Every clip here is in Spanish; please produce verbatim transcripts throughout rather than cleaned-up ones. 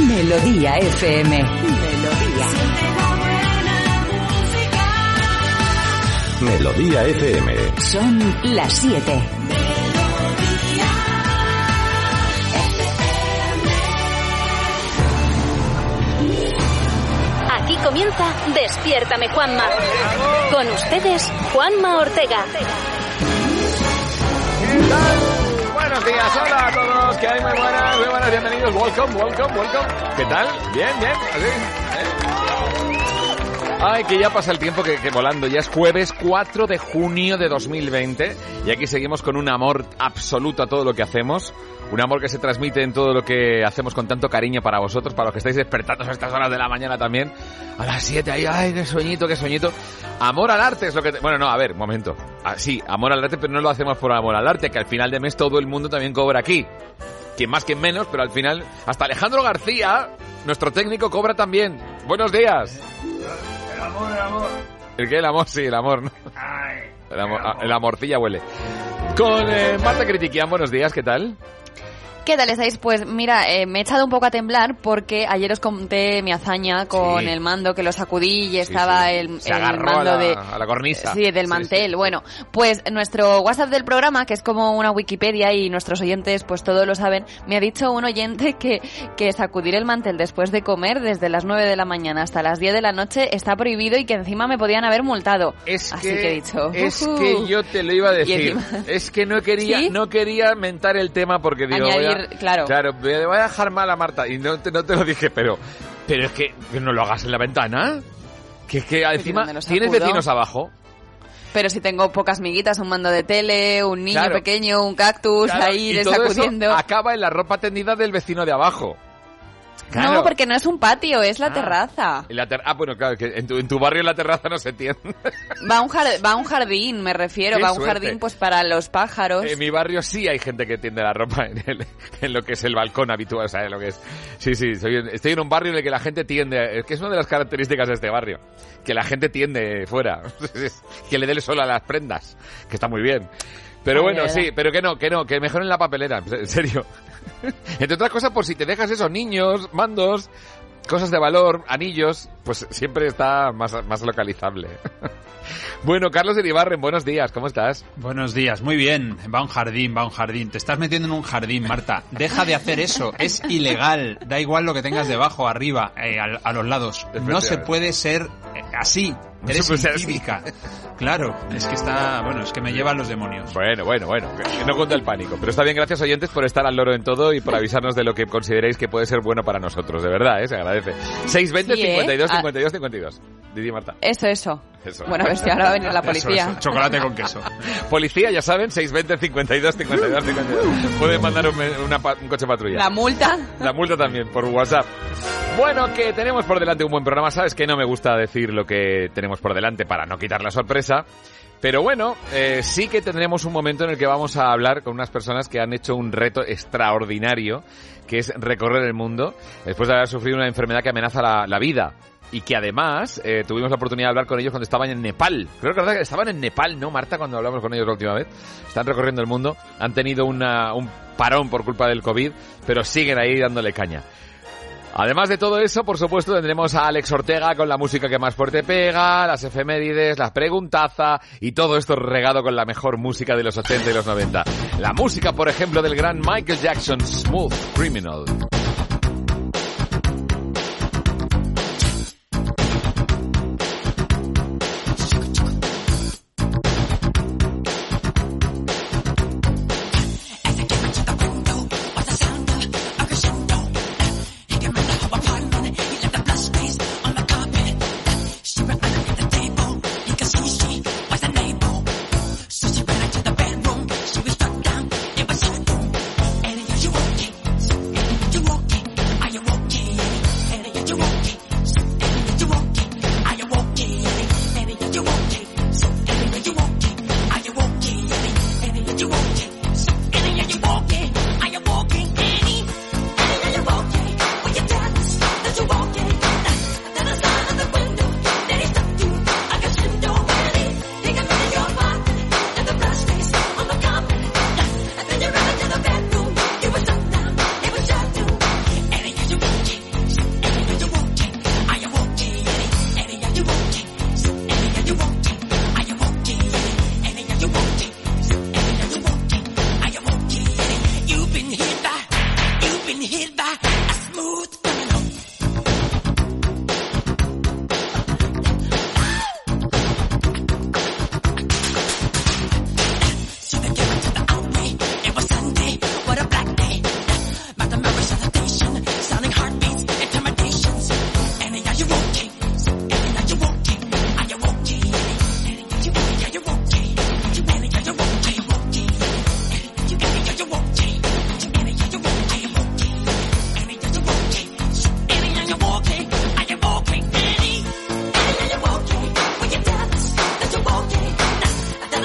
Melodía F M. Melodía. Melodía F M. Son las siete. Aquí comienza Despiértame, Juanma. Con ustedes, Juanma Ortega. ¿Qué tal? Buenos días, hola a todos, que hay muy buenas, muy buenas, bienvenidos, welcome, welcome, welcome. ¿Qué tal? Bien, bien, así. ¿Eh? Ay, que ya pasa el tiempo que, que volando, ya es jueves cuatro de junio de dos mil veinte y aquí seguimos con un amor absoluto a todo lo que hacemos. Un amor que se transmite en todo lo que hacemos con tanto cariño para vosotros, para los que estáis despertando a estas horas de la mañana también. A las siete, ahí, ay, qué sueñito, qué sueñito. Amor al arte es lo que... Te... Bueno, no, a ver, un momento. Ah, sí, amor al arte, pero no lo hacemos por amor al arte, que al final de mes todo el mundo también cobra aquí. Quien más, quien menos, pero al final... Hasta Alejandro García, nuestro técnico, cobra también. Buenos días. El amor, el amor. ¿El qué? El amor, sí, el amor, ¿no? Ay, el, amor, el amor. el amorcilla huele. Con eh, Marta Critiquian, buenos días, ¿qué tal? ¿Qué tal estáis? Pues mira, eh, me he echado un poco a temblar porque ayer os conté mi hazaña con sí. el mando que lo sacudí y estaba sí, sí. el, Se el agarró mando a la, de a la cornisa. Sí, del mantel. Sí, sí. Bueno, pues nuestro WhatsApp del programa, que es como una Wikipedia y nuestros oyentes pues todos lo saben, me ha dicho un oyente que, que sacudir el mantel después de comer desde las nueve de la mañana hasta las diez de la noche está prohibido y que encima me podían haber multado. Es Así que, que he dicho... Es uh-huh. que yo te lo iba a decir. Encima... Es que no quería, ¿Sí? no quería mentar el tema porque digo... Añadir, voy a, claro. Claro, voy a dejar mal a Marta y no te, no te lo dije, pero pero es que, que no lo hagas en la ventana. Que es que encima tienes vecinos abajo. Pero si tengo pocas miguitas, un mando de tele, un niño claro. pequeño, un cactus claro, ahí y todo sacudiendo. Eso acaba en la ropa tendida del vecino de abajo. Claro. No, porque no es un patio, es la ah, terraza. La ter- ah, bueno, claro, que en tu, en tu barrio la terraza no se tiende. Va a un, jar- va a un jardín, me refiero, Qué va a un suerte. jardín pues para los pájaros. En mi barrio sí hay gente que tiende la ropa en, el, en lo que es el balcón habitual, o sea, en lo que es... Sí, sí, soy, estoy en un barrio en el que la gente tiende... Es que es una de las características de este barrio, que la gente tiende fuera, que le dé el sol a las prendas, que está muy bien. Pero bueno, Ay, sí, pero que no, que no, que mejoren la papelera, en serio. Entre otras cosas, por si te dejas esos niños, mandos, cosas de valor, anillos, pues siempre está más, más localizable. Bueno, Carlos Iribarren, buenos días, ¿cómo estás? Buenos días, muy bien. Va a un jardín, va a un jardín. Te estás metiendo en un jardín, Marta. Deja de hacer eso, es ilegal. Da igual lo que tengas debajo, arriba, eh, a, a los lados. No se puede ser eh, así. No Eres se puede incívica. Claro, es que está... Bueno, es que me llevan los demonios. Bueno, bueno, bueno. Que no cuenta el pánico. Pero está bien, gracias oyentes por estar al loro en todo y por avisarnos de lo que consideréis que puede ser bueno para nosotros. De verdad, ¿eh? Se agradece. seis veinte, sí, ¿eh? cincuenta y dos, cincuenta y dos, cincuenta y dos. Didi, Marta. Eso, eso. Eso. Bueno, a ver si ahora va a venir la policía. Eso, eso. Chocolate con queso. Policía, ya saben, seis veinte, cincuenta y dos, cincuenta y dos, cincuenta y dos. Pueden mandar un, una, un coche patrulla. La multa. La multa también, por WhatsApp. Bueno, que tenemos por delante un buen programa. Sabes que no me gusta decir lo que tenemos por delante para no quitar la sorpresa. Pero bueno, eh, sí que tendremos un momento en el que vamos a hablar con unas personas que han hecho un reto extraordinario, que es recorrer el mundo después de haber sufrido una enfermedad que amenaza la, la vida. Y que además eh, tuvimos la oportunidad de hablar con ellos cuando estaban en Nepal. Creo que estaban en Nepal, ¿no, Marta? Cuando hablamos con ellos la última vez. Están recorriendo el mundo. Han tenido una, un parón por culpa del COVID, pero siguen ahí dándole caña. Además de todo eso, por supuesto, tendremos a Alex Ortega con la música que más fuerte pega, las efemérides, las preguntaza y todo esto regado con la mejor música de los ochenta y los noventa. La música, por ejemplo, del gran Michael Jackson, Smooth Criminal. You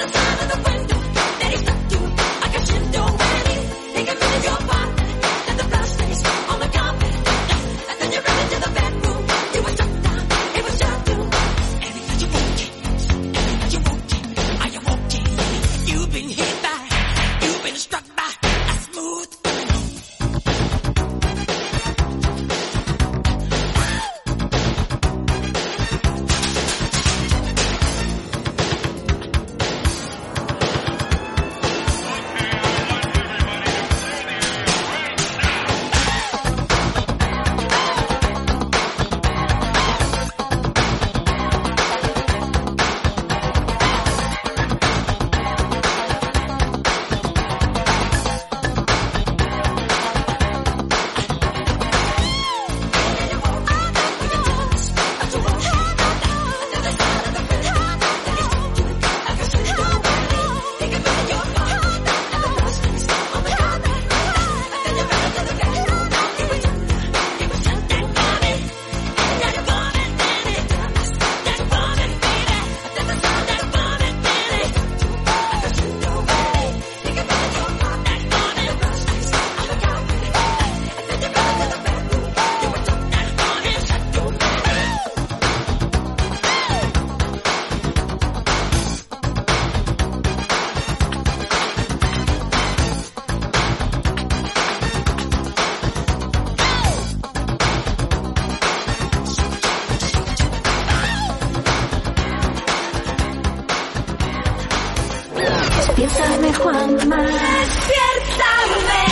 Despiértame, Juanma. Despiértame.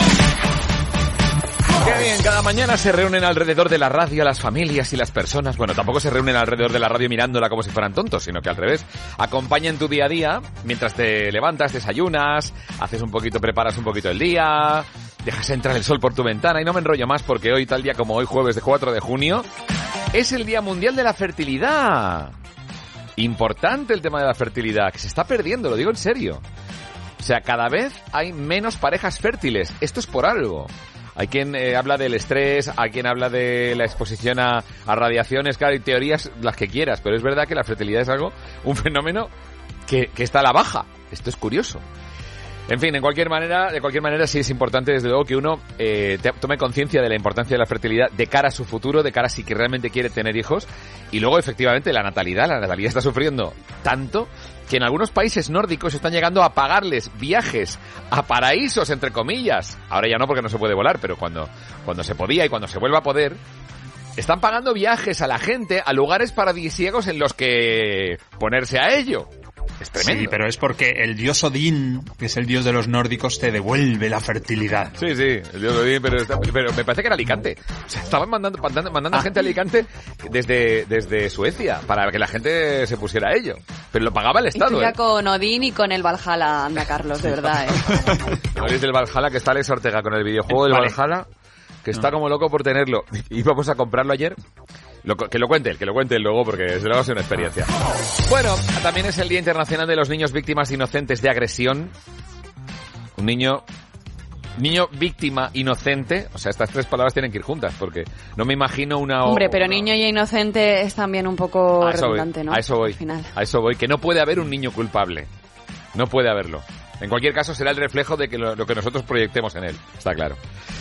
Qué bien, cada mañana se reúnen alrededor de la radio las familias y las personas. Bueno, tampoco se reúnen alrededor de la radio mirándola como si fueran tontos, sino que al revés. Acompañan tu día a día mientras te levantas, desayunas, haces un poquito, preparas un poquito el día, dejas entrar el sol por tu ventana. Y no me enrollo más porque hoy, tal día como hoy, jueves de cuatro de junio, es el Día Mundial de la Fertilidad. Importante el tema de la fertilidad, que se está perdiendo, lo digo en serio. O sea, cada vez hay menos parejas fértiles. Esto es por algo. Hay quien eh, habla del estrés, hay quien habla de la exposición a, a radiaciones, claro, y teorías las que quieras, pero es verdad que la fertilidad es algo, un fenómeno que, que está a la baja. Esto es curioso. En fin, en cualquier manera, de cualquier manera sí es importante desde luego que uno eh, te, tome conciencia de la importancia de la fertilidad de cara a su futuro, de cara a si que realmente quiere tener hijos. Y luego efectivamente la natalidad, la natalidad está sufriendo tanto que en algunos países nórdicos están llegando a pagarles viajes a paraísos, entre comillas. Ahora ya no porque no se puede volar, pero cuando, cuando se podía y cuando se vuelva a poder, están pagando viajes a la gente a lugares paradisíacos en los que ponerse a ello. Es tremendo. Sí, pero es porque el dios Odín, que es el dios de los nórdicos, te devuelve la fertilidad. Sí, sí, el dios Odín, pero, está, pero me parece que era Alicante. O sea, estaban mandando, mandando, mandando ah. gente a Alicante desde, desde Suecia para que la gente se pusiera a ello. Pero lo pagaba el Estado. Y tú ya ¿eh? con Odín y con el Valhalla, anda Carlos, de verdad, ¿eh? No es del Valhalla, que está Alex Ortega con el videojuego del vale. Valhalla, que está no. como loco por tenerlo. Íbamos a comprarlo ayer. Lo, que lo cuente él, que lo cuente él luego porque será va a ser una experiencia. Bueno, también es el Día Internacional de los Niños Víctimas Inocentes de Agresión. Un niño... Niño víctima inocente, o sea, estas tres palabras tienen que ir juntas, porque no me imagino una... Hombre, pero una... niño y inocente es también un poco a redundante, voy, ¿no? A eso voy, Al final. a eso voy, que no puede haber un niño culpable. No puede haberlo. En cualquier caso será el reflejo de que lo, lo que nosotros proyectemos en él, está claro.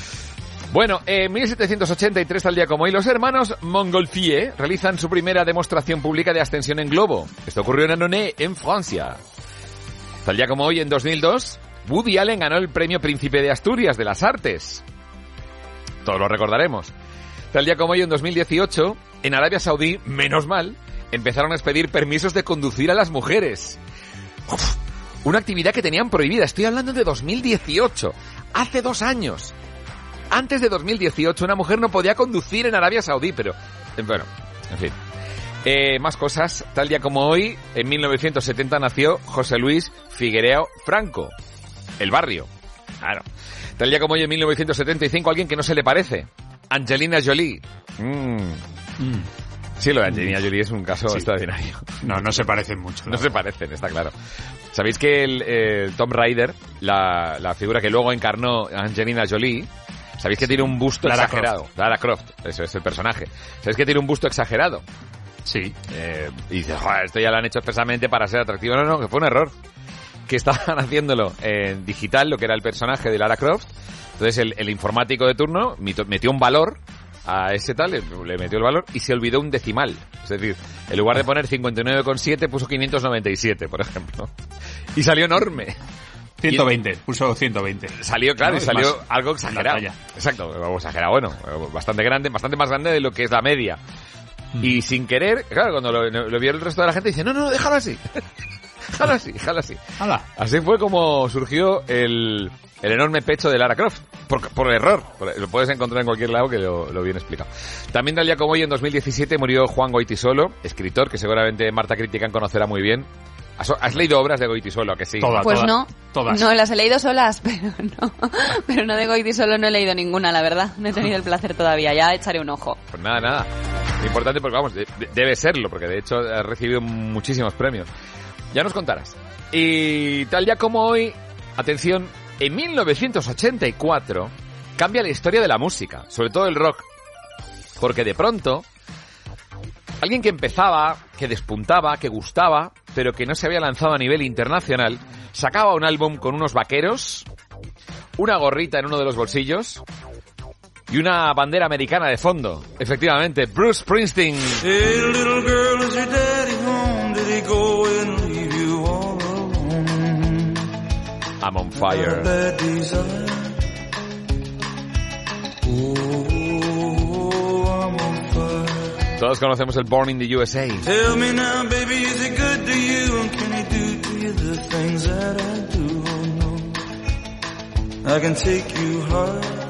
Bueno, en mil setecientos ochenta y tres, tal día como hoy, los hermanos Montgolfier realizan su primera demostración pública de ascensión en globo. Esto ocurrió en Annonay, en Francia. Tal día como hoy, en dos mil dos, Woody Allen ganó el premio Príncipe de Asturias de las Artes. Todos lo recordaremos. Tal día como hoy, en dos mil dieciocho, en Arabia Saudí, menos mal, empezaron a expedir permisos de conducir a las mujeres. Uf, una actividad que tenían prohibida. Estoy hablando de dos mil dieciocho, hace dos años. Antes de dos mil dieciocho una mujer no podía conducir en Arabia Saudí, pero... Bueno, en fin. Eh, más cosas. Tal día como hoy, en mil novecientos setenta nació José Luis Figueiró Franco. El barrio. Claro. Tal día como hoy, en mil novecientos setenta y cinco, alguien que no se le parece. Angelina Jolie. Mm. Mm. Sí, lo de Angelina Jolie es un caso sí. extraordinario. No, no se parecen mucho. No, no se parecen, está claro. ¿Sabéis que el, el Tomb Raider, la, la figura que luego encarnó Angelina Jolie... ¿Sabéis que tiene un busto Lara exagerado? Croft. Lara Croft, eso es el personaje. ¿Sabéis que tiene un busto exagerado? Sí. Eh, y dices, joder, esto ya lo han hecho expresamente para ser atractivo. No, no, que fue un error. que estaban haciéndolo en digital, lo que era el personaje de Lara Croft. Entonces el, el informático de turno metió un valor a ese tal, le, le metió el valor y se olvidó un decimal. Es decir, en lugar de poner cincuenta y nueve coma siete puso quinientos noventa y siete, por ejemplo. Y salió enorme. ciento veinte, puso ciento veinte. Salió, claro, ¿no? y salió más, algo exagerado. Exacto, algo exagerado, bueno, bastante grande, bastante más grande de lo que es la media. Mm. Y sin querer, claro, cuando lo, lo vio el resto de la gente, dice, no, no, déjalo así. déjalo así, déjalo así. Hala. Así fue como surgió el, el enorme pecho de Lara Croft. Por, por error. Por, lo puedes encontrar en cualquier lado que lo, lo viene explicado. También tal día como hoy, en dos mil diecisiete, murió Juan Goytisolo, escritor que seguramente Marta Critican conocerá muy bien. ¿Has, ¿Has leído obras de Goytisolo, que sí? Todas, pues todas, no, todas. no, las he leído solas, pero no, pero no de Goytisolo no he leído ninguna, la verdad. No he tenido el placer todavía, ya echaré un ojo. Pues nada, nada. Importante porque, vamos, de, de, debe serlo, porque de hecho ha recibido muchísimos premios. Ya nos contarás. Y tal día como hoy, atención, en mil novecientos ochenta y cuatro cambia la historia de la música, sobre todo el rock. Porque de pronto, alguien que empezaba, que despuntaba, que gustaba, pero que no se había lanzado a nivel internacional, sacaba un álbum con unos vaqueros, una gorrita en uno de los bolsillos y una bandera americana de fondo. Efectivamente, Bruce Springsteen. Hey, little girl, is your daddy home? Did he go and leave you all alone? I'm on fire. Todos conocemos el Born in the U S A. Tell me now, baby, is it good to you? And can he do to you the things that I do? Oh, no. I can take you high.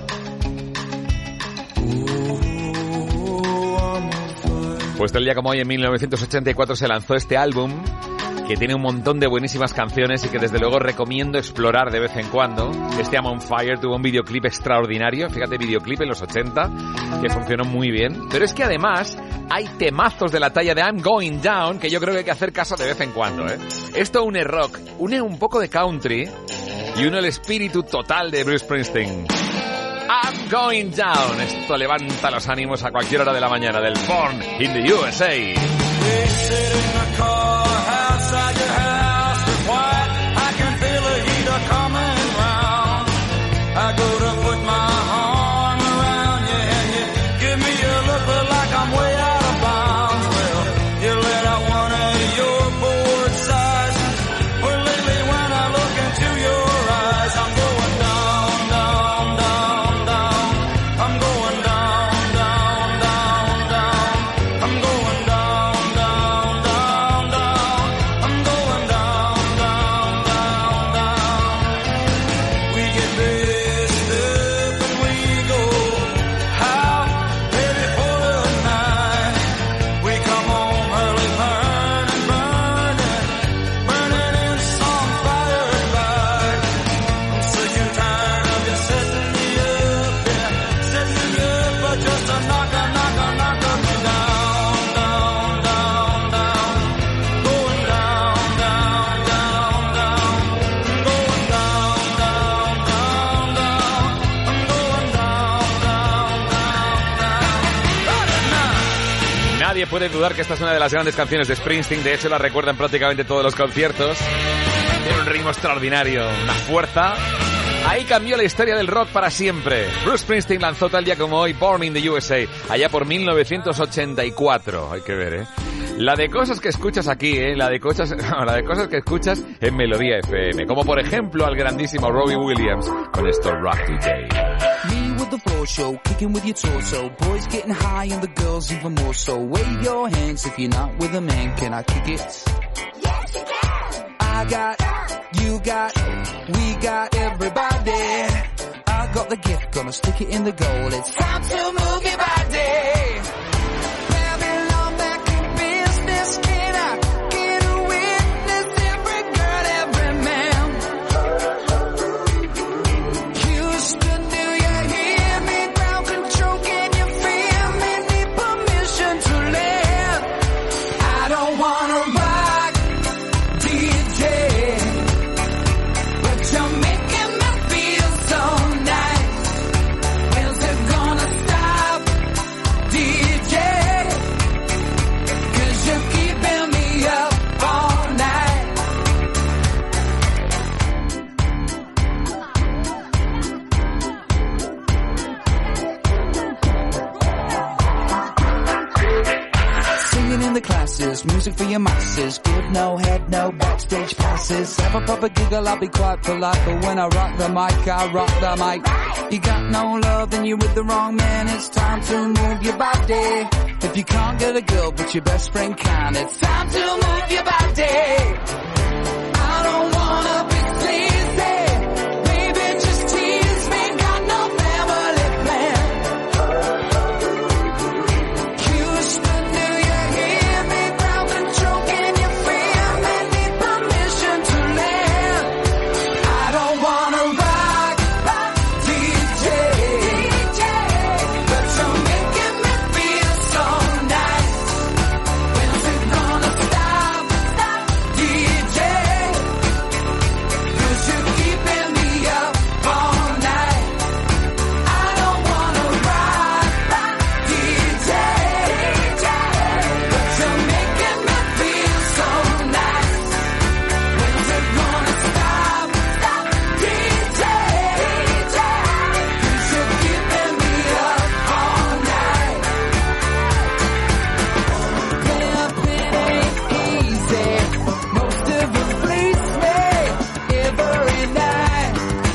Pues el día como hoy, en mil novecientos ochenta y cuatro, se lanzó este álbum que tiene un montón de buenísimas canciones y que desde luego recomiendo explorar de vez en cuando. Este I'm on Fire tuvo un videoclip extraordinario, fíjate, videoclip en los ochenta, que funcionó muy bien. Pero es que además hay temazos de la talla de I'm Going Down que yo creo que hay que hacer caso de vez en cuando, ¿eh? Esto une rock, une un poco de country y une el espíritu total de Bruce Springsteen. I'm Going Down. Esto levanta los ánimos a cualquier hora de la mañana del Born in the U S Nadie puede dudar que esta es una de las grandes canciones de Springsteen. De hecho, la recuerdan prácticamente todos los conciertos. Tiene un ritmo extraordinario, una fuerza. Ahí cambió la historia del rock para siempre. Bruce Springsteen lanzó tal día como hoy Born in the U S A, allá por mil novecientos ochenta y cuatro. Hay que ver, ¿eh? La de cosas que escuchas aquí, ¿eh? La de cosas, no, la de cosas que escuchas en Melodía F M. Como por ejemplo al grandísimo Robbie Williams con esto Rock Today. Me with the floor show, kicking with your torso. Boys getting high and the girls even more so. Wave your hands if you're not with a man. Can I kick it? Yes, you can. I got, you got, we got everybody. I got the gift, gonna stick it in the goal. It's time to move your body. Babylon back in business. Can I get a witness? Every girl, every man. Houston, do you hear me? Ground control, can you feel me? Need permission to land. I don't wanna rock, D J, but you're making me feel so nice. Where's it gonna stop, D J? classes, music for your masses. Give no head, no backstage passes. Have a proper giggle, I'll be quite polite, but when I rock the mic, I rock the mic. You got no love, then you're with the wrong man. It's time to move your body. If you can't get a girl, but your best friend can, it's time to move your body. I don't wanna be sleazy, baby, just tease me. Got no family plan. Houston, do you hear me? Crowd control, can you feel me? Need permission to land. I don't wanna rock, rock, D J, D J, but you're making me feel so nice. When's it gonna stop, stop, D J? 'Cause you're keeping me up all night. I don't wanna rock, rock, D J, D J, but you're making me feel so nice. When's it gonna stop, stop, D J, D J? 'Cause you're keeping me up all night. Pimpin' ain't easy. Most of it fleets me every night.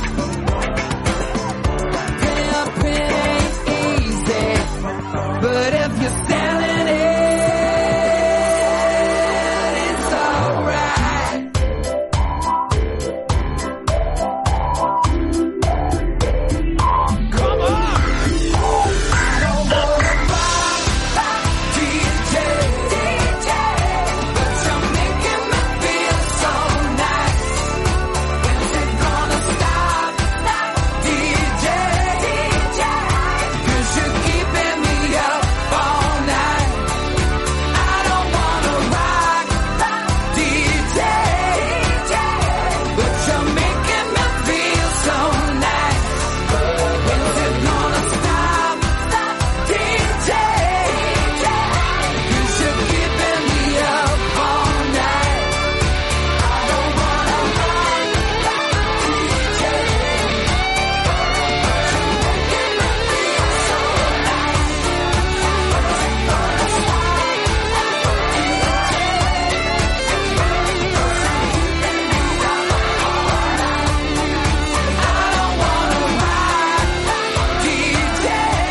Pimpin' ain't easy, but if you're selling it, it's alright. Come on! I don't wanna rock, rock, D J, D J, but you're making me feel so nice. When's it gonna stop, stop, D J, D J? 'Cause you're keeping me up all night. I don't wanna rock, rock, D J, D J, but you're making me feel so nice. When's it gonna stop, stop, D J, D J? 'Cause you're keeping me up all night. I don't wanna rock, rock, D J, but you're making me feel so nice. When's it gonna stop, stop, D J? 'Cause you're keeping me up all night. I don't wanna rock, rock, D J,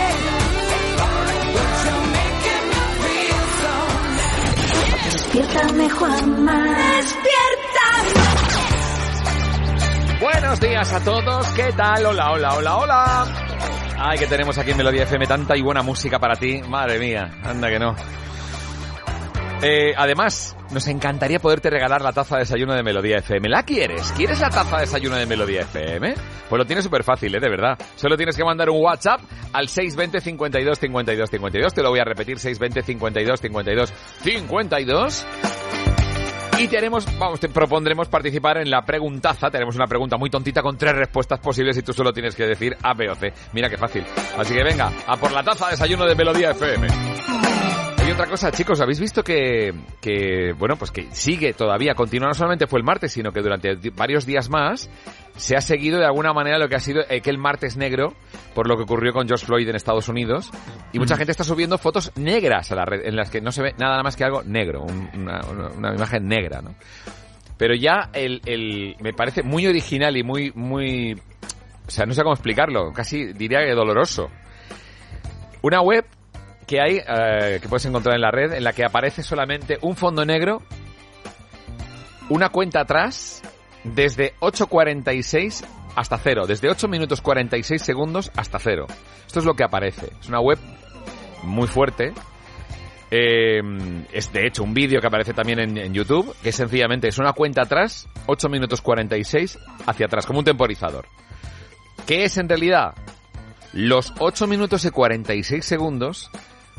but you're making me feel so nice. Despiértame, Juanma. Despiértame. Buenos días a todos, ¿qué tal? Hola, hola, hola, hola. Ay, que tenemos aquí en Melodía F M tanta y buena música para ti. Madre mía, anda que no. Eh, además, nos encantaría poderte regalar la taza de desayuno de Melodía F M. ¿La quieres? ¿Quieres la taza de desayuno de Melodía F M? Pues lo tienes súper fácil, ¿eh? De verdad. Solo tienes que mandar un WhatsApp al seis dos cero, cincuenta y dos, cincuenta y dos, cincuenta y dos. Te lo voy a repetir, seis dos cero, cincuenta y dos, cincuenta y dos, cincuenta y dos. Y tenemos, vamos, te propondremos participar en la preguntaza. Tenemos una pregunta muy tontita con tres respuestas posibles y tú solo tienes que decir A, B o C. Mira qué fácil. Así que venga, a por la taza de desayuno de Melodía F M. Y otra cosa, chicos, ¿habéis visto que, que, bueno, pues que sigue todavía, continúa, no solamente fue el martes, sino que durante varios días más se ha seguido de alguna manera lo que ha sido aquel martes negro por lo que ocurrió con George Floyd en Estados Unidos, y mucha gente está subiendo fotos negras a la red en las que no se ve nada más que algo negro, un, una, una, una imagen negra, ¿no? Pero ya el, el me parece muy original y muy muy o sea, no sé cómo explicarlo, casi diría que doloroso. Una web que hay, eh, que puedes encontrar en la red, en la que aparece solamente un fondo negro, una cuenta atrás, desde ocho cuarenta y seis hasta cero, desde ocho minutos cuarenta y seis segundos hasta cero. Esto es lo que aparece. Es una web muy fuerte. Eh, es de hecho un vídeo que aparece también en, en YouTube, que sencillamente es una cuenta atrás, ocho minutos cuarenta y seis hacia atrás, como un temporizador. ¿Qué es en realidad? Los ocho minutos y cuarenta y seis segundos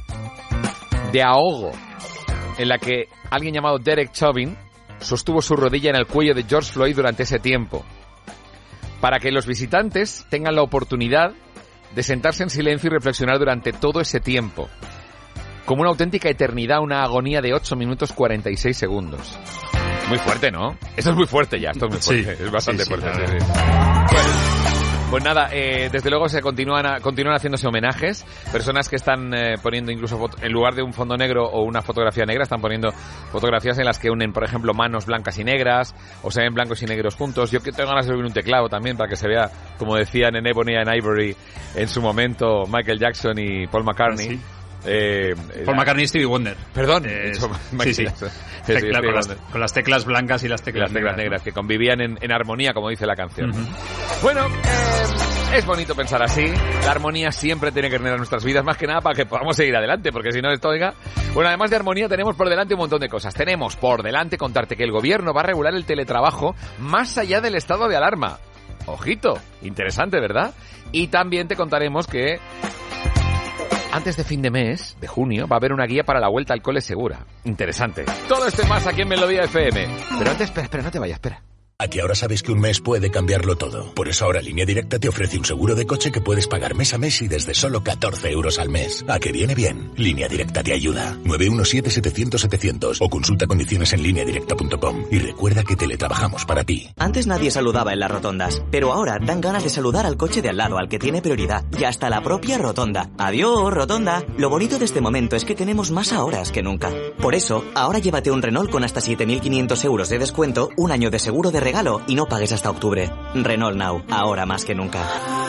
de ahogo en la que alguien llamado Derek Chauvin sostuvo su rodilla en el cuello de George Floyd durante ese tiempo, para que los visitantes tengan la oportunidad de sentarse en silencio y reflexionar durante todo ese tiempo, como una auténtica eternidad, una agonía de ocho minutos cuarenta y seis segundos. Muy fuerte, ¿no? Esto es muy fuerte ya, esto es muy fuerte, sí, es bastante sí, sí, fuerte. Sí, sí. Bueno, Pues nada, eh, desde luego se continúan a, continúan haciéndose homenajes, personas que están eh, poniendo incluso foto, en lugar de un fondo negro o una fotografía negra, están poniendo fotografías en las que unen, por ejemplo, manos blancas y negras, o se ven blancos y negros juntos. Yo que tengo ganas de ver un teclado también para que se vea, como decían en Ebony and Ivory en su momento, Michael Jackson y Paul McCartney. ¿Sí? Eh, Paul McCartney y Stevie Wonder. Perdón. Eh, sí, sí. Tecla, con, las, con las teclas blancas y las teclas, las teclas negras, negras, que convivían en, en armonía, como dice la canción. Uh-huh. Bueno, eh, es bonito pensar así. La armonía siempre tiene que tener en nuestras vidas, más que nada para que podamos seguir adelante, porque si no esto, oiga... Bueno, además de armonía tenemos por delante un montón de cosas. Tenemos por delante contarte que el gobierno va a regular el teletrabajo más allá del estado de alarma. Ojito, interesante, ¿verdad? Y también te contaremos que... antes de fin de mes, de junio, va a haber una guía para la vuelta al cole segura. Interesante. Todo esto y más aquí en Melodía F M. Pero antes, espera, espera, no te vayas, espera. A que ahora sabes que un mes puede cambiarlo todo. Por eso ahora Línea Directa te ofrece un seguro de coche que puedes pagar mes a mes y desde solo catorce euros al mes. ¿A que viene bien? Línea Directa te ayuda. nueve uno siete, setecientos, setecientos o consulta condiciones en línea directa punto com. Y recuerda que teletrabajamos para ti. Antes nadie saludaba en las rotondas, pero ahora dan ganas de saludar al coche de al lado, al que tiene prioridad, y hasta la propia rotonda. Adiós, rotonda. Lo bonito de este momento es que tenemos más horas que nunca. Por eso, ahora llévate un Renault con hasta siete mil quinientos euros de descuento, un año de seguro de regalo y no pagues hasta octubre. Renault Now, ahora más que nunca.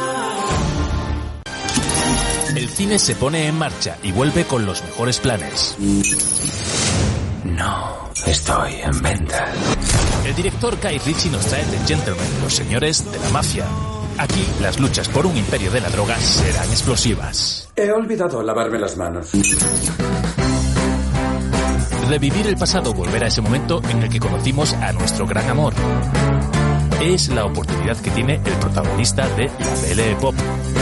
El cine se pone en marcha y vuelve con los mejores planes. No, estoy en venta. El director Guy Ritchie nos trae The Gentlemen, los señores de la mafia. Aquí, las luchas por un imperio de la droga serán explosivas. He olvidado lavarme las manos. Revivir el pasado, volver a ese momento en el que conocimos a nuestro gran amor. Es la oportunidad que tiene el protagonista de la B L Pop.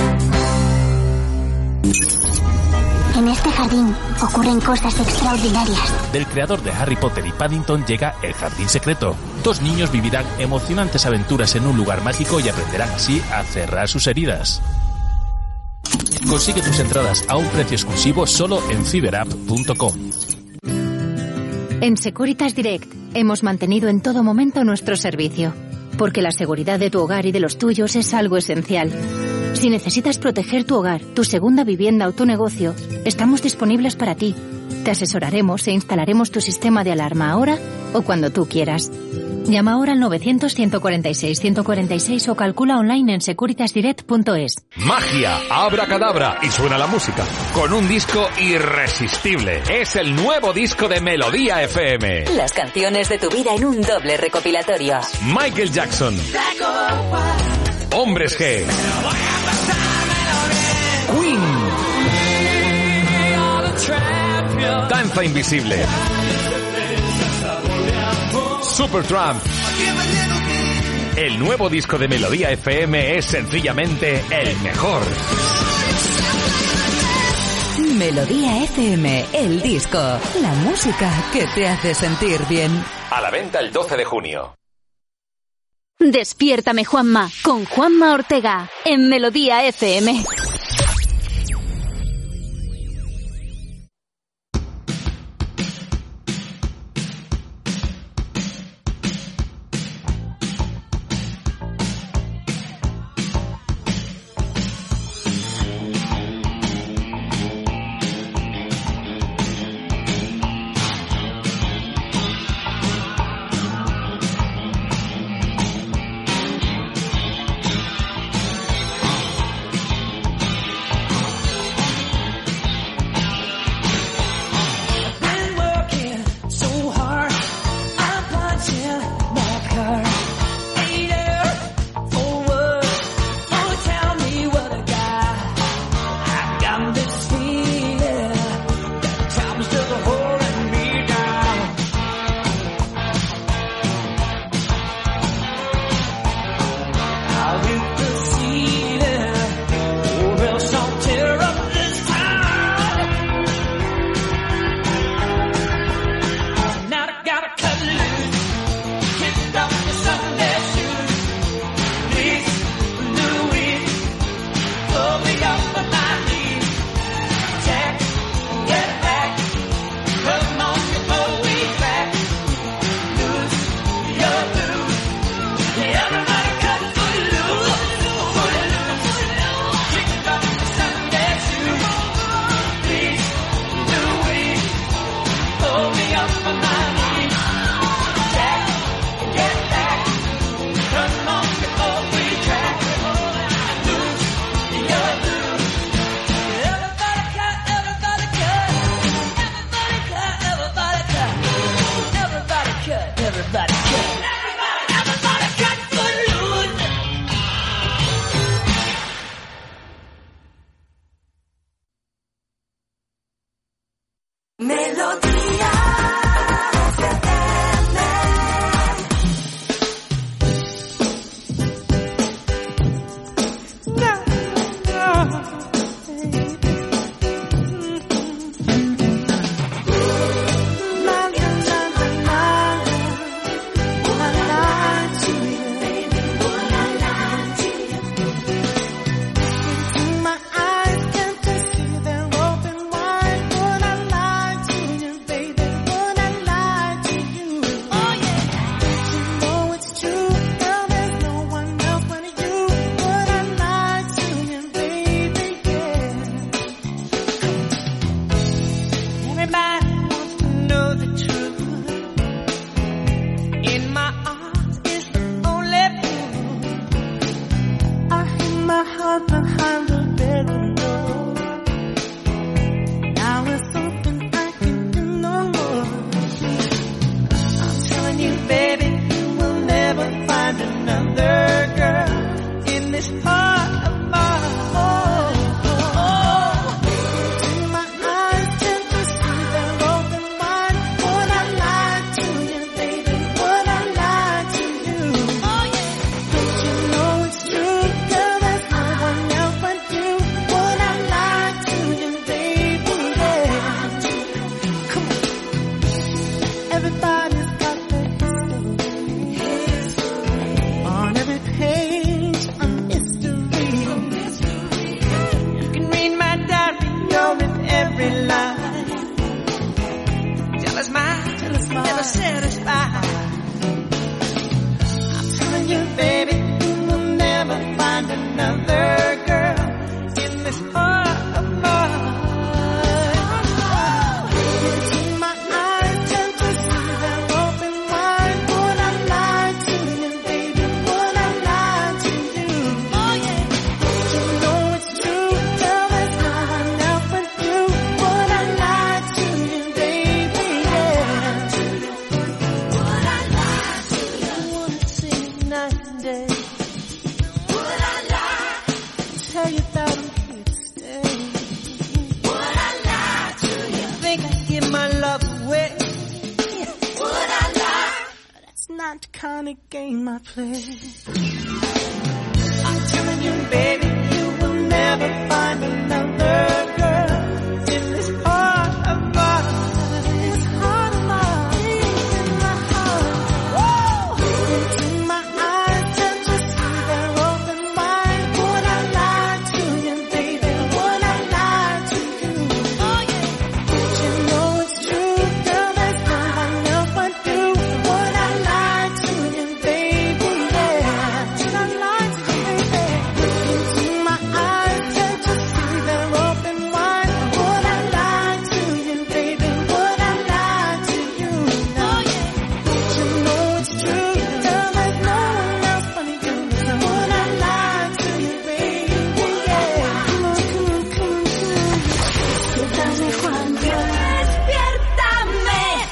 En este jardín ocurren cosas extraordinarias. Del creador de Harry Potter y Paddington llega El Jardín Secreto. Dos niños vivirán emocionantes aventuras en un lugar mágico y aprenderán así a cerrar sus heridas. Consigue tus entradas a un precio exclusivo solo en ciberapp punto com. En Securitas Direct hemos mantenido en todo momento nuestro servicio, porque la seguridad de tu hogar y de los tuyos es algo esencial. Si necesitas proteger tu hogar, tu segunda vivienda o tu negocio, estamos disponibles para ti. Te asesoraremos e instalaremos tu sistema de alarma ahora o cuando tú quieras. Llama ahora al novecientos, ciento cuarenta y seis, ciento cuarenta y seis o calcula online en securitas direct punto es. Magia, abracadabra y suena la música con un disco irresistible. Es el nuevo disco de Melodía F M. Las canciones de tu vida en un doble recopilatorio. Michael Jackson, Hombres G, Queen, Danza Invisible, Supertramp. El nuevo disco de Melodía F M es sencillamente el mejor. Melodía F M, el disco, la música que te hace sentir bien. A la venta el doce de junio. Despiértame, Juanma, con Juanma Ortega, en Melodía F M. find another girl in this heart of mine. Oh, oh, oh. My eyes tend to see the open wide. Would I lie to you, baby? Would I lie to you? Oh yeah. Don't you know it's true, girl? There's no one else but you. Would I lie to you, baby? Yeah. Come on. Everybody's got their history. History. On every page, a mystery. You can read my diary, know it every line. Tell us mine, tell us mine. Never satisfied. I'm telling you, baby, you will never find another girl in this heart of mine. My eyes tend to see them open wide. Would I lie to you, baby? Would I lie to you? Oh yeah. You know it's true, girl. There's no one else but you. Would I lie to you, baby? Yeah. Would I lie to you? I wanna see night and day. Would I lie? Tell you that I'm here to stay. Would I lie to you? Think I give my love away? Would I lie? That's not the kind of game I play. I'm telling you, baby, you will never find another girl in this heart of mine. This heart of mine. In my heart. Woo! My eyes tend to see they're open wide. Would I lie to you, baby? Would I lie to you? Oh yeah. Don't you know it's true, girl? There's no one else but you. Would I lie to you, baby? Yeah. Would I lie to you, baby? My eyes tend to see they're open wide. Would I lie to you, baby? Would I lie to you? Oh yeah. Don't you know it's true, girl? There's no one else but you. Would I lie to you, baby? Yeah. Come on, come on, come on, come on. Despiértame, Juanma. Despiértame.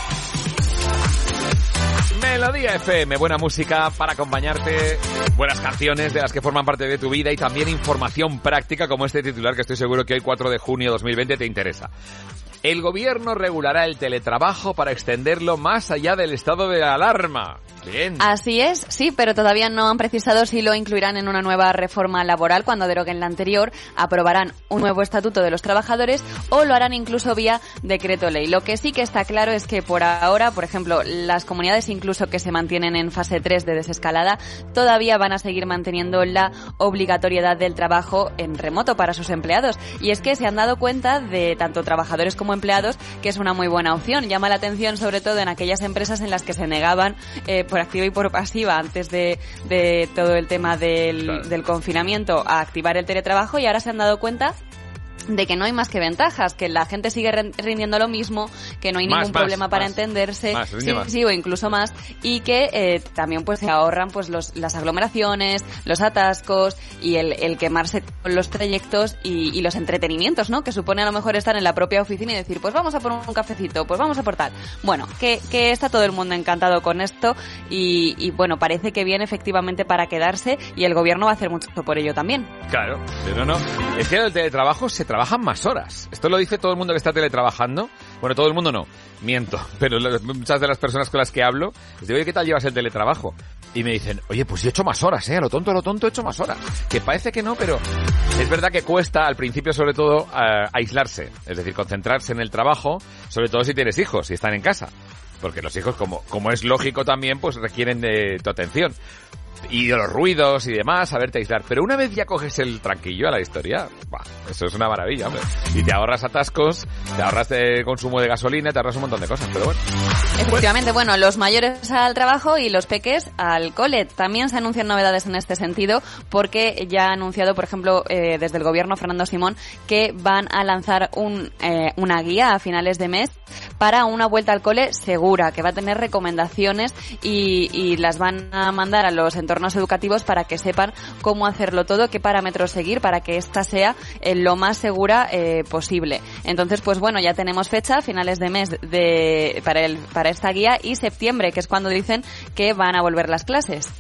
Melodía F M, buena música para acompañarte, buenas canciones de las que forman parte de tu vida y también información práctica como este titular que estoy seguro que hoy cuatro de junio de dos mil veinte te interesa. El gobierno regulará el teletrabajo para extenderlo más allá del estado de alarma. Bien. Así es, sí, pero todavía no han precisado si lo incluirán en una nueva reforma laboral cuando deroguen la anterior, aprobarán un nuevo estatuto de los trabajadores o lo harán incluso vía decreto ley. Lo que sí que está claro es que por ahora, por ejemplo, las comunidades incluso que se mantienen en fase tres de desescalada todavía van a seguir manteniendo la obligatoriedad del trabajo en remoto para sus empleados. Y es que se han dado cuenta de tanto trabajadores como empleados que es una muy buena opción. Llama la atención sobre todo en aquellas empresas en las que se negaban eh, por activa y por pasiva antes de, de todo el tema del, claro. del confinamiento a activar el teletrabajo y ahora se han dado cuenta de que no hay más que ventajas, que la gente sigue rindiendo lo mismo, que no hay más, ningún más, problema para más, entenderse, más, sí, más. sí, o incluso más, y que eh, también pues se ahorran pues los, las aglomeraciones, los atascos y el, el quemarse con los trayectos y, y los entretenimientos, ¿no? Que supone a lo mejor estar en la propia oficina y decir, pues vamos a por un cafecito, pues vamos a por tal. Bueno, que, que está todo el mundo encantado con esto y, y bueno, parece que viene efectivamente para quedarse y el gobierno va a hacer mucho por ello también. Claro, pero no. Es que en el teletrabajo se trabajan más horas. Esto lo dice todo el mundo que está teletrabajando. Bueno, todo el mundo no, miento. Pero muchas de las personas con las que hablo, les digo, oye, ¿qué tal llevas el teletrabajo? Y me dicen, oye, pues yo he hecho más horas, ¿eh? A lo tonto, a lo tonto he hecho más horas. Que parece que no, pero es verdad que cuesta al principio sobre todo uh, aislarse. Es decir, concentrarse en el trabajo, sobre todo si tienes hijos y están en casa. Porque los hijos, como, como es lógico también, pues requieren de tu atención. Y de los ruidos y demás, saberte aislar. Pero una vez ya coges el tranquillo a la historia, bah, eso es una maravilla, hombre. Y te ahorras atascos, te ahorras de consumo de gasolina, te ahorras un montón de cosas, pero bueno. Efectivamente, bueno, los mayores al trabajo y los peques al cole. También se anuncian novedades en este sentido, porque ya ha anunciado, por ejemplo, eh, desde el gobierno Fernando Simón, que van a lanzar un, eh, una guía a finales de mes para una vuelta al cole segura, que va a tener recomendaciones y, y las van a mandar a los entornos educativos para que sepan cómo hacerlo todo, qué parámetros seguir para que esta sea eh, lo más segura eh, posible. Entonces, pues bueno, ya tenemos fecha, finales de mes de para el para esta guía y septiembre, que es cuando dicen que van a volver las clases.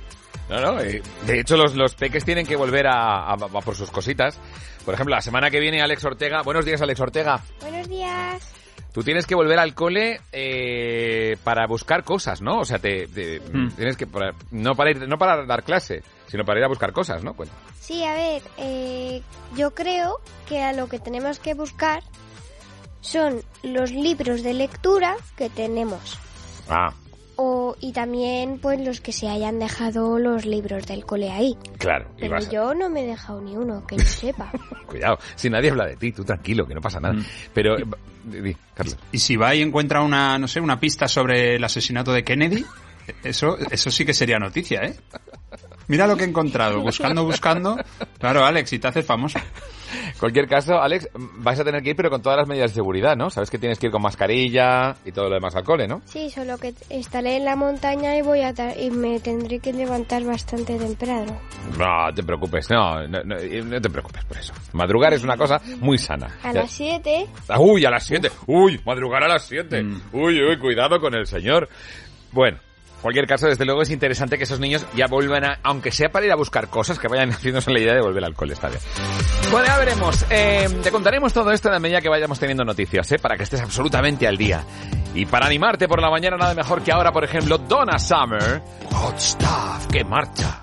No, no, eh, de hecho los, los peques tienen que volver a, a, a por sus cositas. Por ejemplo, la semana que viene Alex Ortega... Buenos días, Alex Ortega. Buenos días. Tú tienes que volver al cole eh, para buscar cosas, ¿no? O sea, te, te mm. tienes que... Para, no, para ir, no para dar clase, sino para ir a buscar cosas, ¿no? Bueno. Sí, a ver, eh, yo creo que a lo que tenemos que buscar son los libros de lectura que tenemos. Ah. O, y también pues los que se hayan dejado los libros del cole ahí. Claro. Pero vas a... yo no me he dejado ni uno, que yo sepa. Cuidado, si nadie habla de ti, tú tranquilo, que no pasa nada. Mm. Pero, di, Carlos. Y si va y encuentra una, no sé, una pista sobre el asesinato de Kennedy, eso, eso sí que sería noticia, ¿eh? Mira lo que he encontrado, buscando, buscando. Claro, Alex, y te haces famoso. Cualquier caso, Alex, vais a tener que ir, pero con todas las medidas de seguridad, ¿no? Sabes que tienes que ir con mascarilla y todo lo demás al cole, ¿no? Sí, solo que estaré en la montaña y voy a y me tendré que levantar bastante temprano. No te preocupes, no, no, no, no te preocupes por eso. Madrugar es una cosa muy sana. A ya. las siete. Uy, a las siete. Uy, madrugar a las siete. Mm. Uy, uy, cuidado con el señor. Bueno. En cualquier caso, desde luego es interesante que esos niños ya vuelvan a, aunque sea para ir a buscar cosas, que vayan haciéndose la idea de volver al cole, está bien. Bueno, ya veremos. Eh, te contaremos todo esto en la medida que vayamos teniendo noticias, ¿eh? Para que estés absolutamente al día. Y para animarte por la mañana, nada mejor que ahora, por ejemplo, Donna Summer. Hot Stuff, que marcha.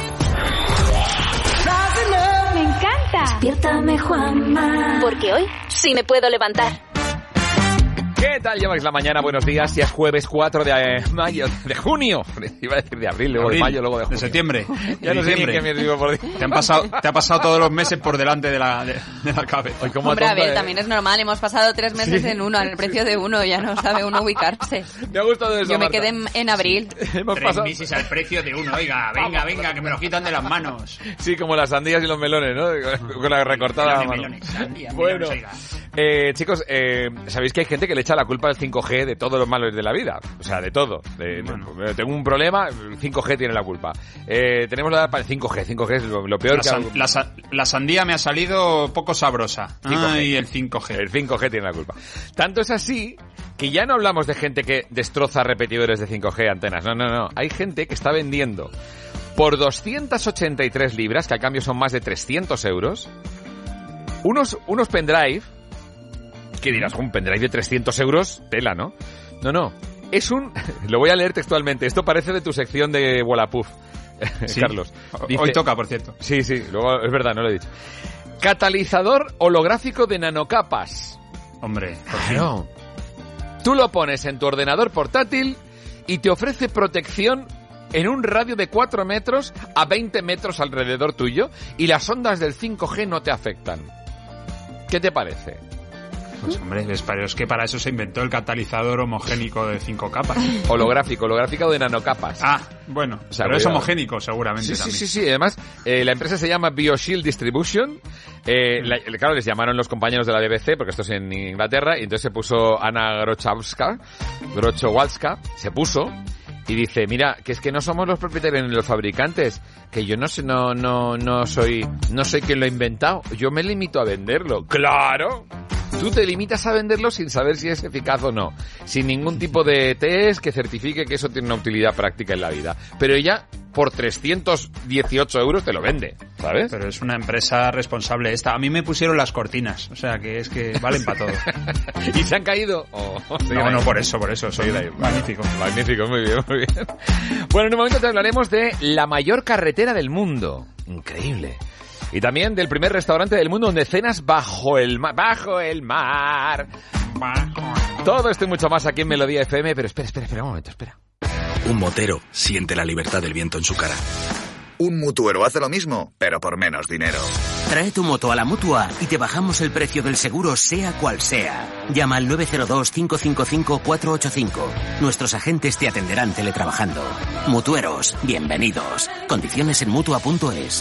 Despiértame, Juanma. Porque hoy si me puedo levantar. ¿Qué tal lleváis la mañana? Buenos días. Ya es jueves cuatro de eh, mayo, de junio. Iba a decir de abril, luego abril, de mayo, luego de junio. De septiembre. Ya de no diciembre. sé ni qué me digo por día. Te han pasado, te ha pasado todos los meses por delante de la, de, de la cabeza. Hoy como Hombre, a tonta, ver, eh. también es normal. Hemos pasado tres meses Sí. en uno, al precio de uno. Ya no sabe uno ubicarse. Me ha gustado eso, Yo me Marta. quedé en, en abril. Hemos Tres pasado... meses al precio de uno. Oiga, venga, venga, que me lo quitan de las manos. Sí, como las sandías y los melones, ¿no? Con la recortada. Melones, mano. melones, sandía, Bueno, melones, oiga. eh, chicos, eh, sabéis que hay gente que le echa la culpa al cinco G de todos los males de la vida. O sea, de todo. De, Bueno. de- tengo un problema, el cinco G tiene la culpa. Eh, tenemos la edad para el cinco G. cinco G es lo, lo peor La, que... san- la sa- la sandía me ha salido poco sabrosa. cinco G. Ay, el cinco G. El cinco G tiene la culpa. Tanto es así que ya no hablamos de gente que destroza repetidores de cinco G, antenas. No, no, no. Hay gente que está vendiendo por doscientas ochenta y tres libras, que al cambio son más de trescientos euros, unos, unos pendrive, que dirás, un pendrive de trescientos euros, tela, ¿no? No, no. Es un... Lo voy a leer textualmente. Esto parece de tu sección de Wallapuf, Sí. Carlos. Dice- Hoy toca, por cierto. Sí, sí, luego es verdad, no lo he dicho. Catalizador holográfico de nanocapas. Hombre, por fin. Claro. Tú lo pones en tu ordenador portátil y te ofrece protección en un radio de cuatro metros a veinte metros alrededor tuyo y las ondas del cinco G no te afectan. ¿Qué te parece? Pues hombre, es, para- es que para eso se inventó el catalizador homogénico de cinco capas. Holográfico, holográfico de nanocapas. Ah, bueno, O sea, pero es cuidado. homogénico seguramente Sí, sí, también. sí, sí. Además, eh, la empresa se llama BioShield Distribution. Eh, la- claro, les llamaron los compañeros de la B B C, porque esto es en Inglaterra, y entonces se puso Ana Grochowska, Grochowalska, se puso y dice, mira, que es que no somos los propietarios ni los fabricantes, que yo no sé, no, no, no soy, no soy quien lo ha inventado, yo me limito a venderlo. ¡Claro! Tú te limitas a venderlo sin saber si es eficaz o no, sin ningún tipo de test que certifique que eso tiene una utilidad práctica en la vida. Pero ella, por trescientos dieciocho euros, te lo vende, ¿sabes? Pero es una empresa responsable esta. A mí me pusieron las cortinas, o sea que es que valen para todo. ¿Y se han caído? Oh, No, no, por eso, por eso. Soy Seguid ahí. magnífico. Magnífico, muy bien, muy bien. Bueno, en un momento te hablaremos de la mayor carretera del mundo. Increíble. Y también del primer restaurante del mundo donde cenas bajo el mar. ¡Bajo el mar! Todo esto y mucho más aquí en Melodía F M. Pero espera, espera, espera un momento, espera. Un motero siente la libertad del viento en su cara. Un mutuero hace lo mismo, pero por menos dinero. Trae tu moto a la Mutua y te bajamos el precio del seguro sea cual sea. Llama al nueve cero dos, cinco cinco cinco, cuatro ocho cinco. Nuestros agentes te atenderán teletrabajando. Mutueros, bienvenidos. Condiciones en Mutua punto es.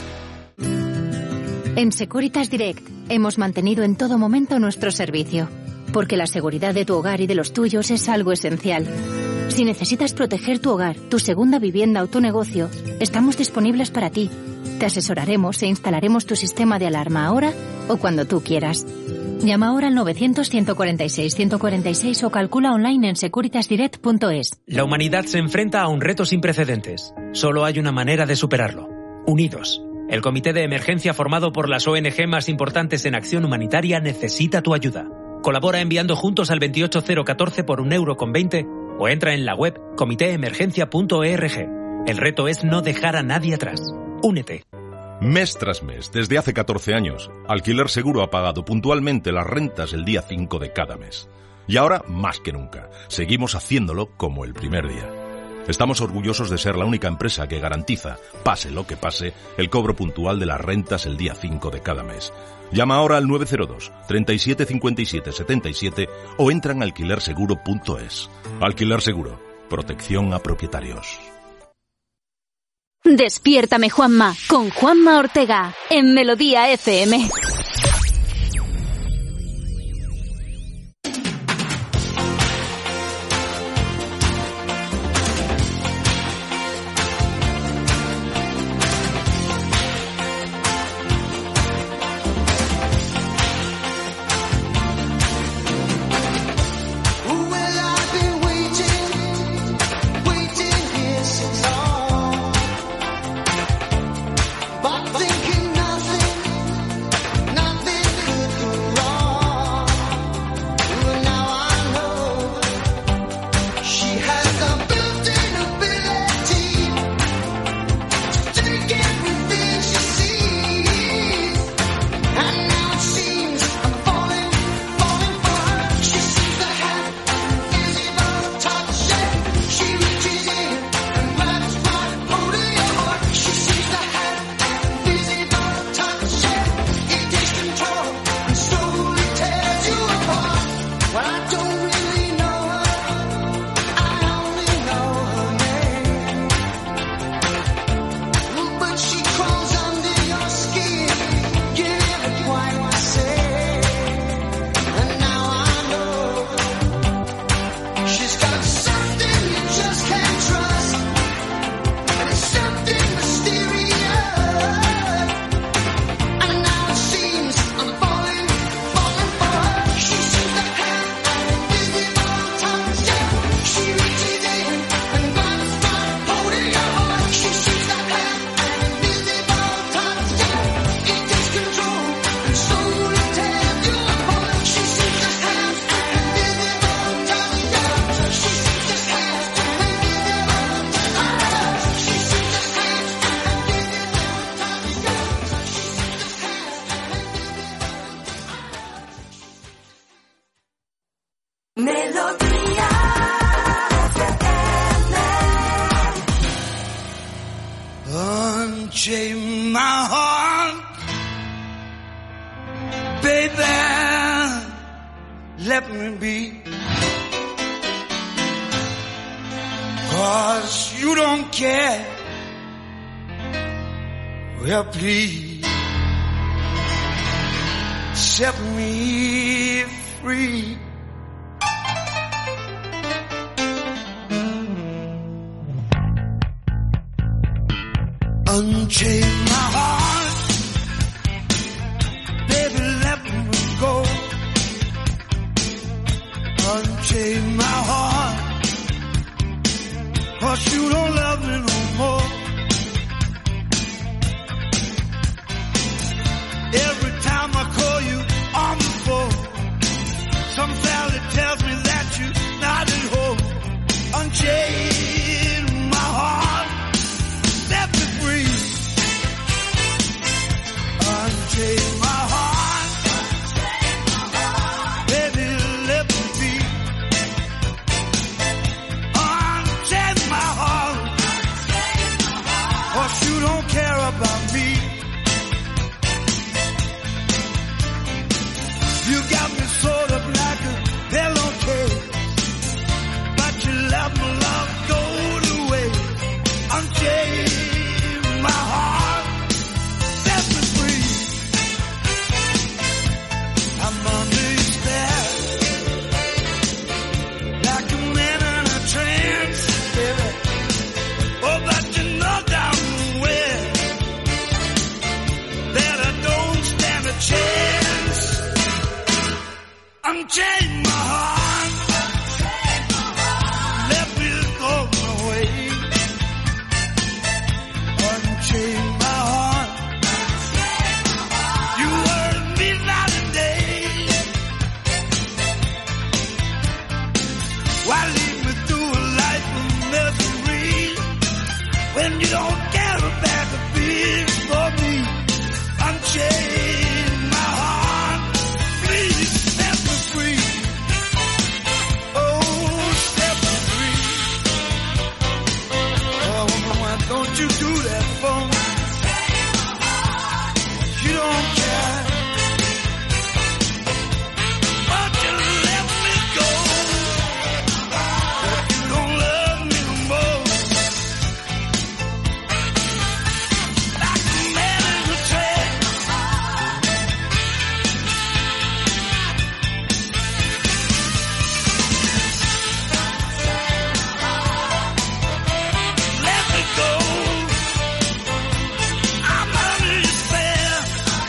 En Securitas Direct hemos mantenido en todo momento nuestro servicio, porque la seguridad de tu hogar y de los tuyos es algo esencial. Si necesitas proteger tu hogar, tu segunda vivienda o tu negocio, estamos disponibles para ti. Te asesoraremos e instalaremos tu sistema de alarma ahora o cuando tú quieras. Llama ahora al novecientos, ciento cuarenta y seis, ciento cuarenta y seis o calcula online en securitas direct punto es. La humanidad se enfrenta a un reto sin precedentes. Solo hay una manera de superarlo. Unidos. El comité de emergencia formado por las O N G más importantes en acción humanitaria necesita tu ayuda. Colabora enviando juntos al veintiocho cero catorce por un euro con veinte o entra en la web comité emergencia punto org. El reto es no dejar a nadie atrás. Únete. Mes tras mes, desde hace catorce años, Alquiler Seguro ha pagado puntualmente las rentas el día cinco de cada mes. Y ahora, más que nunca, seguimos haciéndolo como el primer día. Estamos orgullosos de ser la única empresa que garantiza, pase lo que pase, el cobro puntual de las rentas el día cinco de cada mes. Llama ahora al nueve cero dos, treinta y siete cincuenta y siete setenta y siete o entra en alquiler seguro punto es. Alquiler Seguro. Protección a propietarios. Despiértame, Juanma, con Juanma Ortega, en Melodía F M. But thinking nothing Melodía Unchain my heart, baby, let me be, 'cause you don't care, well please, set me free. Unchain my heart, baby, let me go. Unchain my heart, 'cause you don't love me no more. Every time I call you on the phone, some valley tells me that you're not at home. Unchain my heart, set me free. Unchain my heart, baby, let me be. Unchain my heart, 'cause you don't care about me. You got me sort of like a pillowcase, but you let my love go to waste. Unchain my heart, set me free. I'm under your spell, like a man in a trance, baby. Oh, but you know damn well that I don't stand a chance. Unchain my heart, let me go my way. Unchain my heart, you hurt me night and day. Why lead me through a life of misery when you don't care about the fears for me? Unchain my heart, please set me free. Oh, set me free. Oh, why don't you do that for me? You don't care, but you let me go. But you don't love me no more. Like a man in a trance. Let me go. I'm under your spell.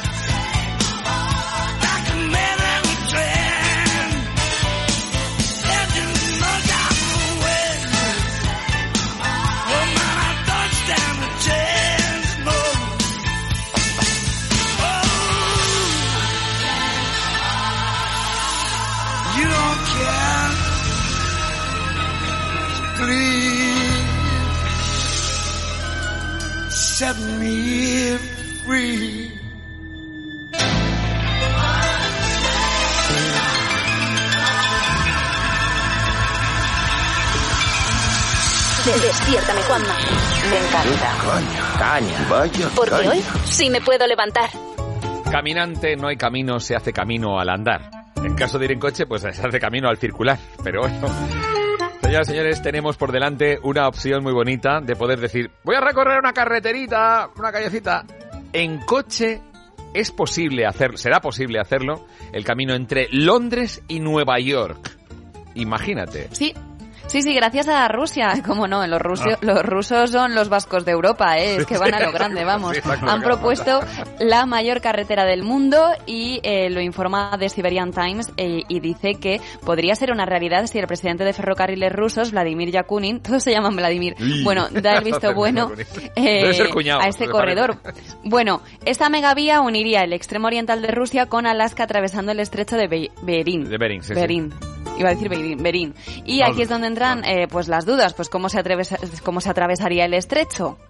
Like a man in a trance. Let you know I'm away. Oh man, I don't stand a chance, no. Oh, you don't care. Please set me free. Despiértame, Juanma. Me encanta. Caña, vaya Porque caña. hoy sí me puedo levantar. Caminante, no hay camino, se hace camino al andar. En caso de ir en coche, pues se hace camino al circular. Pero bueno, señoras y señores, tenemos por delante una opción muy bonita de poder decir, voy a recorrer una carreterita, una callecita. En coche es posible hacerlo, será posible hacerlo, el camino entre Londres y Nueva York. Imagínate. Sí. Sí, sí, gracias a Rusia. Como no, los, rusio, ah. los rusos son los vascos de Europa, ¿eh? Es que van a lo grande, vamos. Sí, han propuesto la mayor carretera del mundo y eh, lo informa The Siberian Times eh, y dice que podría ser una realidad si el presidente de ferrocarriles rusos, Vladimir Yakunin, todos se llaman Vladimir, sí. bueno, da el visto bueno eh, cuñado, a este corredor. Parece. Bueno, esta megavía uniría el extremo oriental de Rusia con Alaska atravesando el estrecho de Be- Bering. De Bering, sí, Bering. Sí. Iba a decir Berín. Berín. Y aquí es donde entran eh, pues las dudas. Pues ¿cómo se, atravesa, cómo se atravesaría el estrecho?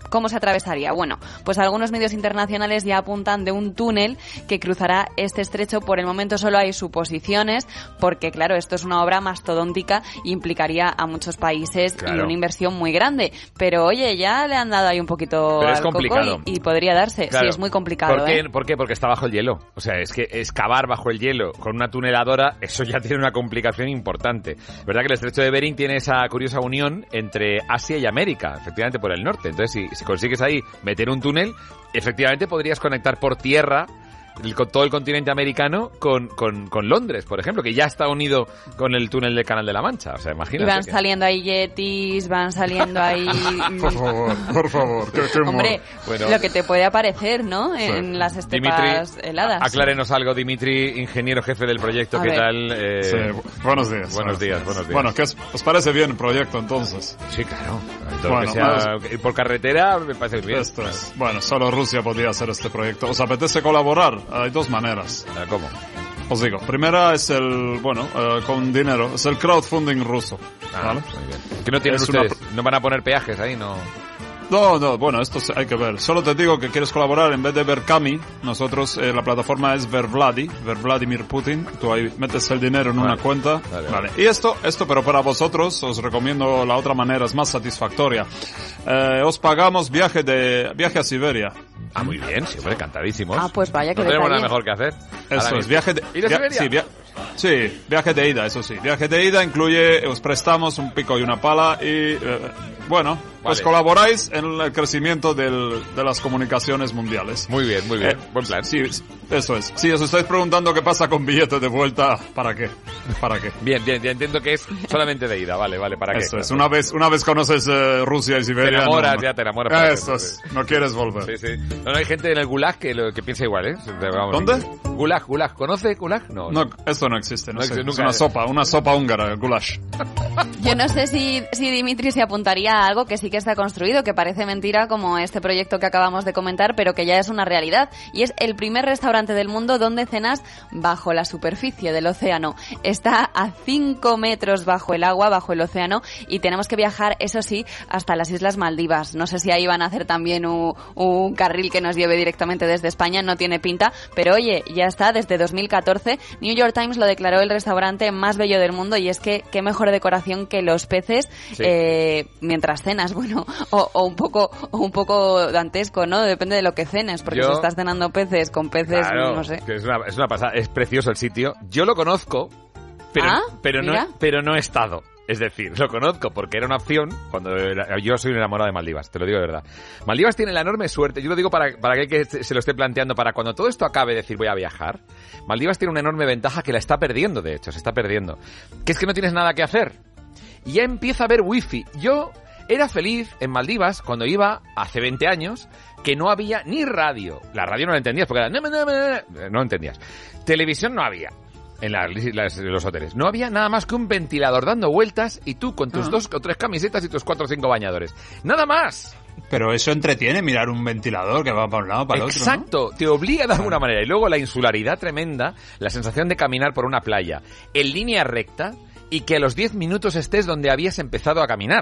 ¿Cómo se atravesaría? Bueno, pues algunos medios internacionales ya apuntan de un túnel que cruzará este estrecho. Por el momento solo hay suposiciones, porque claro, esto es una obra mastodóntica y implicaría a muchos países claro. y una inversión muy grande. Pero oye, ya le han dado ahí un poquito Pero al es complicado. coco y, y podría darse. Claro. Sí, es muy complicado. ¿Por qué? ¿eh? ¿Por qué? Porque está bajo el hielo. O sea, es que excavar bajo el hielo con una tuneladora, eso ya tiene una complicación importante. Es verdad que el estrecho de Bering tiene esa curiosa unión entre Asia y América, efectivamente por el norte. Entonces, si, si consigues ahí meter un túnel, efectivamente podrías conectar por tierra el, con todo el continente americano con, con, con Londres, por ejemplo, que ya está unido con el túnel del Canal de la Mancha. O sea, imagínate. Y van que... saliendo ahí yetis, van saliendo ahí... por favor, por favor. Que, que Hombre, bueno, lo que te puede aparecer, ¿no? Sí. En las estepas Dimitri, heladas. Aclárenos algo, Dimitri, ingeniero jefe del proyecto. A ¿Qué ver. tal? Eh... Sí, buenos días. Buenos días, buenos días. Bueno, ¿qué os, os parece bien el proyecto entonces? Sí, claro. Todo Bueno, que sea más... por carretera me parece bien. Esto es. Bueno, solo Rusia podría hacer este proyecto. ¿Os apetece colaborar? Hay dos maneras. ¿Cómo? Os digo, primera es el, bueno, uh, con dinero, es el crowdfunding ruso. Ah, ¿vale? Muy bien. ¿Qué no tienen es ustedes? Una... ¿No van a poner peajes ahí? No. No, no, bueno, esto hay que ver. Solo te digo que quieres colaborar en vez de Verkami. Nosotros, eh, la plataforma es Vervladi, Vladimir Putin. Tú ahí metes el dinero en vale. una cuenta. Vale, vale. Y esto, esto, pero para vosotros, os recomiendo la otra manera, es más satisfactoria. Eh, os pagamos viaje de, viaje a Siberia. Ah, muy bien, siempre encantadísimos. Ah, pues vaya que no tenemos detalle. nada mejor que hacer. Eso es, viaje de... ¿Ir a Siberia? Sí, via sí, viaje de ida, eso sí. Viaje de ida incluye, os prestamos un pico y una pala y, eh, bueno, vale. pues colaboráis en el crecimiento del, de las comunicaciones mundiales. Muy bien, muy bien. Eh, Buen plan. Sí, eso es. Si os estáis preguntando qué pasa con billetes de vuelta, ¿para qué? ¿Para qué? Bien, bien, ya entiendo que es solamente de ida, vale, vale, ¿para qué? Eso es, una vez, una vez conoces eh, Rusia y Siberia... Te enamoras, no, no. ya te enamoras. Eso es, no quieres volver. Sí, sí. No, no, hay gente en el Gulag que, lo, que piensa igual, ¿eh? Vamos, ¿Dónde? Gulag, Gulag. ¿Conoce Gulag? No, no. no esto no existe, no, no sé. Existe, es una sopa, una sopa húngara, el goulash. Yo no sé si, si Dimitri se apuntaría a algo que sí que está construido, que parece mentira como este proyecto que acabamos de comentar, pero que ya es una realidad. Y es el primer restaurante del mundo donde cenas bajo la superficie del océano. Está a cinco metros bajo el agua, bajo el océano, y tenemos que viajar, eso sí, hasta las Islas Maldivas. No sé si ahí van a hacer también un, un carril que nos lleve directamente desde España, no tiene pinta, pero oye, ya está, desde dos mil catorce. New York Times lo declaró el restaurante más bello del mundo, y es que qué mejor decoración que los peces sí. eh, mientras cenas, bueno, o, o un poco o un poco dantesco, ¿no? Depende de lo que cenes, porque Yo, si estás cenando peces con peces, claro, no sé. Que es una, es una pasada, es precioso el sitio. Yo lo conozco, pero, ¿Ah? pero, no, pero no he estado. Es decir, lo conozco porque era una opción cuando era, yo soy un enamorado de Maldivas, te lo digo de verdad. Maldivas tiene la enorme suerte, yo lo digo para, para aquel que se lo esté planteando, para cuando todo esto acabe, decir voy a viajar. Maldivas tiene una enorme ventaja que la está perdiendo, de hecho, se está perdiendo. Que es que no tienes nada que hacer. Y ya empieza a haber wifi. Yo era feliz en Maldivas cuando iba hace veinte años, que no había ni radio. La radio no la entendías porque era... No, no, no, no, no entendías. Televisión no había. En las, las, los hoteles. No había nada más que un ventilador dando vueltas y tú con tus uh-huh. dos o tres camisetas y tus cuatro o cinco bañadores. ¡Nada más! Pero eso entretiene, mirar un ventilador que va para un lado, para el otro, ¿no? Exacto, te obliga de alguna manera. Y luego la insularidad tremenda, la sensación de caminar por una playa en línea recta y que a los diez minutos estés donde habías empezado a caminar.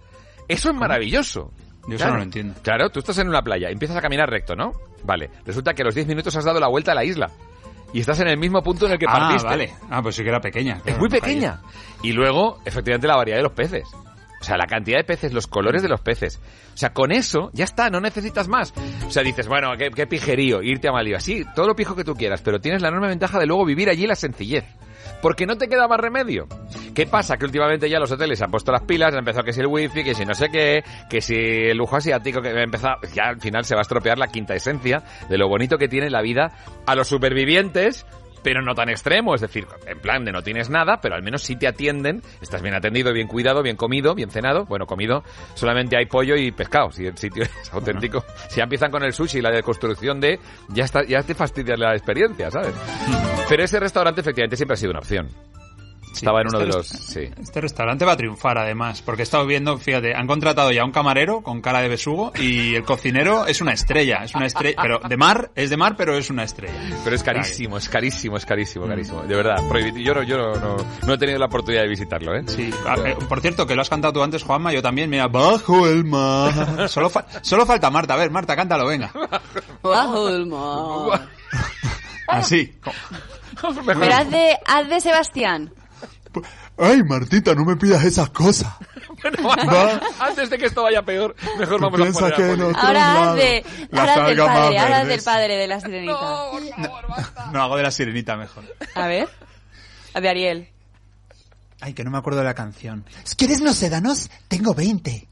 Eso es maravilloso. Yo claro, eso no lo entiendo. Claro, tú estás en una playa, empiezas a caminar recto, ¿no? Vale, resulta que a los diez minutos has dado la vuelta a la isla. Y estás en el mismo punto en el que ah, partiste. Ah, vale. Ah, pues sí que era pequeña. Claro, es muy pequeña. Y luego, efectivamente, la variedad de los peces. O sea, la cantidad de peces, los colores de los peces. O sea, con eso ya está, no necesitas más. O sea, dices, bueno, qué, qué pijerío, irte a Maldivas. Sí, todo lo pijo que tú quieras, pero tienes la enorme ventaja de luego vivir allí la sencillez. Porque no te queda más remedio. ¿Qué pasa? Que últimamente ya los hoteles se han puesto las pilas, han empezado que si el wifi, que si no sé qué, que si el lujo asiático, que ha empezado, ya al final se va a estropear la quinta esencia de lo bonito que tiene la vida a los supervivientes, pero no tan extremo, es decir, en plan de no tienes nada, pero al menos sí te atienden, estás bien atendido, bien cuidado, bien comido, bien cenado. Bueno, comido, solamente hay pollo y pescado, si el sitio es auténtico. Uh-huh. Si ya empiezan con el sushi y la deconstrucción de, ya está, ya te fastidia la experiencia, ¿sabes? Uh-huh. Pero ese restaurante efectivamente siempre ha sido una opción. Estaba en uno este de los... resta- Sí. Este restaurante va a triunfar, además, porque he estado viendo, fíjate, han contratado ya un camarero con cara de besugo y el cocinero es una estrella, es una estrella, pero de mar, es de mar, pero es una estrella. Pero es carísimo, es carísimo, es carísimo, carísimo. De verdad, prohibido. Yo, no, yo no, no, no he tenido la oportunidad de visitarlo, ¿eh? Sí. Ah, eh, por cierto, que lo has cantado tú antes, Juanma, yo también. Mira, bajo el mar. Solo, fa- solo falta Marta. A ver, Marta, cántalo, venga. Bajo el mar. Así. Pero haz de, haz de Sebastián. Ay, Martita, no me pidas esas cosas. Bueno, va. Antes de que esto vaya peor, mejor vamos a piensas poner que a Poli. en otros Ahora haz lados de, las ahora haz del algas más padre, ahora haz verdes. del padre de la sirenita. No, por favor, basta. No, hago de la sirenita mejor. A ver. Haz de Ariel. Ay, que no me acuerdo de la canción. ¿Quieres no sédanos? Tengo veinte.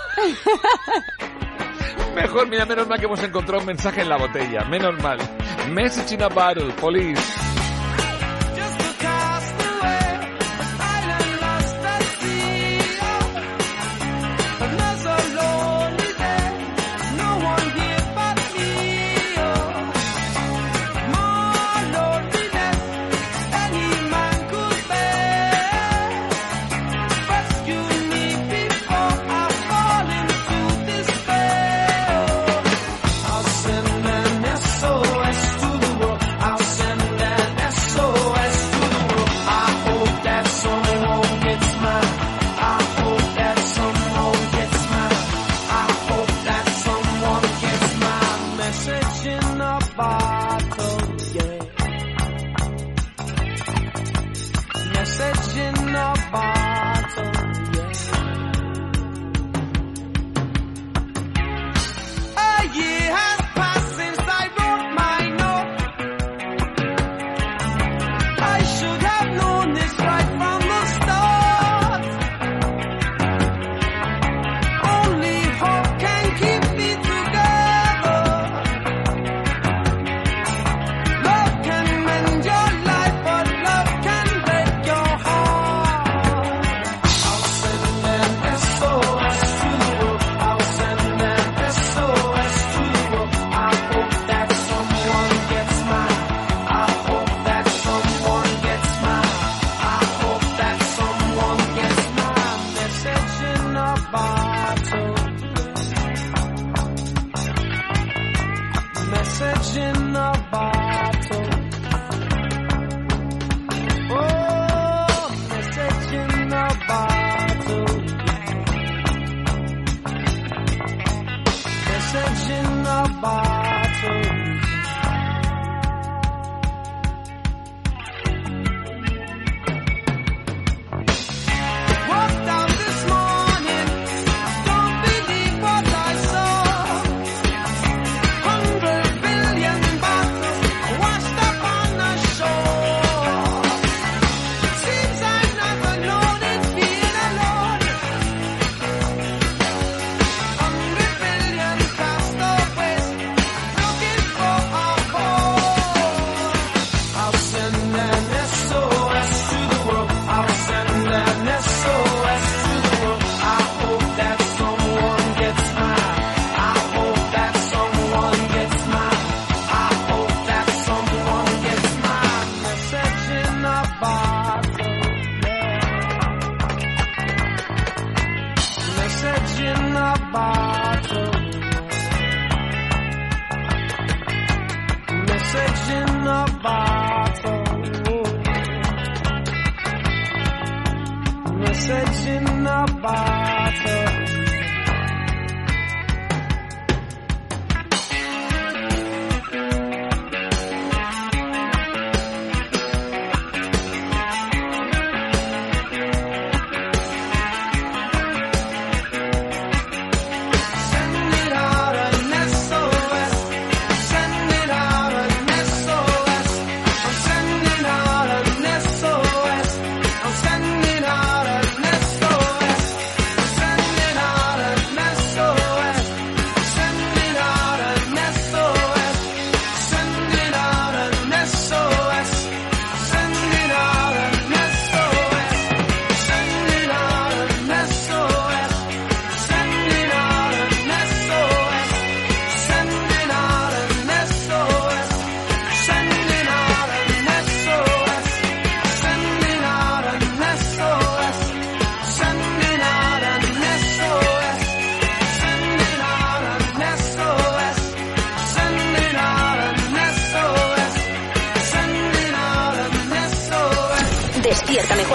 Mejor, mira, menos mal que hemos encontrado un mensaje en la botella. Menos mal. Message in a bottle, police. Sending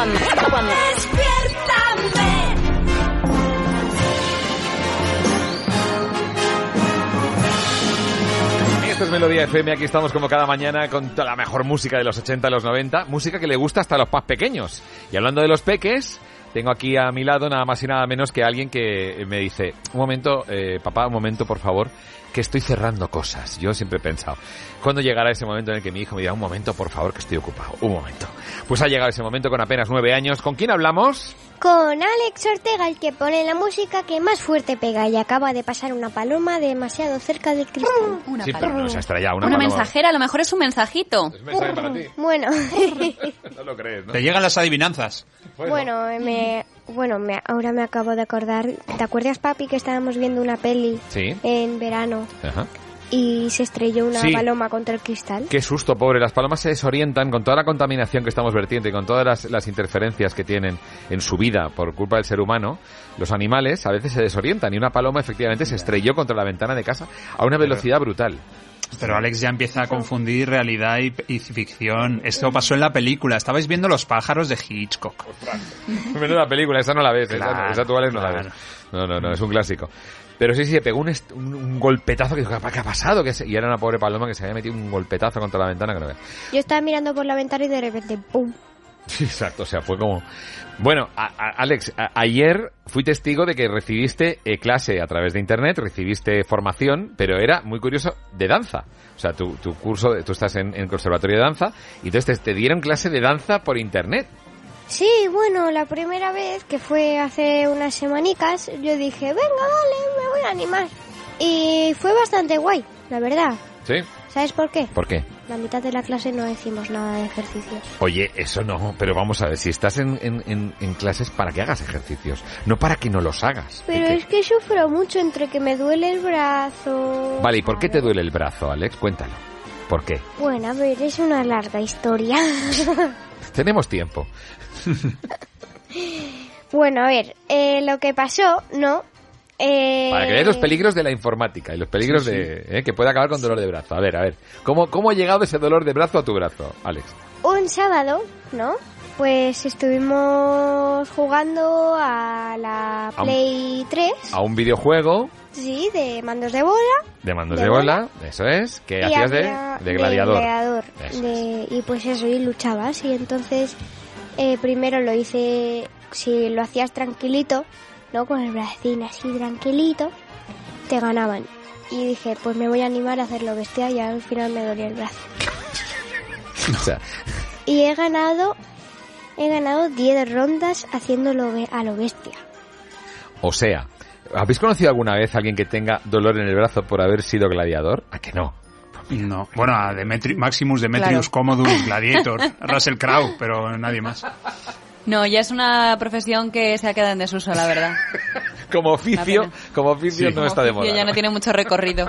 Juanma. Juanma. Esto es Melodía F M, aquí estamos como cada mañana con toda la mejor música de los ochenta y los noventa, música que le gusta hasta a los más pequeños. Y hablando de los peques, tengo aquí a mi lado nada más y nada menos que alguien que me dice, un momento, eh, papá, un momento por favor, que estoy cerrando cosas. Yo siempre he pensado, ¿cuándo llegará ese momento en el que mi hijo me diga, un momento por favor que estoy ocupado? Un momento. Pues ha llegado ese momento con apenas nueve años. ¿Con quién hablamos? Con Alex Ortega, el que pone la música que más fuerte pega y acaba de pasar una paloma demasiado cerca del cristal. Una Sí, paloma. pero se ha estrellado una, Una paloma. mensajera, a lo mejor es un mensajito. Es un mensaje para ti. Bueno, No lo crees, ¿no? Te llegan las adivinanzas. bueno, me, bueno me, ahora me acabo de acordar. ¿Te acuerdas, papi, que estábamos viendo una peli Sí. en verano Ajá. y se estrelló una Sí. paloma contra el cristal? Qué susto, pobre. Las palomas se desorientan con toda la contaminación que estamos vertiendo y con todas las, las interferencias que tienen en su vida por culpa del ser humano. Los animales a veces se desorientan y una paloma efectivamente se estrelló contra la ventana de casa a una velocidad brutal. Pero Alex ya empieza a confundir realidad y, y ficción. Esto pasó en la película. Estabais viendo Los pájaros de Hitchcock. Menuda película, esa no la ves, esa, Claro, esa tú, Alex, no la claro. ves. No, no, no, es un clásico. Pero sí, sí, pegó un, est- un, un golpetazo que dijo, ¿qué ha pasado? ¿Qué se-?" Y era una pobre paloma que se había metido un golpetazo contra la ventana que no ve. Yo estaba mirando por la ventana y de repente, ¡pum! Sí, exacto, o sea, fue como... Bueno, a- a- Alex, a- ayer fui testigo de que recibiste eh, clase a través de internet, recibiste formación, pero era muy curioso, de danza. O sea, tu, tu curso, de- tú estás en, en conservatorio de danza, y entonces te, te dieron clase de danza por internet. Sí, bueno, la primera vez, que fue hace unas semanicas, yo dije, venga, dale, me voy a animar. Y fue bastante guay, la verdad. ¿Sí? ¿Sabes por qué? ¿Por qué? La mitad de la clase no decimos nada de ejercicios. Oye, eso no, pero vamos a ver, si estás en, en, en, en clases para que hagas ejercicios, no para que no los hagas. Pero es que sufro mucho entre que me duele el brazo. Vale, ¿y por qué te duele el brazo, Alex? Cuéntalo. ¿Por qué? Bueno, a ver, es una larga historia. Tenemos tiempo. Bueno, a ver, eh, lo que pasó, ¿no? Eh, Para que veas los peligros de la informática y los peligros Sí, sí. de eh, que puede acabar con dolor de brazo. A ver, a ver, ¿cómo, cómo ha llegado ese dolor de brazo a tu brazo, Alex? Un sábado, ¿no? Pues estuvimos jugando a la A un- Play tres, A un videojuego sí, de mandos de bola. de mandos ¿De de bola, eso es, que y hacías de, había- de gladiador. gladiador, Eso de- y pues eso, y luchabas. Y entonces, eh, primero lo hice, si lo hacías tranquilito, ¿no? Con el bracín así tranquilito, te ganaban. Y dije, pues me voy a animar a hacerlo bestia, y al final me dolía el brazo. O sea, Y he ganado, he ganado diez rondas haciéndolo be- a lo bestia. o sea, ¿habéis conocido alguna vez a alguien que tenga dolor en el brazo por haber sido gladiador? ¿A que no? No. Bueno, a Demetri- Maximus Demetrius Commodus Gladiator, Russell Crowe, pero nadie más. No, ya es una profesión que se ha quedado en desuso, la verdad. Como oficio, pena. como oficio Sí. no está de Oficio moda. ya no tiene mucho recorrido.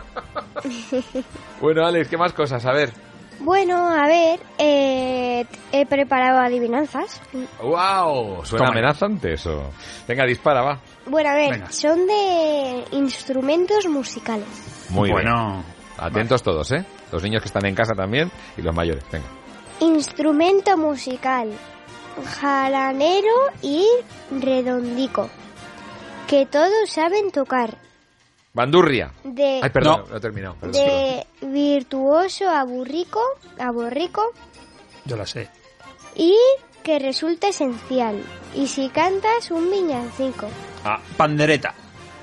Bueno, Alex, ¿qué más cosas? A ver. Bueno, a ver, eh, he preparado adivinanzas. ¡Wow! Suena Toma. amenazante eso. Venga, dispara, va. Bueno, a ver, Venga. son de instrumentos musicales. Muy bueno. bien. Atentos todos, ¿eh? Los niños que están en casa también y los mayores. Venga. Instrumento musical, jaranero y redondico, que todos saben tocar. Bandurria. De, Ay, perdón, no he terminado. Perdón. de virtuoso a burrico, a borrico, Yo la sé. y que resulta esencial. Y si cantas un villancico. Ah, pandereta.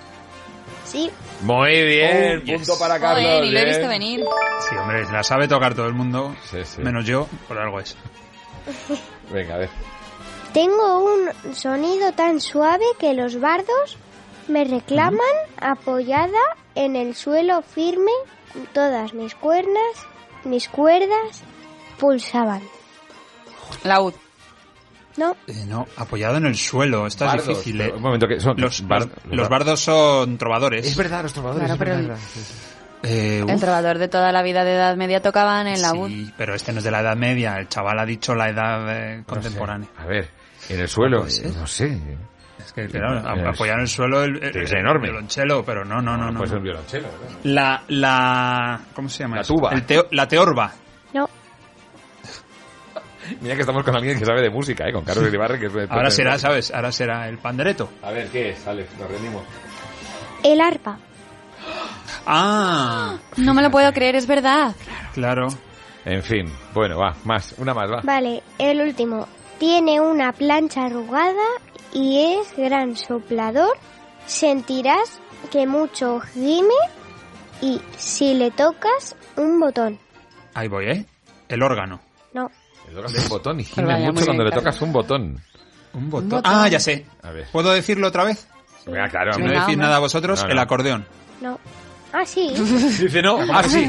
Sí, Muy bien, Oh, yes. punto para Carlos. Joder, y lo he bien. visto venir. Sí, hombre, la sabe tocar todo el mundo, Sí, sí. menos yo, por algo es. Venga, a ver. tengo un sonido tan suave que los bardos me reclaman apoyada en el suelo firme. Todas mis cuerdas, mis cuerdas pulsaban. Laúd. No, Eh, no, apoyado en el suelo, esta es Bardos, difícil. eh. pero, un momento, que son Los, bar- los- los bardos son trovadores. Es verdad, los trovadores. Claro, es pero verdad, el- sí, sí. Eh, El uf, trovador de toda la vida de Edad Media tocaban en laúd. sí, pero este no es de la Edad Media, el chaval ha dicho la edad eh, No contemporánea. sé. A ver, en el suelo, ¿Puede ser? no sé. Es que, claro, Es- a- apoyar en el suelo el, el, Tiene que el ser enorme. violonchelo, pero no, no, no. no, Puede ser no. un violonchelo, ¿verdad? La, la, ¿cómo se llama La eso? tuba. El teo- la teorba. no, Mira que estamos con alguien que sabe de música, ¿eh? Con Carlos Iribarren, que es... Ahora será, ¿sabes? Ahora será el pandereto. A ver, ¿qué es, Alex? Nos rendimos. El arpa. Ah. No me lo puedo creer, es verdad. Claro. En fin, bueno, va, más, una más, va. Vale, el último. Tiene una plancha arrugada y es gran soplador. Sentirás que mucho gime y si le tocas un botón. Ahí voy, ¿eh? El órgano. No. Le tocas un botón y gime mucho cuando le tocas un botón. Un botón. Ah, ya sé. A ver. ¿Puedo decirlo otra vez? Sí. Venga, claro. Si no decís nada a vosotros, no, no. el acordeón. No. Ah, sí. Dice no, ah, sí.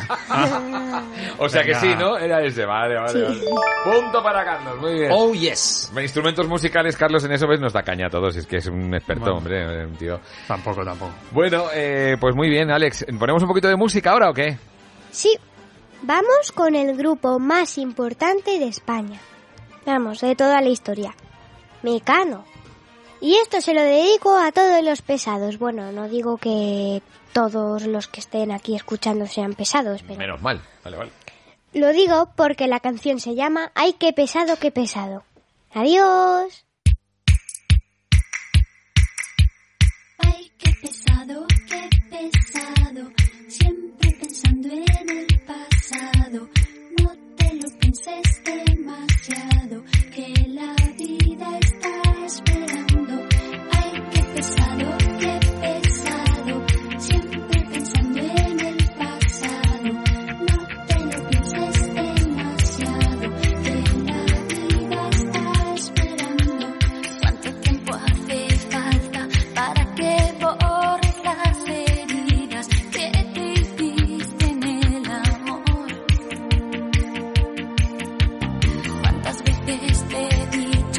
O sea que sí, ¿no? Era ese, vale, vale, Sí. vale. Punto para Carlos, muy bien. Oh, yes. Instrumentos musicales, Carlos en eso ves nos da caña a todos, es que es un experto, Bueno. hombre, un tío. Tampoco, tampoco. Bueno, eh, pues muy bien, Alex. ¿Ponemos un poquito de música ahora o qué? Sí. Vamos con el grupo más importante de España. Vamos, de toda la historia. Mecano. Y esto se lo dedico a todos los pesados. Bueno, no digo que todos los que estén aquí escuchando sean pesados, pero... Menos mal, vale, vale. Lo digo porque la canción se llama Ay, qué pesado, qué pesado. Adiós. Ay, qué pesado, qué pesado, siempre pensando en el pasado. No te lo pienses demasiado, que la vida está esperando. Ay, qué pesado, qué pesado, siempre pensando en el pasado. No te lo pienses demasiado, que la vida está esperando. ¿Cuánto tiempo hace falta para que borres las heridas que te hiciste en el amor? ¿Cuántas veces te he dicho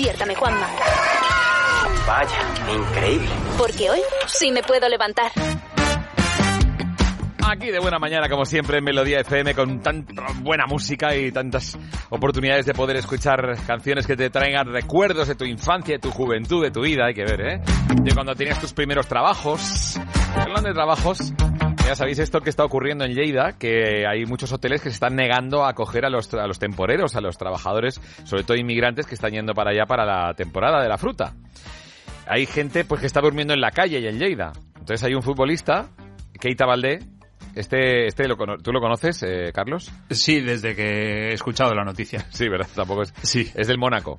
Despiértame, Juanma. Vaya, increíble. Porque hoy sí me puedo levantar. Aquí de buena mañana, como siempre, en Melodía F M, con tanta buena música y tantas oportunidades de poder escuchar canciones que te traigan recuerdos de tu infancia, de tu juventud, de tu vida, hay que ver, ¿eh? De cuando tenías tus primeros trabajos. Hablando de trabajos, ya sabéis esto que está ocurriendo en Lleida, que hay muchos hoteles que se están negando a acoger a los, a los temporeros, a los trabajadores, sobre todo inmigrantes, que están yendo para allá para la temporada de la fruta. Hay gente pues que está durmiendo en la calle y en Lleida. Entonces hay un futbolista, Keita Baldé. Este, este lo, ¿tú lo conoces, eh, Carlos? Sí, desde que he escuchado la noticia. Sí, ¿verdad? Tampoco es. Sí. Es del Mónaco.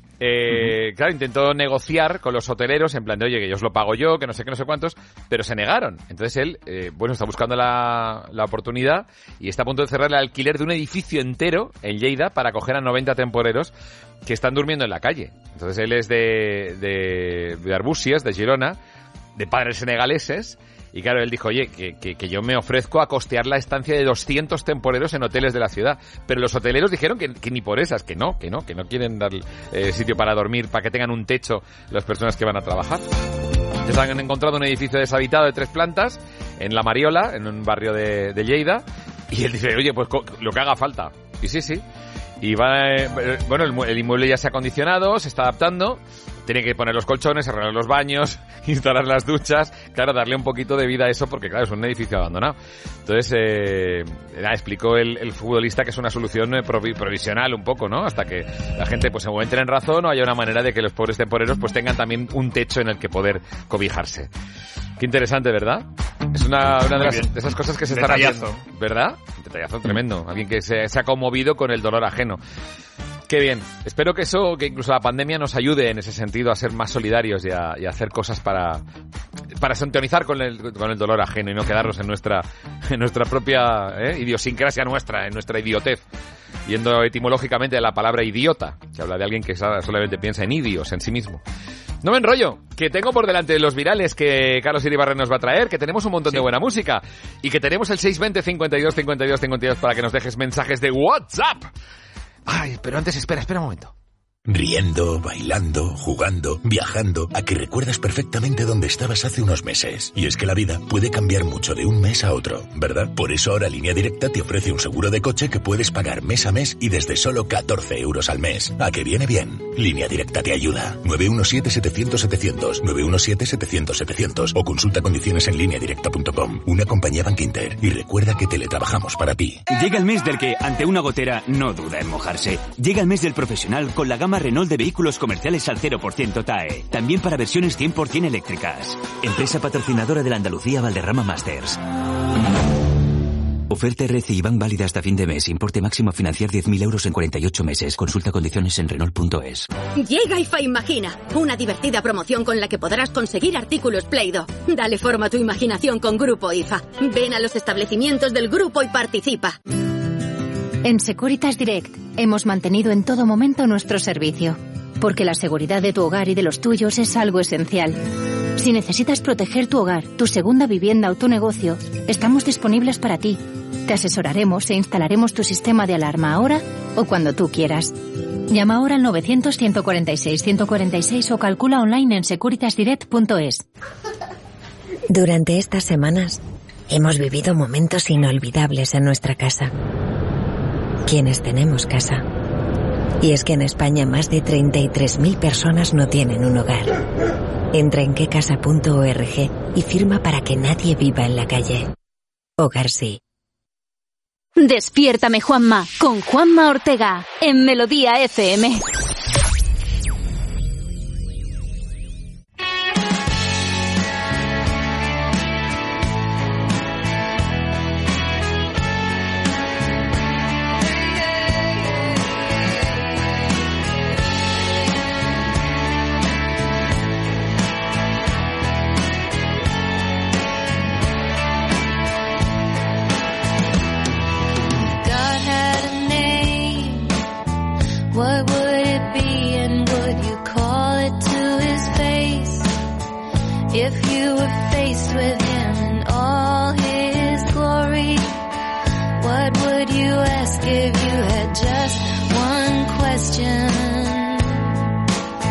Eh, uh-huh. Claro, intentó negociar con los hoteleros en plan de, oye, que yo os lo pago yo, que no sé qué, no sé cuántos, pero se negaron. Entonces él, eh, bueno, está buscando la, la oportunidad y está a punto de cerrar el alquiler de un edificio entero en Lleida para acoger a noventa temporeros que están durmiendo en la calle. Entonces él es de, de, de Arbúcies, de Girona, de padres senegaleses. Y claro, él dijo, oye, que, que, que yo me ofrezco a costear la estancia de doscientos temporeros en hoteles de la ciudad. Pero los hoteleros dijeron que, que ni por esas, que no, que no, que no quieren dar eh, sitio para dormir, para que tengan un techo las personas que van a trabajar. Entonces han encontrado un edificio deshabitado de tres plantas en La Mariola, en un barrio de, de Lleida. Y él dice, oye, pues lo que haga falta. Y sí, sí. Y va, eh, bueno, el, el inmueble ya se ha acondicionado, se está adaptando. Tiene que poner los colchones, arreglar los baños, instalar las duchas, claro, darle un poquito de vida a eso porque, claro, es un edificio abandonado. Entonces, eh, explicó el, el futbolista que es una solución provi- provisional un poco, ¿no? Hasta que la gente pues se entre en razón o haya una manera de que los pobres temporeros pues tengan también un techo en el que poder cobijarse. Qué interesante, ¿verdad? Es una, una de, las, de esas cosas que se están haciendo, ¿verdad? Un detallazo tremendo. Alguien que se, se ha conmovido con el dolor ajeno. Qué bien. Espero que eso, que incluso la pandemia nos ayude en ese sentido a ser más solidarios y a, y a hacer cosas para, para sintonizar con el, con el dolor ajeno y no quedarnos en nuestra, en nuestra propia eh, idiosincrasia nuestra, en nuestra idiotez. Yendo etimológicamente a la palabra idiota, que habla de alguien que solamente piensa en idios, en sí mismo. No me enrollo, que tengo por delante los virales que Carlos Iribarren nos va a traer, que tenemos un montón sí. de buena música y que tenemos el seis veinte, cincuenta y dos, cincuenta y dos, cincuenta y dos para que nos dejes mensajes de WhatsApp. Ay, pero antes espera, espera un momento. Riendo, bailando, jugando, viajando, a que recuerdas perfectamente dónde estabas hace unos meses. Y es que la vida puede cambiar mucho de un mes a otro, ¿verdad? Por eso ahora Línea Directa te ofrece un seguro de coche que puedes pagar mes a mes y desde solo catorce euros al mes. ¿A que viene bien? Línea Directa te ayuda. nueve uno siete, setecientos, setecientos, nueve uno siete, setecientos, setecientos o consulta condiciones en línea directa punto com. Una compañía Bankinter. Y recuerda que teletrabajamos para ti. Llega el mes del que, ante una gotera, no duda en mojarse. Llega el mes del profesional con la gama Renault de vehículos comerciales al cero por ciento T A E. También para versiones cien por ciento eléctricas. Empresa patrocinadora de la Andalucía Valderrama Masters. Oferta R C I Bank válida hasta fin de mes. Importe máximo a financiar diez mil euros en cuarenta y ocho meses. Consulta condiciones en Renault punto es. Llega IFA Imagina, una divertida promoción con la que podrás conseguir artículos Play-Doh. Dale forma a tu imaginación con Grupo IFA. Ven a los establecimientos del grupo y participa. En Securitas Direct hemos mantenido en todo momento nuestro servicio, porque la seguridad de tu hogar y de los tuyos es algo esencial. Si necesitas proteger tu hogar, tu segunda vivienda o tu negocio, estamos disponibles para ti. Te asesoraremos e instalaremos tu sistema de alarma ahora o cuando tú quieras. Llama ahora al novecientos, ciento cuarenta y seis, ciento cuarenta y seis o calcula online en securitas direct punto es. Durante estas semanas hemos vivido momentos inolvidables en nuestra casa. Quienes tenemos casa. Y es que en España más de treinta y tres mil personas no tienen un hogar. Entra en quecasa punto org y firma para que nadie viva en la calle. Hogar sí. Despiértame, Juanma, con Juanma Ortega, en Melodía F M. What would it be and would you call it to his face if you were faced with him in all his glory? What would you ask if you had just one question?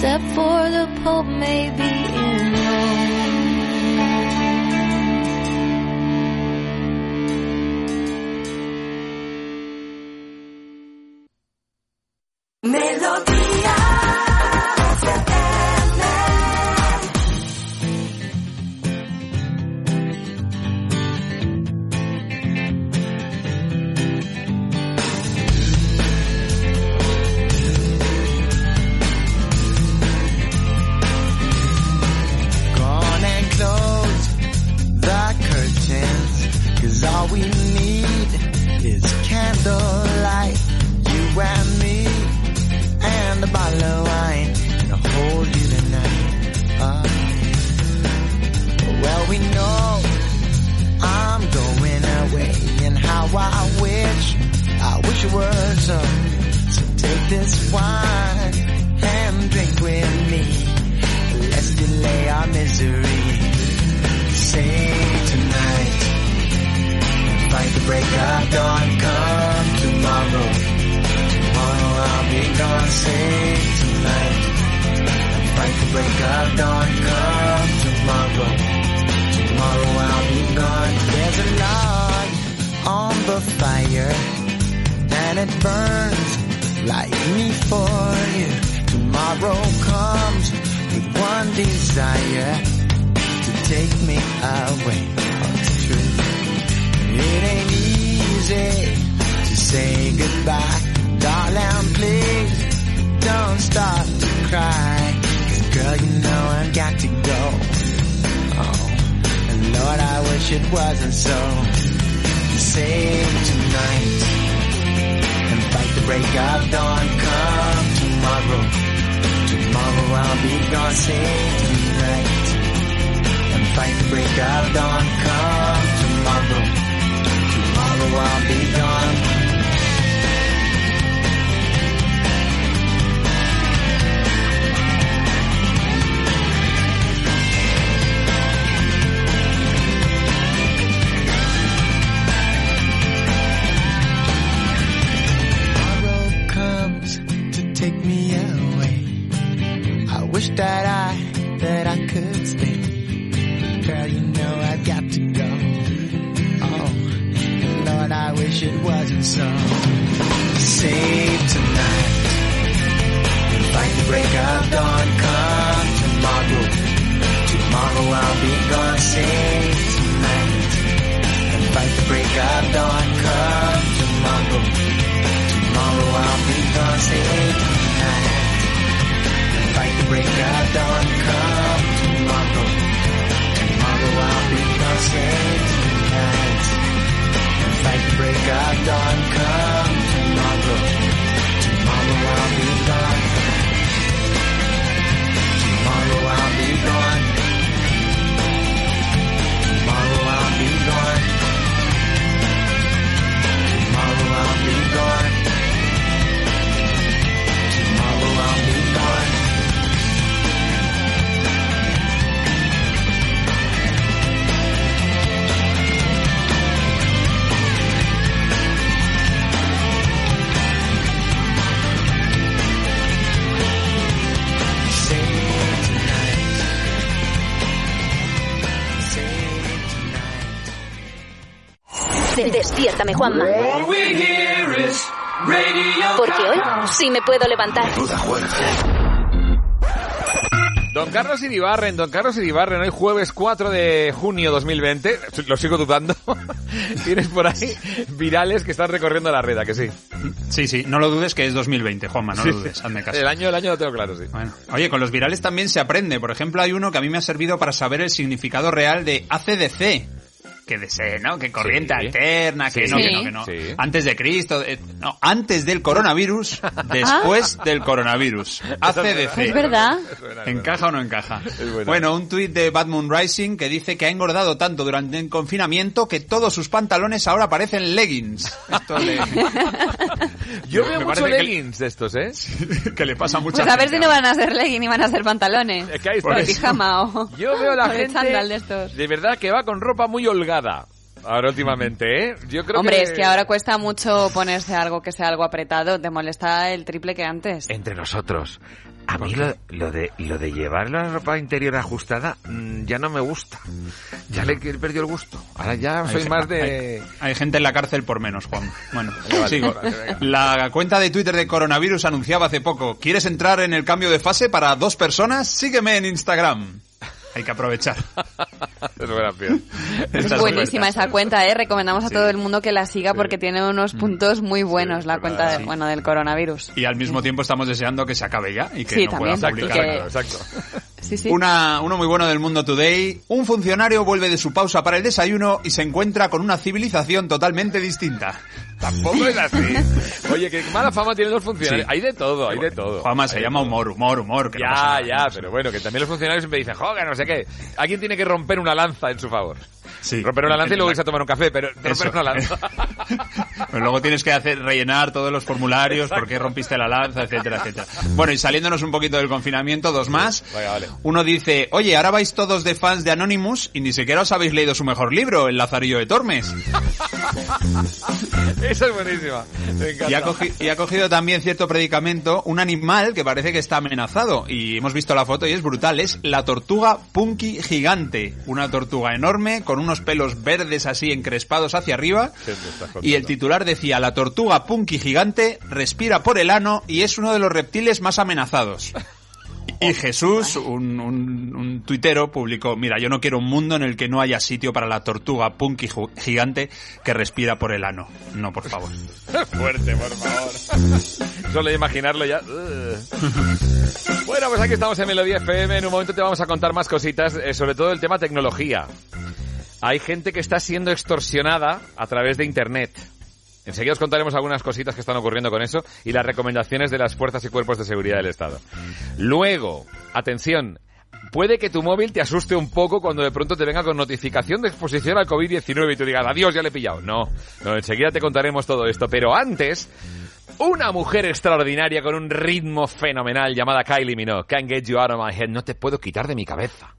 step for the Pope may be in Rome. Melodía. All we need is candlelight, you and me, and a bottle of wine to hold you tonight. Uh, well, we know I'm going away, and how I wish, I wish it were so. So take this wine and drink with me. Let's delay our misery. Say tonight. Fight the break of dawn, come tomorrow. Tomorrow I'll be gone, say tonight. Fight the break of dawn, come tomorrow. Tomorrow I'll be gone. There's a log on the fire, and it burns like me for you. Tomorrow comes with one desire, to take me away. Oh, it's true. It ain't easy to say goodbye. Darling, please don't start to cry. 'Cause girl, you know I've got to go. Oh, and Lord, I wish it wasn't so. Save tonight and fight the break of dawn. Come tomorrow. Tomorrow I'll be gone. Save tonight and fight the break of dawn. Come tomorrow. Tomorrow I'll be gone. Tomorrow comes to take me away. I wish that I, that I could stay. Girl, you know I've got to go. Oh. Lord, I wish it wasn't so. Save tonight and fight the break of dawn. Come tomorrow. Tomorrow I'll be gone. Save tonight and fight the break of dawn. Come tomorrow. Tomorrow I'll be gone. Save tonight and fight the break of dawn. Come tomorrow. Tomorrow I'll be gone. Save tonight. Fight the break of dawn, come tomorrow. Tomorrow I'll be gone. Tomorrow I'll be gone. Tomorrow I'll be gone. Tomorrow I'll be gone. Tomorrow I'll be gone. Despiértame, Juanma. Porque hoy sí me puedo levantar. Don Carlos Iribarren, don Carlos Iribarren, hoy jueves cuatro de junio dos mil veinte, lo sigo dudando, tienes por ahí virales que están recorriendo la red, ¿a que sí? Sí, sí, no lo dudes que es dos mil veinte, Juanma, no sí. lo dudes, hazme caso. El año, el año lo tengo claro, sí. Bueno, oye, con los virales también se aprende, por ejemplo hay uno que a mí me ha servido para saber el significado real de A C D C. Que de ser, ¿no? Que corriente sí. alterna, que, sí. no, que no, que no, que no. Sí. Antes de Cristo, eh, no, antes del coronavirus, después del coronavirus. A C D C. Es verdad. ¿Encaja o no encaja? Bueno, un tuit de Bad Moon Rising que dice que ha engordado tanto durante el confinamiento que todos sus pantalones ahora parecen leggings. Esto le... Yo veo muchos leggings de estos, ¿eh? Que le pasa mucho. Pues a ver si no van a ser leggings ni van a ser pantalones. Es que ahí está. De pijama o... Yo veo a la gente de, estos. de verdad que va con ropa muy holgada. Ahora últimamente, ¿eh? Yo creo Hombre, que... es que ahora cuesta mucho ponerse algo que sea algo apretado. Te molesta el triple que antes. Entre nosotros, A mí lo, lo de lo de llevar la ropa interior ajustada mmm, ya no me gusta. Ya le he perdido el gusto. Ahora ya soy hay, más de... Hay, hay gente en la cárcel por menos, Juan. Bueno, vale, sigo. vale, venga. La cuenta de Twitter de Coronavirus anunciaba hace poco: ¿quieres entrar en el cambio de fase para dos personas? Sígueme en Instagram. Hay que aprovechar. Es buena piel. Es buenísima esa cuenta, ¿eh? Recomendamos a sí. todo el mundo que la siga sí. porque tiene unos puntos muy buenos, sí, la cuenta de, sí. bueno, del coronavirus. Y al mismo tiempo estamos deseando que se acabe ya y que sí, no también, pueda publicar. Que... Exacto. Sí, sí. Una, uno muy bueno del Mundo Today. Un funcionario vuelve de su pausa para el desayuno y se encuentra con una civilización totalmente distinta. Tampoco es así. Oye, que mala fama tienen los funcionarios. Sí. Hay de todo, hay de todo. Fama se llama humor, humor, humor. Que ya, no pasa nada, ya, pero bueno, que también los funcionarios siempre dicen, joder, no sé qué. Alguien tiene que romper una lanza en su favor. Sí. Romper una lanza y luego irse a tomar un café, pero romper Eso. una lanza. Pero luego tienes que hacer rellenar todos los formularios, por qué rompiste la lanza, etcétera, etcétera. Bueno, y saliéndonos un poquito del confinamiento, dos más. Vale, vale. Uno dice, oye, ahora vais todos de fans de Anonymous y ni siquiera os habéis leído su mejor libro, El Lazarillo de Tormes. Esa es buenísima. Me encanta. Y ha, cogi- y ha cogido también cierto predicamento un animal que parece que está amenazado. Y hemos visto la foto y es brutal. Es la tortuga Punky gigante. Una tortuga enorme con unos pelos verdes así encrespados hacia arriba. Y el titular decía, la tortuga Punky gigante respira por el ano y es uno de los reptiles más amenazados. Y Jesús, un, un, un tuitero, publicó, mira, yo no quiero un mundo en el que no haya sitio para la tortuga Punky gigante que respira por el ano. No, por favor. Fuerte, por favor. Solo de imaginarlo ya. Bueno, pues aquí estamos en Melodía F M. En un momento te vamos a contar más cositas, eh, sobre todo el tema tecnología. Hay gente que está siendo extorsionada a través de Internet. Enseguida os contaremos algunas cositas que están ocurriendo con eso y las recomendaciones de las fuerzas y cuerpos de seguridad del Estado. Luego, atención, puede que tu móvil te asuste un poco cuando de pronto te venga con notificación de exposición al covid diecinueve y tú digas, adiós, ya le he pillado. No, no, enseguida te contaremos todo esto, pero antes, una mujer extraordinaria con un ritmo fenomenal llamada Kylie Minogue, Can't Get You Out of My Head, no te puedo quitar de mi cabeza.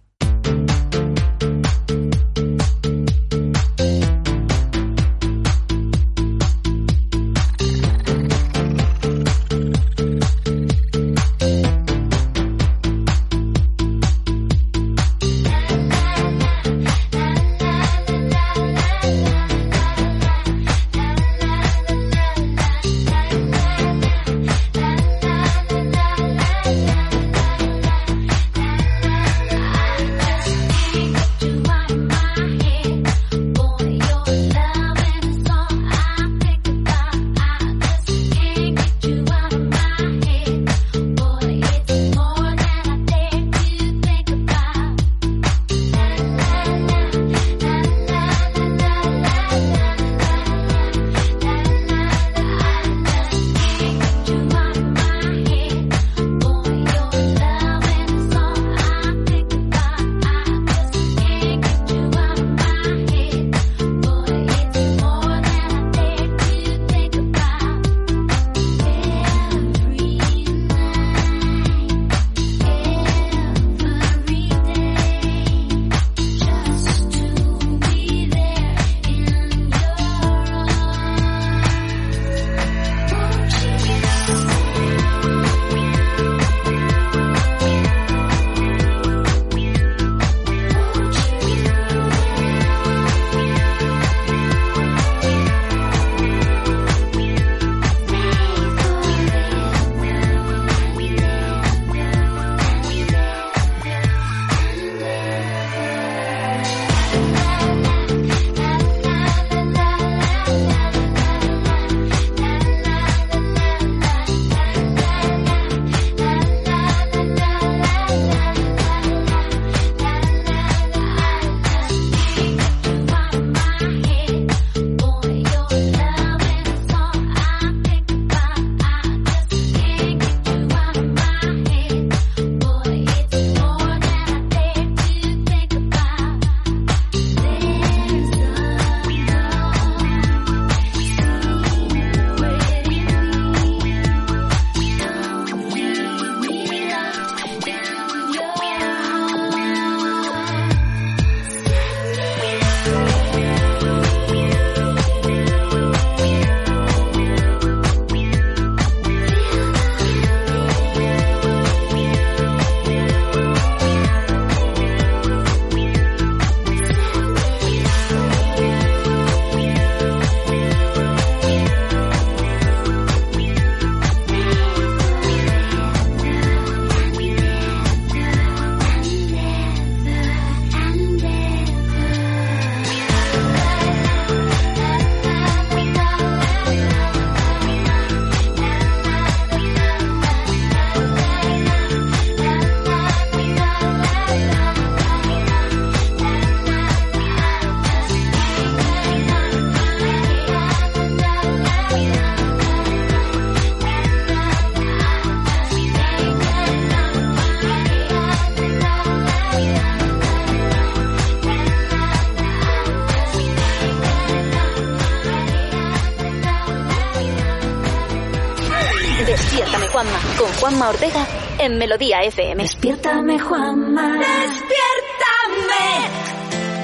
Despiértame, Juanma, con Juanma Ortega en Melodía F M. Despiértame, Juanma. Despiértame.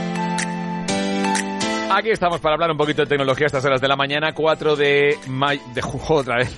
Aquí estamos para hablar un poquito de tecnología a estas horas de la mañana, cuatro de mayo... de junio otra vez.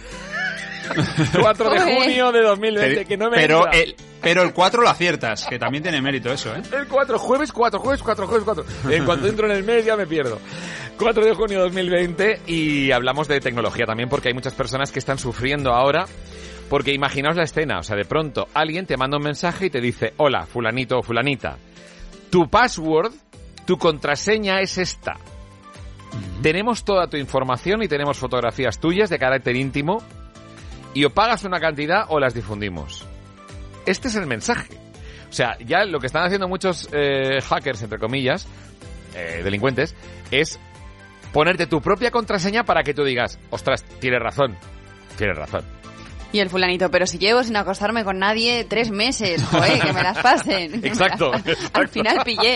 cuatro de junio de dos mil veinte, que no me pero entra. el, pero el cuatro lo aciertas, que también tiene mérito eso, ¿eh? El cuatro, jueves cuatro, jueves cuatro, jueves cuatro. En cuanto entro en el mes ya me pierdo. cuatro de junio de dos mil veinte y hablamos de tecnología también porque hay muchas personas que están sufriendo ahora. Porque imaginaos la escena, o sea, de pronto alguien te manda un mensaje y te dice: hola, fulanito o fulanita, tu password, tu contraseña es esta. Uh-huh. Tenemos toda tu información y tenemos fotografías tuyas de carácter íntimo y o pagas una cantidad o las difundimos. Este es el mensaje. O sea, ya lo que están haciendo muchos eh, hackers, entre comillas, eh, delincuentes, es ponerte tu propia contraseña para que tú digas: ostras, tienes razón, tienes razón. Y el fulanito, pero si llevo sin acostarme con nadie tres meses, joder, que me las pasen. Exacto, las... exacto. Al final pillé.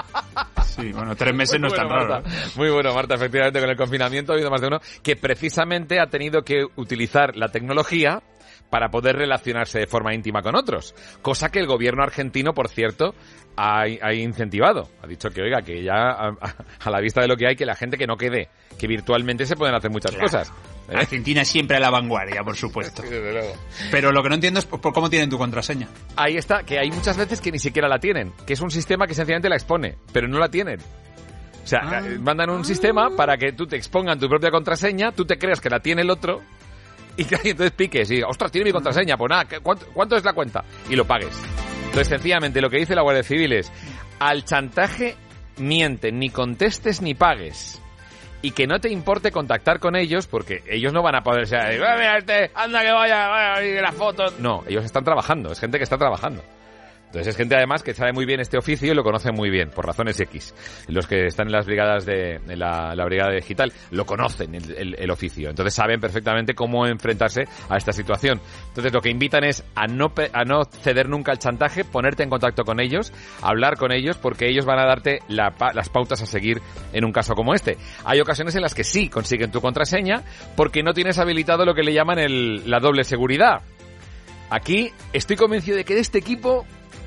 Sí, bueno, tres meses no es tan raro. Marta. Muy bueno, Marta, efectivamente, con el confinamiento ha habido más de uno que precisamente ha tenido que utilizar la tecnología para poder relacionarse de forma íntima con otros. Cosa que el gobierno argentino, por cierto, ha, ha incentivado. Ha dicho que, oiga, que ya a, a la vista de lo que hay, que la gente que no quede, que virtualmente se pueden hacer muchas claro. cosas. ¿Eh? Argentina siempre a la vanguardia, por supuesto. Sí, desde luego. Pero lo que no entiendo es por, por cómo tienen tu contraseña. Ahí está, que hay muchas veces que ni siquiera la tienen, que es un sistema que sencillamente la expone, pero no la tienen. O sea, ah. mandan un ah. sistema para que tú te expongan tu propia contraseña, tú te creas que la tiene el otro, y que entonces piques y, ostras, tiene mi contraseña, pues nada, ¿cuánto, ¿cuánto es la cuenta? Y lo pagues. Entonces, sencillamente, lo que dice la Guardia Civil es: al chantaje miente, ni contestes ni pagues. Y que no te importe contactar con ellos, porque ellos no van a poder ser, mira este, anda que vaya, vaya, la foto. No, ellos están trabajando, es gente que está trabajando. Entonces es gente además que sabe muy bien este oficio y lo conoce muy bien, por razones X. Los que están en las brigadas de, en la, la brigada digital, lo conocen el, el, el oficio. Entonces saben perfectamente cómo enfrentarse a esta situación. Entonces lo que invitan es a no, a no ceder nunca al chantaje, ponerte en contacto con ellos, hablar con ellos, porque ellos van a darte la, las pautas a seguir en un caso como este. Hay ocasiones en las que sí consiguen tu contraseña, porque no tienes habilitado lo que le llaman el, la doble seguridad. Aquí estoy convencido de que de este equipo...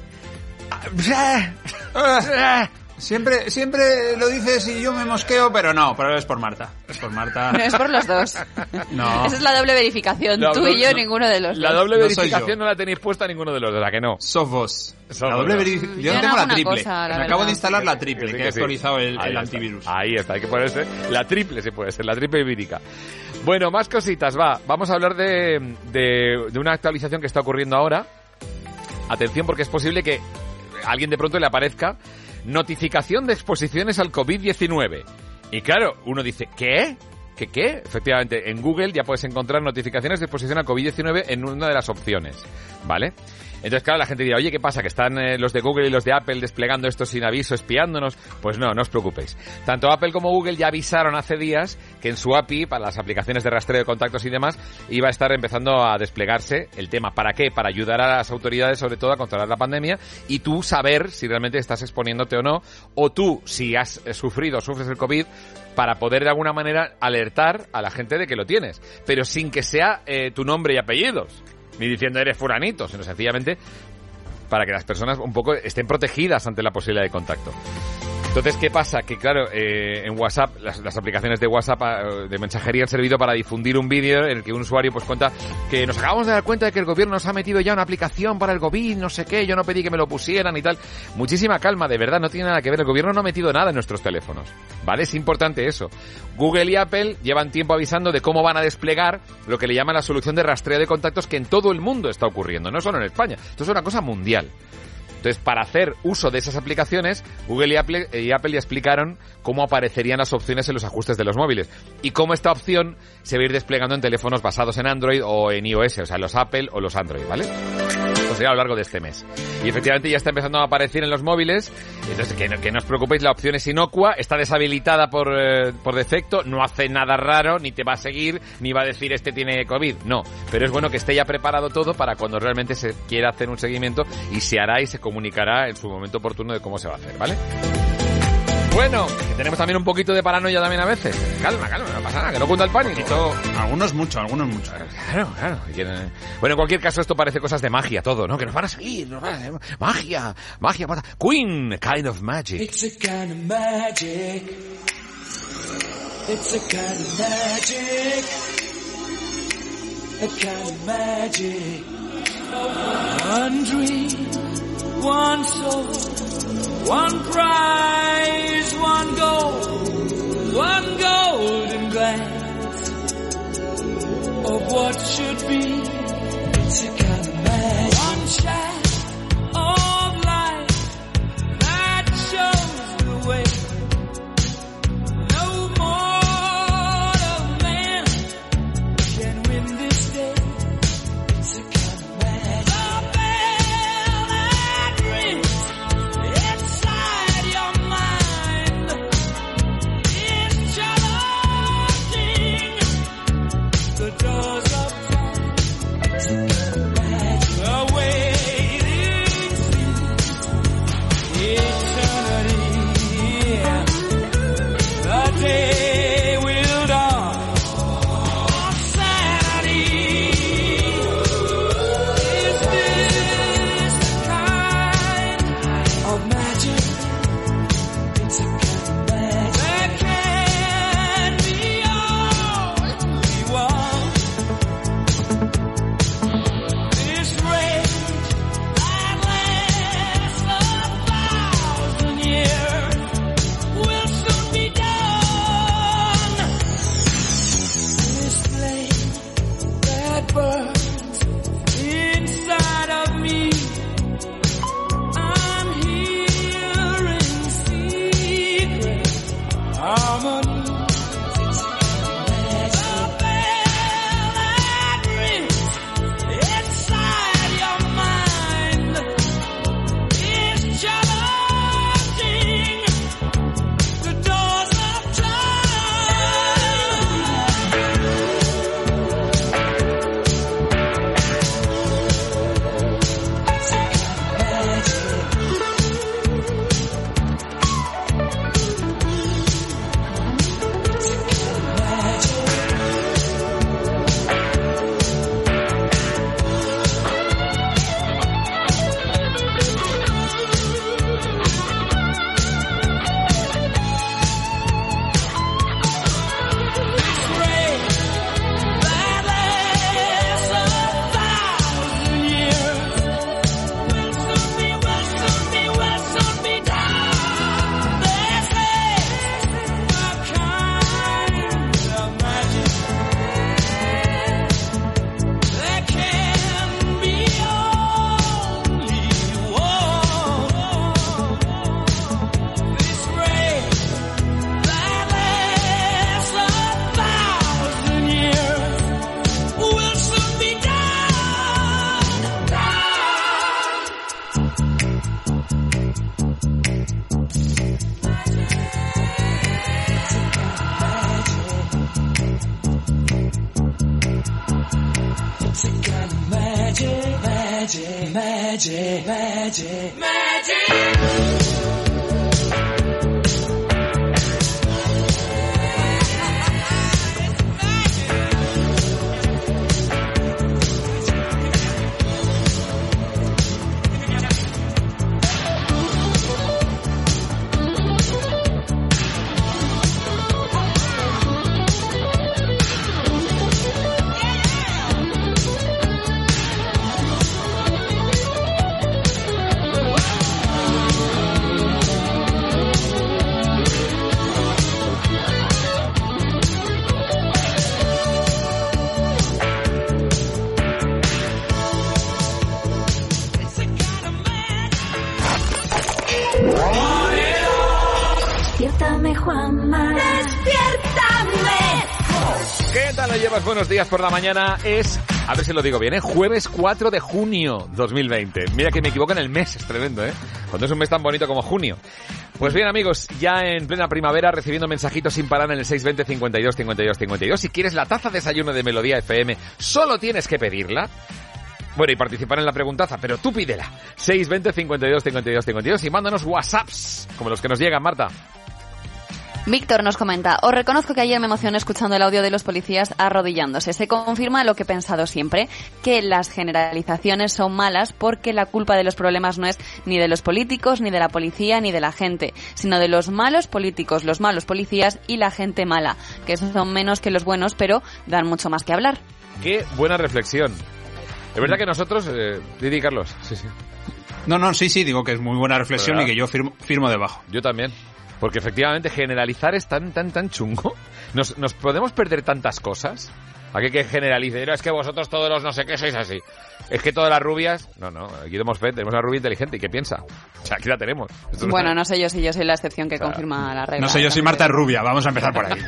Siempre, siempre lo dices y yo me mosqueo, pero no, pero es por Marta. Es por Marta. No, es por los dos. No. Esa es la doble verificación. La Tú doble, y yo, no, ninguno de los la dos. La doble no verificación no la tenéis puesta ninguno de los dos, ¿a que no? Sos vos. Sos la doble vos. verificación. Yo yo no tengo no la triple. Cosa, la me verdad. acabo de instalar la triple, que, sí, que he sí. actualizado el, Ahí el está. antivirus. Ahí está, hay que ponerse. La triple se puede ser, la triple vírica. Bueno, más cositas, va. Vamos a hablar de, de, de una actualización que está ocurriendo ahora. Atención, porque es posible que a alguien de pronto le aparezca notificación de exposiciones al covid diecinueve. Y claro, uno dice, ¿qué? ¿Qué qué? Efectivamente, en Google ya puedes encontrar notificaciones de exposición al covid diecinueve en una de las opciones, ¿vale? Entonces, claro, la gente dirá, oye, ¿qué pasa? ¿Que están eh, los de Google y los de Apple desplegando esto sin aviso, espiándonos? Pues no, no os preocupéis. Tanto Apple como Google ya avisaron hace días que en su A P I, para las aplicaciones de rastreo de contactos y demás, iba a estar empezando a desplegarse el tema. ¿Para qué? Para ayudar a las autoridades, sobre todo, a controlar la pandemia y tú saber si realmente estás exponiéndote o no, o tú, si has sufrido o sufres el COVID, para poder de alguna manera alertar a la gente de que lo tienes, pero sin que sea eh, tu nombre y apellidos, ni diciendo eres fulanito, sino sencillamente para que las personas un poco estén protegidas ante la posibilidad de contacto. Entonces, ¿qué pasa? Que claro, eh, en WhatsApp, las, las aplicaciones de WhatsApp eh, de mensajería han servido para difundir un vídeo en el que un usuario pues cuenta que nos acabamos de dar cuenta de que el gobierno nos ha metido ya una aplicación para el COVID, no sé qué, yo no pedí que me lo pusieran y tal. Muchísima calma, de verdad, no tiene nada que ver. El gobierno no ha metido nada en nuestros teléfonos, ¿vale? Es importante eso. Google y Apple llevan tiempo avisando de cómo van a desplegar lo que le llaman la solución de rastreo de contactos que en todo el mundo está ocurriendo, no solo en España. Esto es una cosa mundial. Entonces, para hacer uso de esas aplicaciones, Google y Apple, y Apple ya explicaron cómo aparecerían las opciones en los ajustes de los móviles y cómo esta opción se va a ir desplegando en teléfonos basados en Android o en iOS, o sea, los Apple o los Android, ¿vale? Pues será a lo largo de este mes. Y efectivamente ya está empezando a aparecer en los móviles. Entonces, que no, que no os preocupéis, la opción es inocua, está deshabilitada por, eh, por defecto, no hace nada raro, ni te va a seguir, ni va a decir este tiene COVID, no. Pero es bueno que esté ya preparado todo para cuando realmente se quiera hacer un seguimiento y se hará y se comunicará en su momento oportuno de cómo se va a hacer, ¿vale? Bueno, que tenemos también un poquito de paranoia también a veces. Calma, calma, no pasa nada, que no cunda el pánico. Algunos mucho, algunos mucho. Claro, claro. Bueno, en cualquier caso, esto parece cosas de magia todo, ¿no? Que nos van a seguir, nos van a seguir. Magia, magia, pata. Queen, Kind of Magic. It's a kind of magic. It's a kind of magic. A kind of magic. One dream, one soul, one prize, one goal, one golden glance of what should be. It's a kind of magic. One shaft of light that shows the way. No mortal man can win this day. It's a kind of magic. The bell that rings inside your mind is challenging the doors of time. It's a kind of magic. The waiting seems eternity. The day will dawn on sanity. Is this the kind of magic? It's a kind of magic. There can be only one. This rage that lasts a thousand years will soon be done. This flame that burns inside of me, I'm hearing secret harmony. The bell that rings inside your mind is challenging the doors of magic, magic, magic, magic. Despiértame, Juanma. Despiértame. ¿Qué tal lo llevas? Buenos días por la mañana. Es, a ver si lo digo bien, ¿eh? Jueves cuatro de junio dos mil veinte. Mira que me equivoco en el mes, es tremendo, ¿eh? Cuando es un mes tan bonito como junio. Pues bien, amigos, ya en plena primavera, recibiendo mensajitos sin parar en el seis veinte, cincuenta y dos, cincuenta y dos, cincuenta y dos. Si quieres la taza de desayuno de Melodía F M, solo tienes que pedirla. Bueno, y participar en la preguntaza, pero tú pídela. seis veinte, cincuenta y dos, cincuenta y dos, cincuenta y dos y mándanos WhatsApps, como los que nos llegan, Marta. Víctor nos comenta, os reconozco que ayer me emocioné escuchando el audio de los policías arrodillándose. Se confirma lo que he pensado siempre, que las generalizaciones son malas porque la culpa de los problemas no es ni de los políticos, ni de la policía, ni de la gente, sino de los malos políticos, los malos policías y la gente mala, que son menos que los buenos, pero dan mucho más que hablar. Qué buena reflexión. Es verdad que nosotros... Eh, Didi, Carlos, sí, sí. No, no, sí, sí, digo que es muy buena reflexión ¿verdad? Y que yo firmo, firmo debajo. Yo también. Porque efectivamente generalizar es tan, tan, tan chungo. ¿Nos, nos podemos perder tantas cosas? Aquí que generalice, no, es que vosotros todos los no sé qué sois así. Es que todas las rubias... No, no, aquí tenemos fe, tenemos una rubia inteligente. ¿Y qué piensa? O sea, aquí la tenemos. Esto bueno, no, no sé yo si yo soy la excepción que o sea, confirma la regla. No sé yo si Marta es rubia, vamos a empezar por ahí.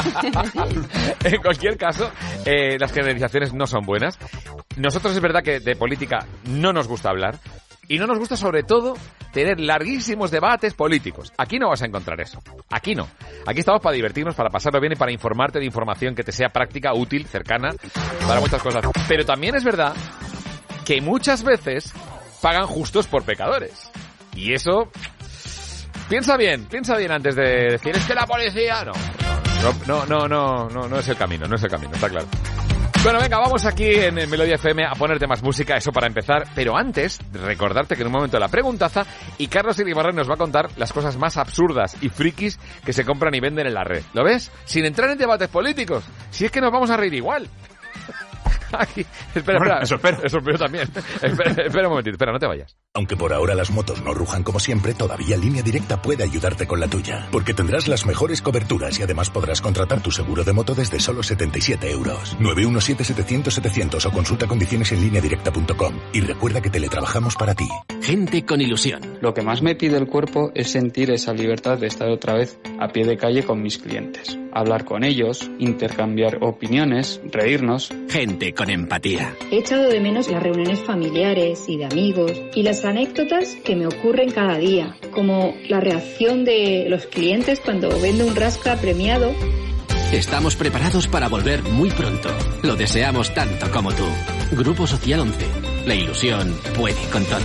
En cualquier caso, eh, las generalizaciones no son buenas. Nosotros es verdad que de política no nos gusta hablar. Y no nos gusta, sobre todo, tener larguísimos debates políticos. Aquí no vas a encontrar eso. Aquí no. Aquí estamos para divertirnos, para pasarlo bien y para informarte de información que te sea práctica, útil, cercana, para muchas cosas. Pero también es verdad que muchas veces pagan justos por pecadores. Y eso... Piensa bien, piensa bien antes de decir, es que la policía... No, no, no, no, no, no es el camino, no es el camino, está claro. Bueno, venga, vamos aquí en Melodía F M a ponerte más música, eso para empezar. Pero antes, recordarte que en un momento la preguntaza y Carlos Iribarren nos va a contar las cosas más absurdas y frikis que se compran y venden en la red. ¿Lo ves? Sin entrar en debates políticos. Si es que nos vamos a reír igual. Aquí. Espera, bueno, espera. Eso espero. Eso espero también. espera, espera un momentito, espera, no te vayas. Aunque por ahora las motos no rujan como siempre, todavía Línea Directa puede ayudarte con la tuya. Porque tendrás las mejores coberturas y además podrás contratar tu seguro de moto desde solo setenta y siete euros. nueve uno siete, setecientos, setecientos o consulta condiciones en línea directa punto com. Y recuerda que teletrabajamos para ti. Gente con ilusión. Lo que más me pide el cuerpo es sentir esa libertad de estar otra vez a pie de calle con mis clientes. Hablar con ellos, intercambiar opiniones, reírnos. Gente con empatía. He echado de menos las reuniones familiares y de amigos y las anécdotas que me ocurren cada día, como la reacción de los clientes cuando vendo un rasca premiado. Estamos preparados para volver muy pronto. Lo deseamos tanto como tú. Grupo Social once. La ilusión puede con todo.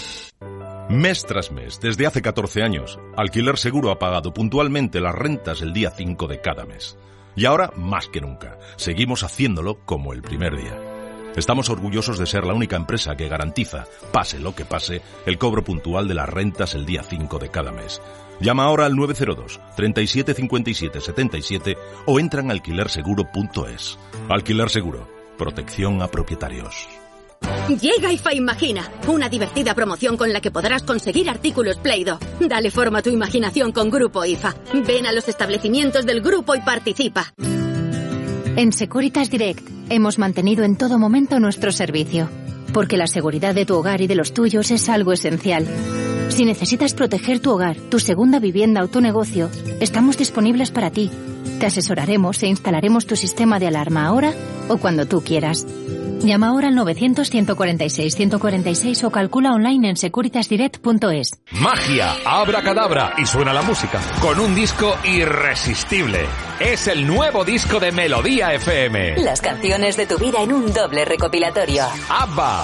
Mes tras mes, desde hace catorce años, Alquiler Seguro ha pagado puntualmente las rentas el día cinco de cada mes. Y ahora, más que nunca, seguimos haciéndolo como el primer día. Estamos orgullosos de ser la única empresa que garantiza, pase lo que pase, el cobro puntual de las rentas el día cinco de cada mes. Llama ahora al nueve cero dos, treinta y siete, cincuenta y siete, setenta y siete o entra en alquiler seguro punto es. Alquiler Seguro, protección a propietarios. Llega IFA Imagina, una divertida promoción con la que podrás conseguir artículos Play-Doh. Dale forma a tu imaginación con Grupo IFA. Ven a los establecimientos del grupo y participa. En Securitas Direct hemos mantenido en todo momento nuestro servicio, porque la seguridad de tu hogar y de los tuyos es algo esencial. Si necesitas proteger tu hogar, tu segunda vivienda o tu negocio, estamos disponibles para ti. Te asesoraremos e instalaremos tu sistema de alarma ahora o cuando tú quieras. Llama ahora al novecientos, ciento cuarenta y seis, ciento cuarenta y seis o calcula online en securitas direct punto es. Magia, abracadabra y suena la música con un disco irresistible. Es el nuevo disco de Melodía F M. Las canciones de tu vida en un doble recopilatorio. ABBA,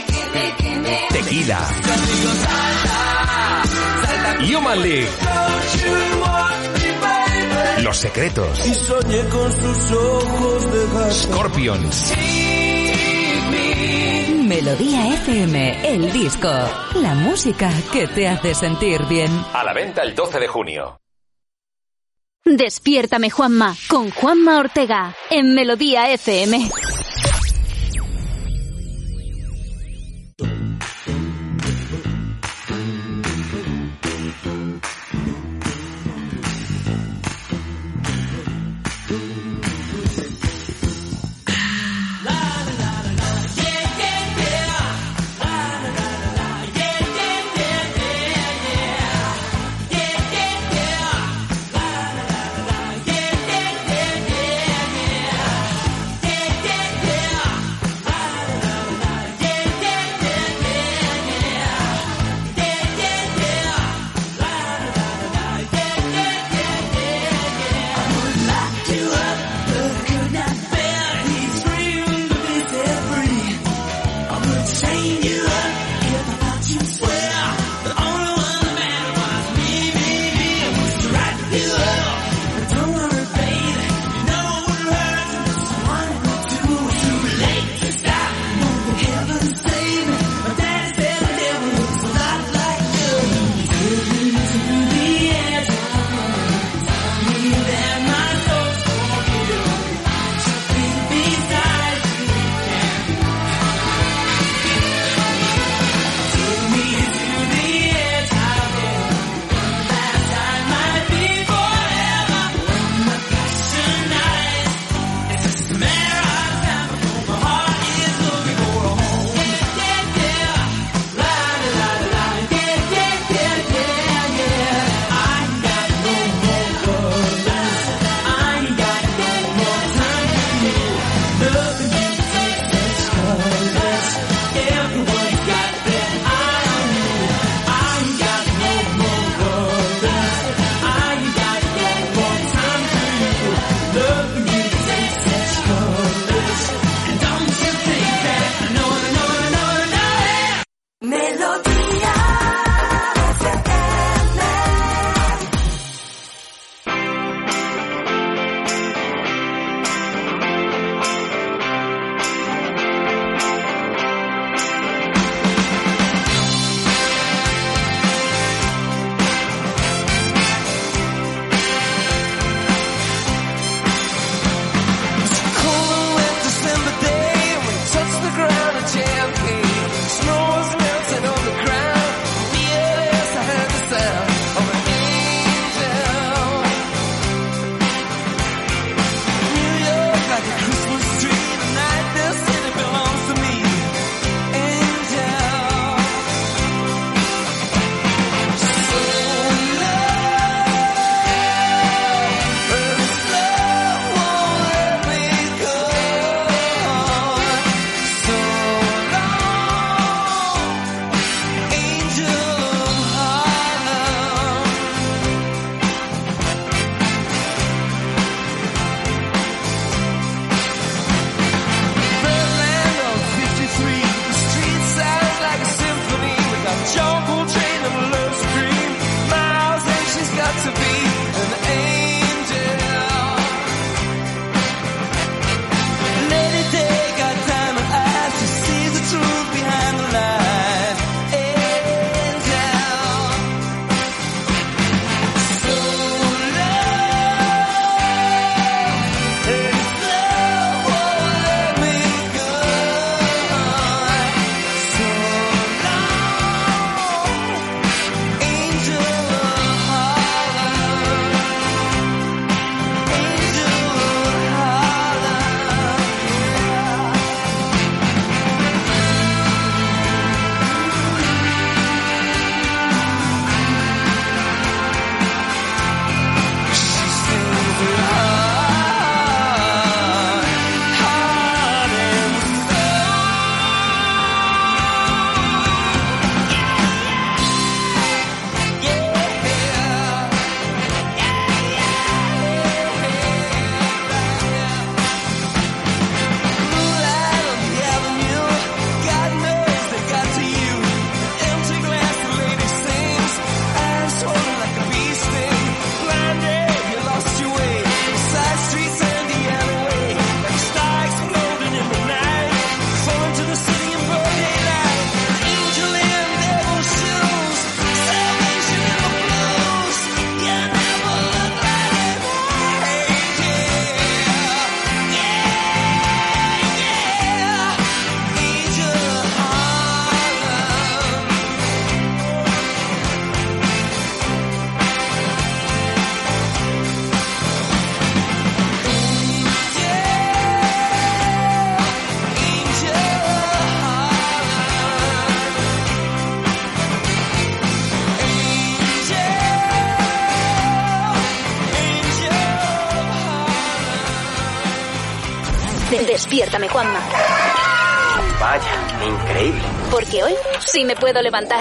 Tequila, Human League, Los Secretos, Y soñé con sus ojos de gata. Scorpions. Melodía F M, el disco. La música que te hace sentir bien. A la venta el doce de junio. Despiértame, Juanma, con Juanma Ortega, en Melodía F M. Despiértame, Juanma. Vaya, increíble. Porque hoy sí me puedo levantar.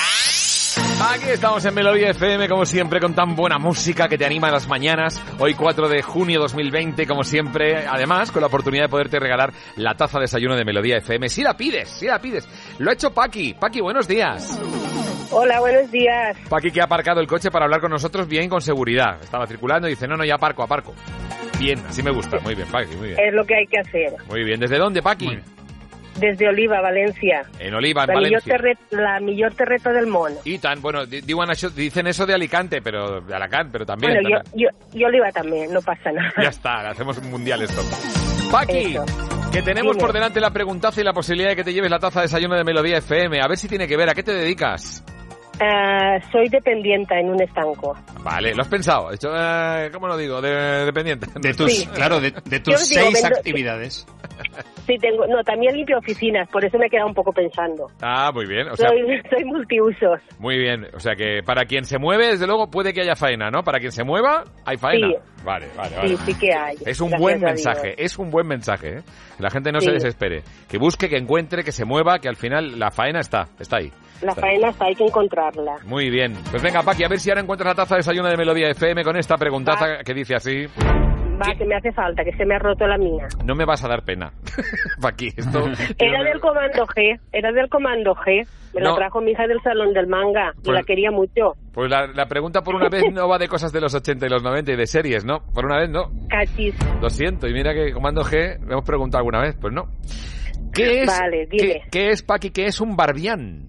Aquí estamos en Melodía F M, como siempre, con tan buena música que te anima en las mañanas. Hoy cuatro de junio dos mil veinte, como siempre, además, con la oportunidad de poderte regalar la taza de desayuno de Melodía F M. Si la pides, si la pides. Lo ha hecho Paqui. Paqui, buenos días. Hola, buenos días. Paqui, que ha aparcado el coche para hablar con nosotros bien, con seguridad. Estaba circulando y dice, no, no, ya aparco, aparco. Bien, así me gusta. Muy bien, Paqui, muy bien. Es lo que hay que hacer. Muy bien. ¿Desde dónde, Paqui? Desde Oliva, Valencia. En Oliva, en la Valencia. Millor terre, la millor terreta del món. Y tan, bueno, diuen això, dicen eso de Alicante, pero de Alacant, pero también. Bueno, también. yo, yo, yo Oliva también, no pasa nada. Ya está, hacemos un mundial esto. Paqui, Eso. que tenemos Dime. por delante la preguntaza y la posibilidad de que te lleves la taza de desayuno de Melodía F M. A ver si tiene que ver, ¿a qué te dedicas? Uh, soy dependienta en un estanco. Vale, ¿lo has pensado? He hecho, eh, ¿cómo lo digo? De, dependiente. De tus, Sí. claro, de, de Yo tus os digo, seis vendo- actividades. Sí, tengo, no, también limpio oficinas, por eso me he quedado un poco pensando. Ah, muy bien. O sea, soy, soy multiusos. muy bien. O sea que para quien se mueve, desde luego, puede que haya faena, ¿no? Para quien se mueva, hay faena. Sí. Vale, vale, vale. Sí, sí que hay. Es un Gracias buen a Dios. mensaje, es un buen mensaje, ¿eh? La gente no Sí. se desespere. Que busque, que encuentre, que se mueva, que al final la faena está, está ahí. La faena está, hay que encontrarla. Muy bien. Pues venga, Paqui, a ver si ahora encuentras la taza de desayuno de Melodía F M con esta preguntaza que dice así. Va, que me hace falta, que se me ha roto la mía. No me vas a dar pena. Paqui, esto... Era del Comando G, era del Comando G. Me No. la trajo mi hija del Salón del Manga y Pues- la quería mucho. Pues la, la pregunta por una vez no va de cosas de los ochenta y los noventa y de series, ¿no? Por una vez no. Cachis. Lo siento, y mira que Comando G me hemos preguntado alguna vez, pues no. ¿Qué es, Vale, dime. ¿qué, qué es, Paqui, qué es un barbián?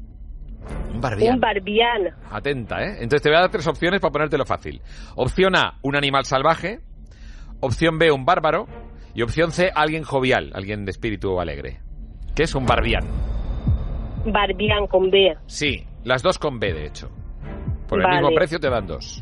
Un barbián. Un barbián. Atenta, ¿eh? Entonces te voy a dar tres opciones para ponértelo fácil. Opción A, un animal salvaje. Opción B, un bárbaro. Y opción C, alguien jovial, alguien de espíritu alegre. ¿Qué es un barbián? Barbián con B. Sí, las dos con B, de hecho. Por el Vale. mismo precio te dan dos.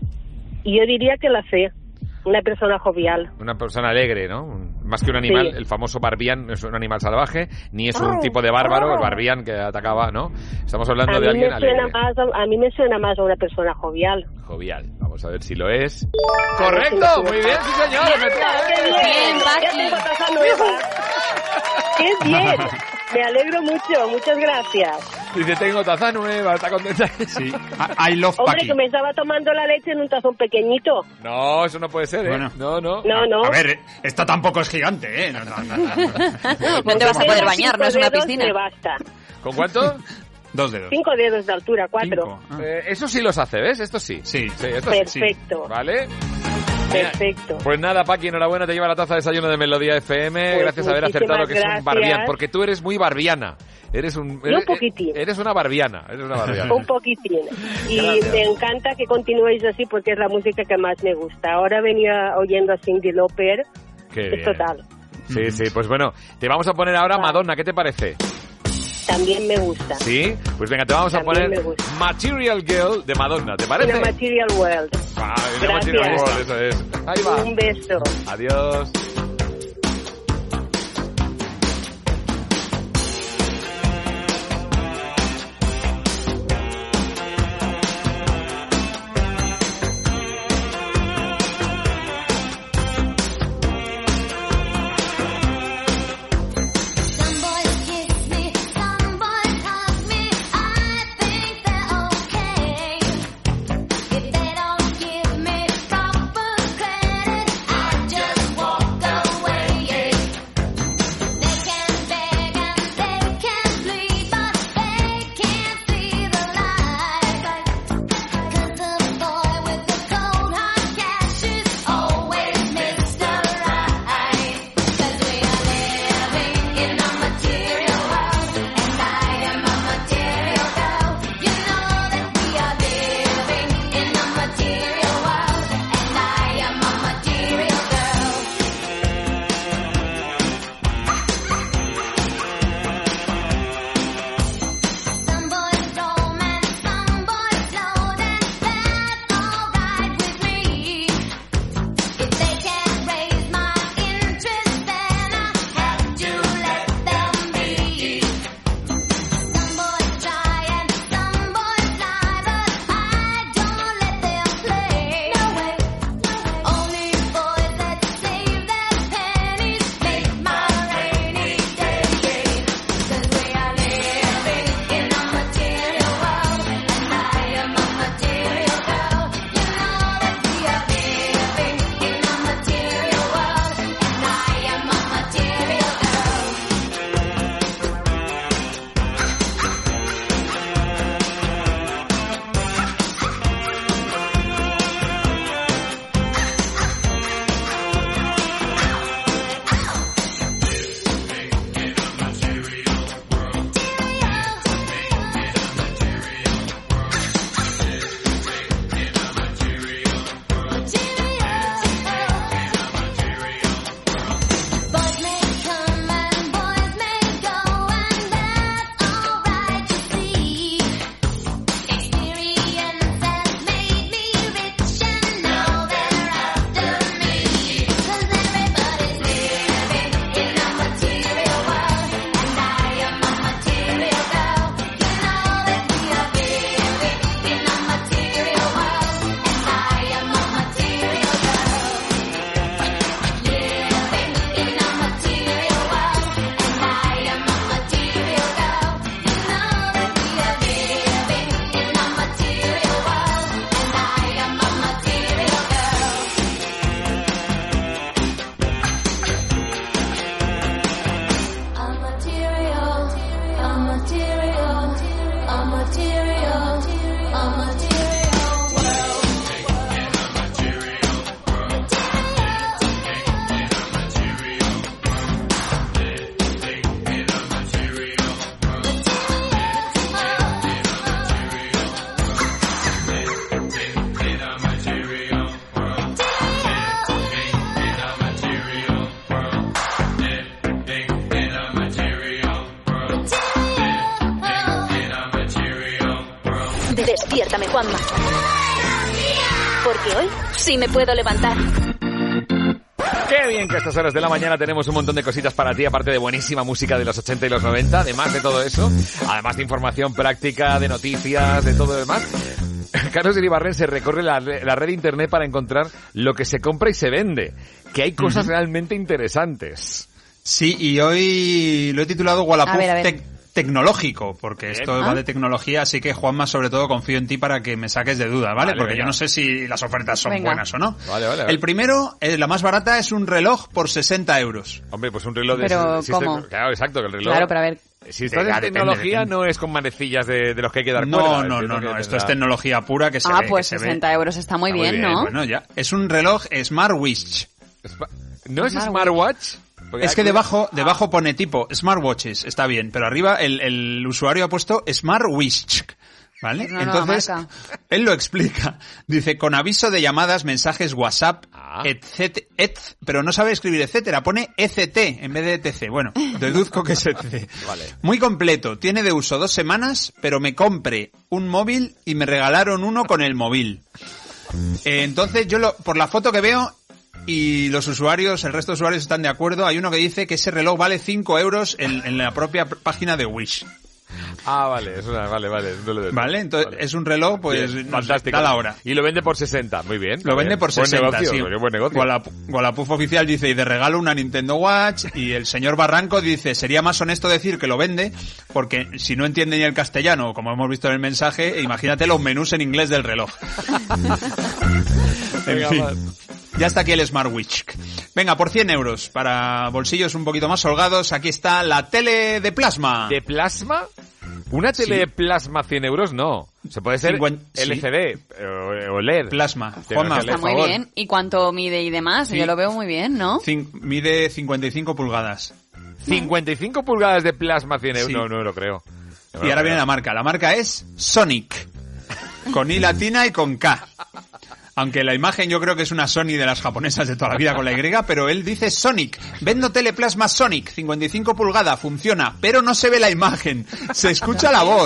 Y yo diría que la C. Una persona jovial. Una persona alegre, ¿no? Un- Más que un animal, Sí. el famoso barbián no es un animal salvaje, ni es Ah, un tipo de bárbaro, ah. el barbián que atacaba, ¿no? Estamos hablando A de mí, alguien me suena alegre, más, a, a mí me suena más a una persona jovial. jovial. Vamos a ver si lo es. A ver si ¡Correcto! me suena. Muy bien, sí señor. ¡Qué bien, Paqui! Ya tengo taza nueva. ¡Qué bien! Me alegro mucho, muchas gracias. Dice, tengo taza nueva, está contenta. Sí. I love Hombre, Paqui. que me estaba tomando la leche en un tazón pequeñito. No, eso no puede ser, ¿eh? Bueno. No, no. No, no. A ver, esta tampoco es gigante, ¿eh? No, no, no, no. No te vas a poder bañar, no es una Cinco dedos piscina. me basta. ¿Con cuánto? Dos dedos. Cinco dedos de altura, cuatro. Cinco. Ah. Eh, eso sí los hace, ¿ves? Esto sí. Sí. esto sí. Perfecto. ¿Vale? Mira, Perfecto. Pues nada, Paqui, enhorabuena, te lleva la taza de desayuno de Melodía F M. Pues gracias a haber acertado lo que es un muchísimas barbián, gracias. porque tú eres muy barbiana. Eres un, Yo eres, un poquitín. Eres una barbiana, eres una barbiana. Un poquitín. Y Gracias. me encanta que continuéis así porque es la música que más me gusta. Ahora venía oyendo a Cyndi Lauper. Qué Es bien. total. Sí, sí, pues bueno, te vamos a poner ahora Madonna, ¿qué te parece? También me gusta. ¿Sí? Pues venga, te vamos a También poner me gusta. Material Girl de Madonna, ¿te parece? In a Material World. Ah, in a Gracias. Material World, eso es. Ahí va. Un beso. Adiós. If they don't give me proper credit, I just walk Despiértame, Juanma. Porque hoy sí me puedo levantar. Qué bien que a estas horas de la mañana tenemos un montón de cositas para ti, aparte de buenísima música de los ochenta y los noventa, además de todo eso, además de información práctica, de noticias, de todo lo demás. Carlos Iribarren se recorre la, la red de internet para encontrar lo que se compra y se vende, que hay cosas uh-huh. realmente interesantes. Sí, y hoy lo he titulado Wallapop Tech tecnológico, porque Bien. esto ¿Ah? va de tecnología, así que Juanma, sobre todo confío en ti para que me saques de duda, ¿vale? vale porque venga. yo no sé si las ofertas son venga. buenas o no. Vale, vale, vale. El primero, eh, la más barata, es un reloj por sesenta euros. Hombre, pues un reloj de... Pero, si ¿cómo? Este, claro, exacto, que el reloj... Claro, pero a ver... Si estás en tecnología, depende, no es con manecillas de, de los que hay que dar no, cuerda. No, no, no, no, esto es tecnología pura que se ah, ve. Ah, pues que sesenta se ve. euros está muy está bien, muy bien, ¿no? Bueno, ya. Es un reloj Smartwatch. ¿No es Smartwatch? Porque es que debajo, debajo pone tipo Smartwatches, está bien, pero arriba el, el usuario ha puesto Smartwatch, ¿vale? No, Entonces, no, él lo explica. Dice, con aviso de llamadas, mensajes, WhatsApp, ah. etc, et, pero no sabe escribir etcétera, pone E C T en vez de E T C. Bueno, deduzco que es E T C. Vale. Muy completo, tiene de uso dos semanas, pero me compré un móvil y me regalaron uno con el móvil. Eh, entonces, yo lo, por la foto que veo... Y los usuarios, el resto de usuarios están de acuerdo. Hay uno que dice que ese reloj vale cinco euros en, en la propia página de Wish. Ah, vale, es una, vale, vale. No lo vale, entonces vale. es un reloj, pues, bien, no fantástico. Sé, da la hora. Y lo vende por sesenta, muy bien. Lo vende bien. por sesenta, buen negocio, sí. Buen negocio. Wallapop, Wallapop oficial dice, y de regalo una Nintendo Watch, y el señor Barranco dice, sería más honesto decir que lo vende, porque si no entiende ni el castellano, como hemos visto en el mensaje, imagínate los menús en inglés del reloj. En fin. Ya está aquí el Smartwatch. Venga, por cien euros, para bolsillos un poquito más holgados, aquí está la tele de plasma. ¿De plasma? ¿Una tele sí. de plasma cien euros? No. Se puede ser cincuenta, L C D sí. o, o L E D. Plasma. Juanma, está muy favor. bien. ¿Y cuánto mide y demás? Sí. Yo lo veo muy bien, ¿no? Cin- mide cincuenta y cinco pulgadas. ¿cincuenta y cinco pulgadas de plasma cien euros? Sí. No, no lo creo. No y lo ahora creo. viene la marca. La marca es Sonic. Con I latina y con K. Aunque la imagen yo creo que es una Sony de las japonesas de toda la vida con la Y, pero él dice Sonic. Vendo teleplasma Sonic, cincuenta y cinco pulgadas, funciona, pero no se ve la imagen. Se escucha la voz.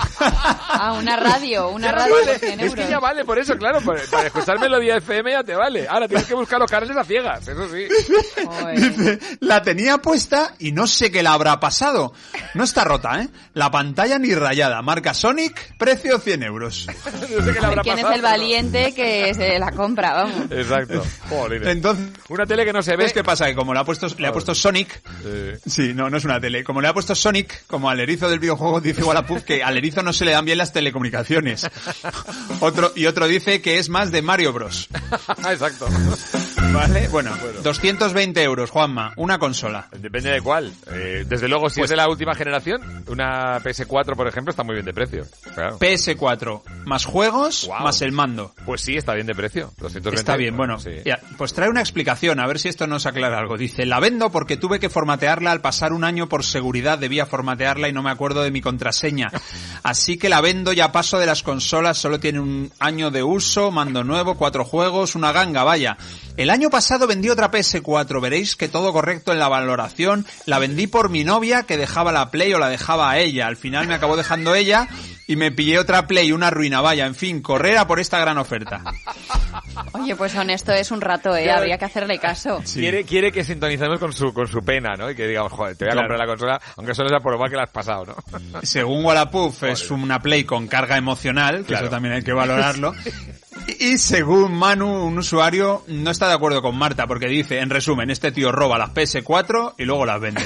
Ah, una radio, una ya radio vale. por cien euros. Es que ya vale, por eso, claro, para, para escuchar melodía F M ya te vale. Ahora tienes que buscar los canales a ciegas, eso sí. Dice, la tenía puesta y no sé qué la habrá pasado. No está rota, ¿eh? La pantalla ni rayada. Marca Sonic, precio cien euros. No sé qué le habrá ¿Quién pasado, es el valiente que se la compra, vamos? Exacto. Joder. Entonces, una tele que no se ve. ¿Ves qué pasa? Que como le ha puesto, le ha puesto Sonic, eh. sí, no, no es una tele. Como le ha puesto Sonic, como al erizo del videojuego, dice Wallapop que al erizo no se le dan bien las telecomunicaciones. Otro, y otro dice que es más de Mario Bros. Exacto. Vale, bueno, bueno, doscientos veinte euros, Juanma, una consola. Depende de cuál. Eh, desde luego, si pues, es de la última generación, una P S cuatro, por ejemplo, está muy bien de precio. Claro. P S cuatro, más juegos, wow. más el mando. Pues sí, está bien de precio. doscientos veinte está bien, bueno. Sí. Ya, pues trae una explicación, a ver si esto nos aclara algo. Dice, la vendo porque tuve que formatearla al pasar un año por seguridad, debía formatearla y no me acuerdo de mi contraseña. Así que la vendo, ya paso de las consolas, solo tiene un año de uso, mando nuevo, cuatro juegos, una ganga, vaya. El año pasado vendí otra P S cuatro, veréis que todo correcto en la valoración. La vendí por mi novia que dejaba la Play o la dejaba a ella. Al final me acabó dejando ella y me pillé otra Play, una ruina, vaya. En fin, correr a por esta gran oferta. Oye, pues honesto es un rato, ¿eh? Habría que hacerle caso. Sí. Quiere, quiere que sintonicemos con su con su pena, ¿no? Y que digamos, joder, te voy a claro. comprar la consola, aunque solo sea por lo mal que la has pasado, ¿no? Según Wallapop, es una Play con carga emocional, que claro. eso también hay que valorarlo. Y según Manu, un usuario, no está de acuerdo con Marta, porque dice, en resumen, este tío roba las P S cuatro y luego las vende.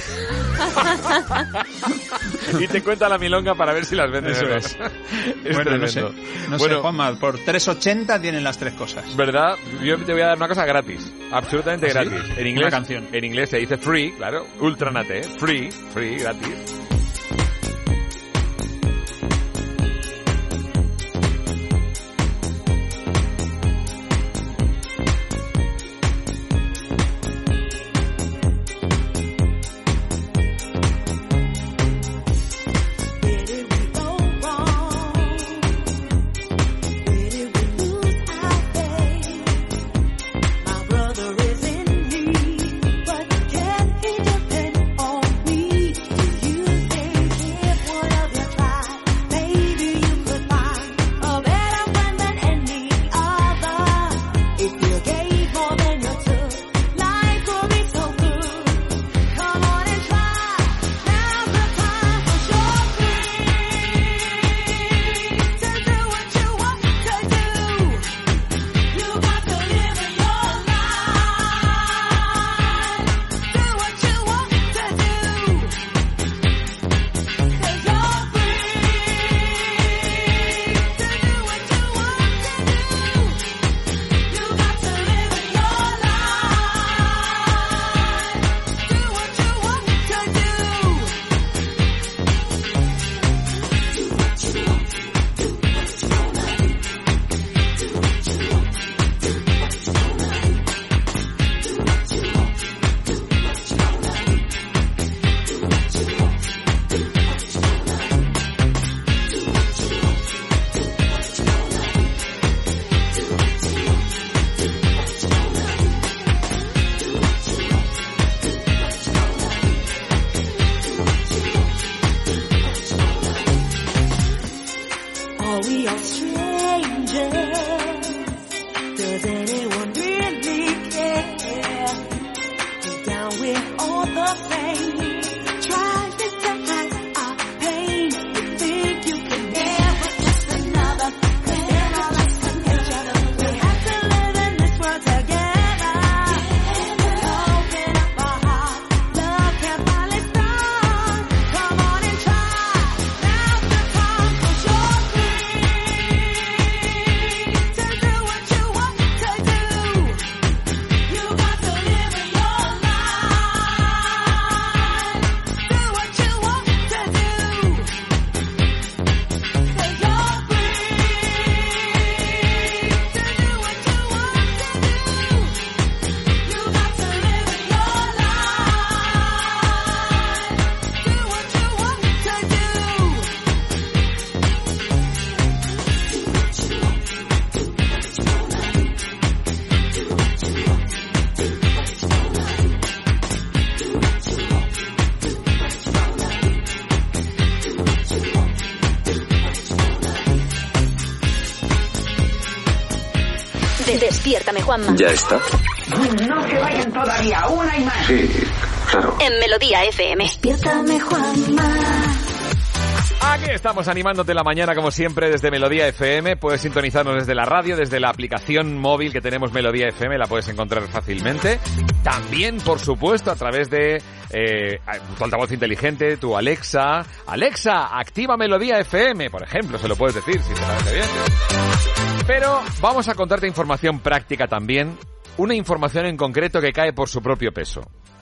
Y te cuenta la milonga para ver si las vende. Eso es. es bueno, no sé, no bueno, sé, Juanma, por tres ochenta tienen las tres cosas. ¿Verdad? Yo te voy a dar una cosa gratis, absolutamente ¿Ah, gratis. ¿sí? En inglés, una canción. En inglés se dice free, claro, ultranate, free, free, gratis. Despiértame, Juanma. ¿Ya está? No se vayan todavía, una y más. Sí, claro. En Melodía F M. Despiértame, Juanma. Aquí estamos animándote la mañana como siempre desde Melodía F M. Puedes sintonizarnos desde la radio, desde la aplicación móvil que tenemos Melodía F M, la puedes encontrar fácilmente. También, por supuesto, a través de eh, tu altavoz inteligente, tu Alexa. Alexa, activa Melodía F M, por ejemplo, se lo puedes decir si te parece bien. Pero vamos a contarte información práctica también, una información en concreto que cae por su propio peso.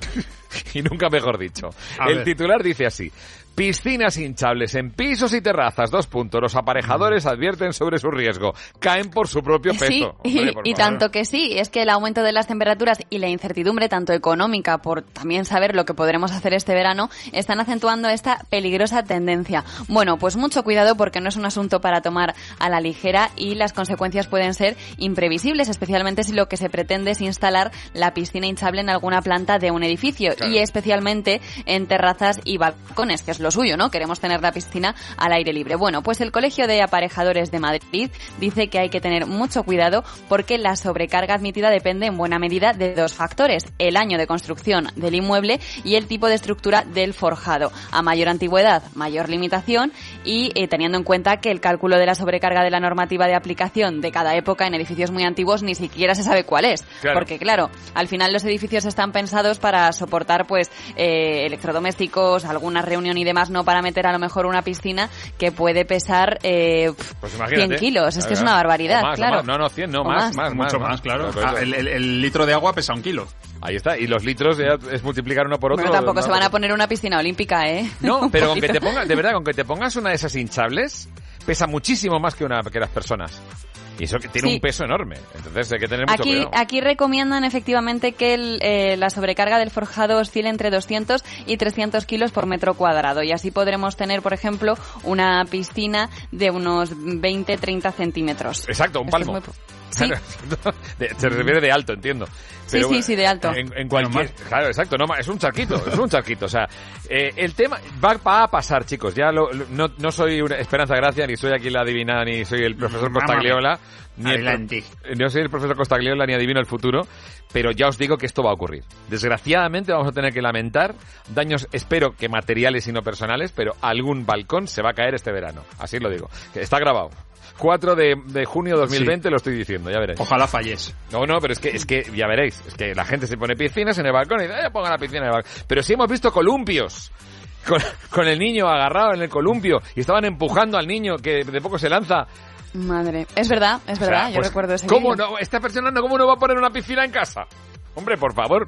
Y nunca mejor dicho. A El ver. titular dice así: piscinas hinchables en pisos y terrazas, dos puntos. Los aparejadores advierten sobre su riesgo. Caen por su propio peso. Sí, Hombre, y, por y favor. tanto que sí, es que el aumento de las temperaturas y la incertidumbre, tanto económica por también saber lo que podremos hacer este verano, están acentuando esta peligrosa tendencia. Bueno, pues mucho cuidado porque no es un asunto para tomar a la ligera y las consecuencias pueden ser imprevisibles, especialmente si lo que se pretende es instalar la piscina hinchable en alguna planta de un edificio, claro, y especialmente en terrazas y balcones, que es lo suyo, ¿no? Queremos tener la piscina al aire libre. Bueno, pues el Colegio de Aparejadores de Madrid dice que hay que tener mucho cuidado porque la sobrecarga admitida depende en buena medida de dos factores: el año de construcción del inmueble y el tipo de estructura del forjado. A mayor antigüedad, mayor limitación, y eh, teniendo en cuenta que el cálculo de la sobrecarga de la normativa de aplicación de cada época en edificios muy antiguos ni siquiera se sabe cuál es. Claro. Porque claro, al final los edificios están pensados para soportar pues eh, electrodomésticos, alguna reunión y demás, no para meter a lo mejor una piscina que puede pesar eh, Pues imagínate. cien kilos. Es que es una barbaridad, O más, o claro. más. No, no, cien, no, O más, más. más, Mucho más, más, claro. Pero Ah, el, el- el litro de agua pesa un kilo. Ahí está, y los litros ya es multiplicar uno por otro. Bueno, tampoco no, se van a poner una piscina olímpica, ¿eh? No, Un pero con que poquito. te pongas, de verdad, con que te pongas una de esas hinchables, pesa muchísimo más que una que las personas. Y eso que tiene Sí. un peso enorme. Entonces hay que tener mucho Aquí, cuidado. aquí recomiendan efectivamente que el, eh, la sobrecarga del forjado oscile entre doscientos y trescientos kilos por metro cuadrado, y así podremos tener, por ejemplo, una piscina de unos veinte a treinta centímetros. Exacto, un Esto es palmo. muy po- Sí. De- se refiere de alto, entiendo. Sí, sí, sí, de alto. En, en cualquier, claro, exacto, no, ma- es un charquito, es un charquito. O sea, eh, el tema va, va a pasar, chicos. Ya lo, lo- no, no soy una Esperanza Gracia, ni soy aquí la adivina, ni soy el profesor Mámame. Costagliola. Ni el, Adelante. no soy el profesor Costagliola ni adivino el futuro, pero ya os digo que esto va a ocurrir. Desgraciadamente vamos a tener que lamentar daños, espero que materiales y no personales, pero algún balcón se va a caer este verano. Así lo digo. Que está grabado. cuatro de, de junio de dos mil veinte, Sí. lo estoy diciendo, ya veréis. Ojalá falles. No, no, pero es que, es que ya veréis, es que la gente se pone piscinas en el balcón y dice, eh, ponga la piscina en el balcón. Pero sí hemos visto columpios. Con, con el niño agarrado en el columpio y estaban empujando al niño que de poco se lanza. Madre, es verdad, es verdad, O sea, yo pues, recuerdo ese ¿cómo vídeo. no? Esta persona no, ¿cómo no va a poner una piscina en casa? Hombre, por favor.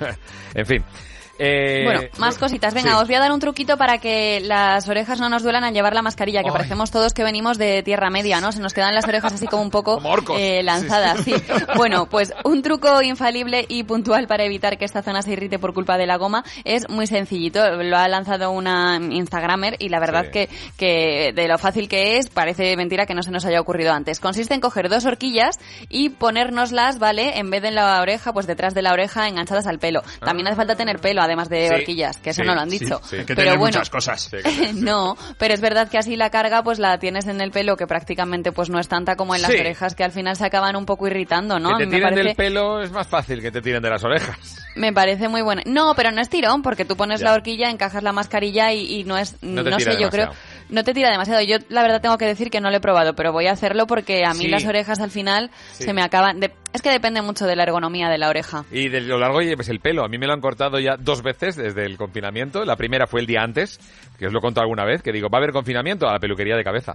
En fin. Eh, Bueno, más cositas. Venga, sí. os voy a dar un truquito para que las orejas no nos duelan al llevar la mascarilla, que Ay. parecemos todos que venimos de Tierra Media, ¿no? Se nos quedan las orejas así como un poco Como orcos. eh, lanzadas, sí. Bueno, pues un truco infalible y puntual para evitar que esta zona se irrite por culpa de la goma es muy sencillito. Lo ha lanzado una Instagramer y la verdad Sí. que, que de lo fácil que es, parece mentira que no se nos haya ocurrido antes. Consiste en coger dos horquillas y ponérnoslas, ¿vale? En vez de en la oreja, pues detrás de la oreja, enganchadas al pelo. También hace falta tener pelo, además de Sí. horquillas, que eso Sí, no lo han sí, dicho. sí. Hay que Pero tener bueno, muchas cosas. no, pero es verdad que así la carga pues la tienes en el pelo, que prácticamente pues no es tanta como en las Sí. orejas, que al final se acaban un poco irritando, ¿no? Que te me, tiren parece, del pelo es más fácil que te tiren de las orejas. me parece muy buena. No, pero no es tirón, porque tú pones Ya. la horquilla, encajas la mascarilla y, y no es, No no, te tira sé, yo creo, demasiado. no te tira demasiado. Yo la verdad tengo que decir que no lo he probado, pero voy a hacerlo porque a mí Sí. las orejas al final Sí. se me acaban de... Es que depende mucho de la ergonomía de la oreja. Y de lo largo lleves el pelo. A mí me lo han cortado ya dos veces desde el confinamiento. La primera fue el día antes, que os lo he contado alguna vez, que digo, va a haber confinamiento a la peluquería de cabeza.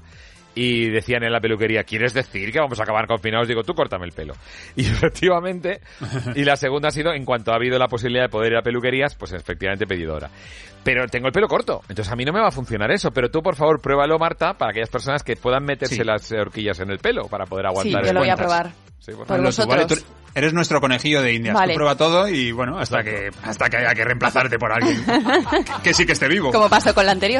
Y decían en la peluquería, ¿quieres decir que vamos a acabar confinados? Digo, tú córtame el pelo. Y efectivamente, y la segunda ha sido, en cuanto ha habido la posibilidad de poder ir a peluquerías, pues efectivamente he pedido hora. Pero tengo el pelo corto, entonces a mí no me va a funcionar eso. Pero tú, por favor, pruébalo, Marta, para aquellas personas que puedan meterse Sí. las horquillas en el pelo para poder Sí, aguantar yo el lo voy a cuentas. probar. Sí, por Por favor. Hazlo tú, vosotros. ¿vale? Tú eres nuestro conejillo de indias. Vale. Tú prueba todo y bueno, hasta que hasta que haya que reemplazarte por alguien que sí que esté vivo. Como pasó con la anterior.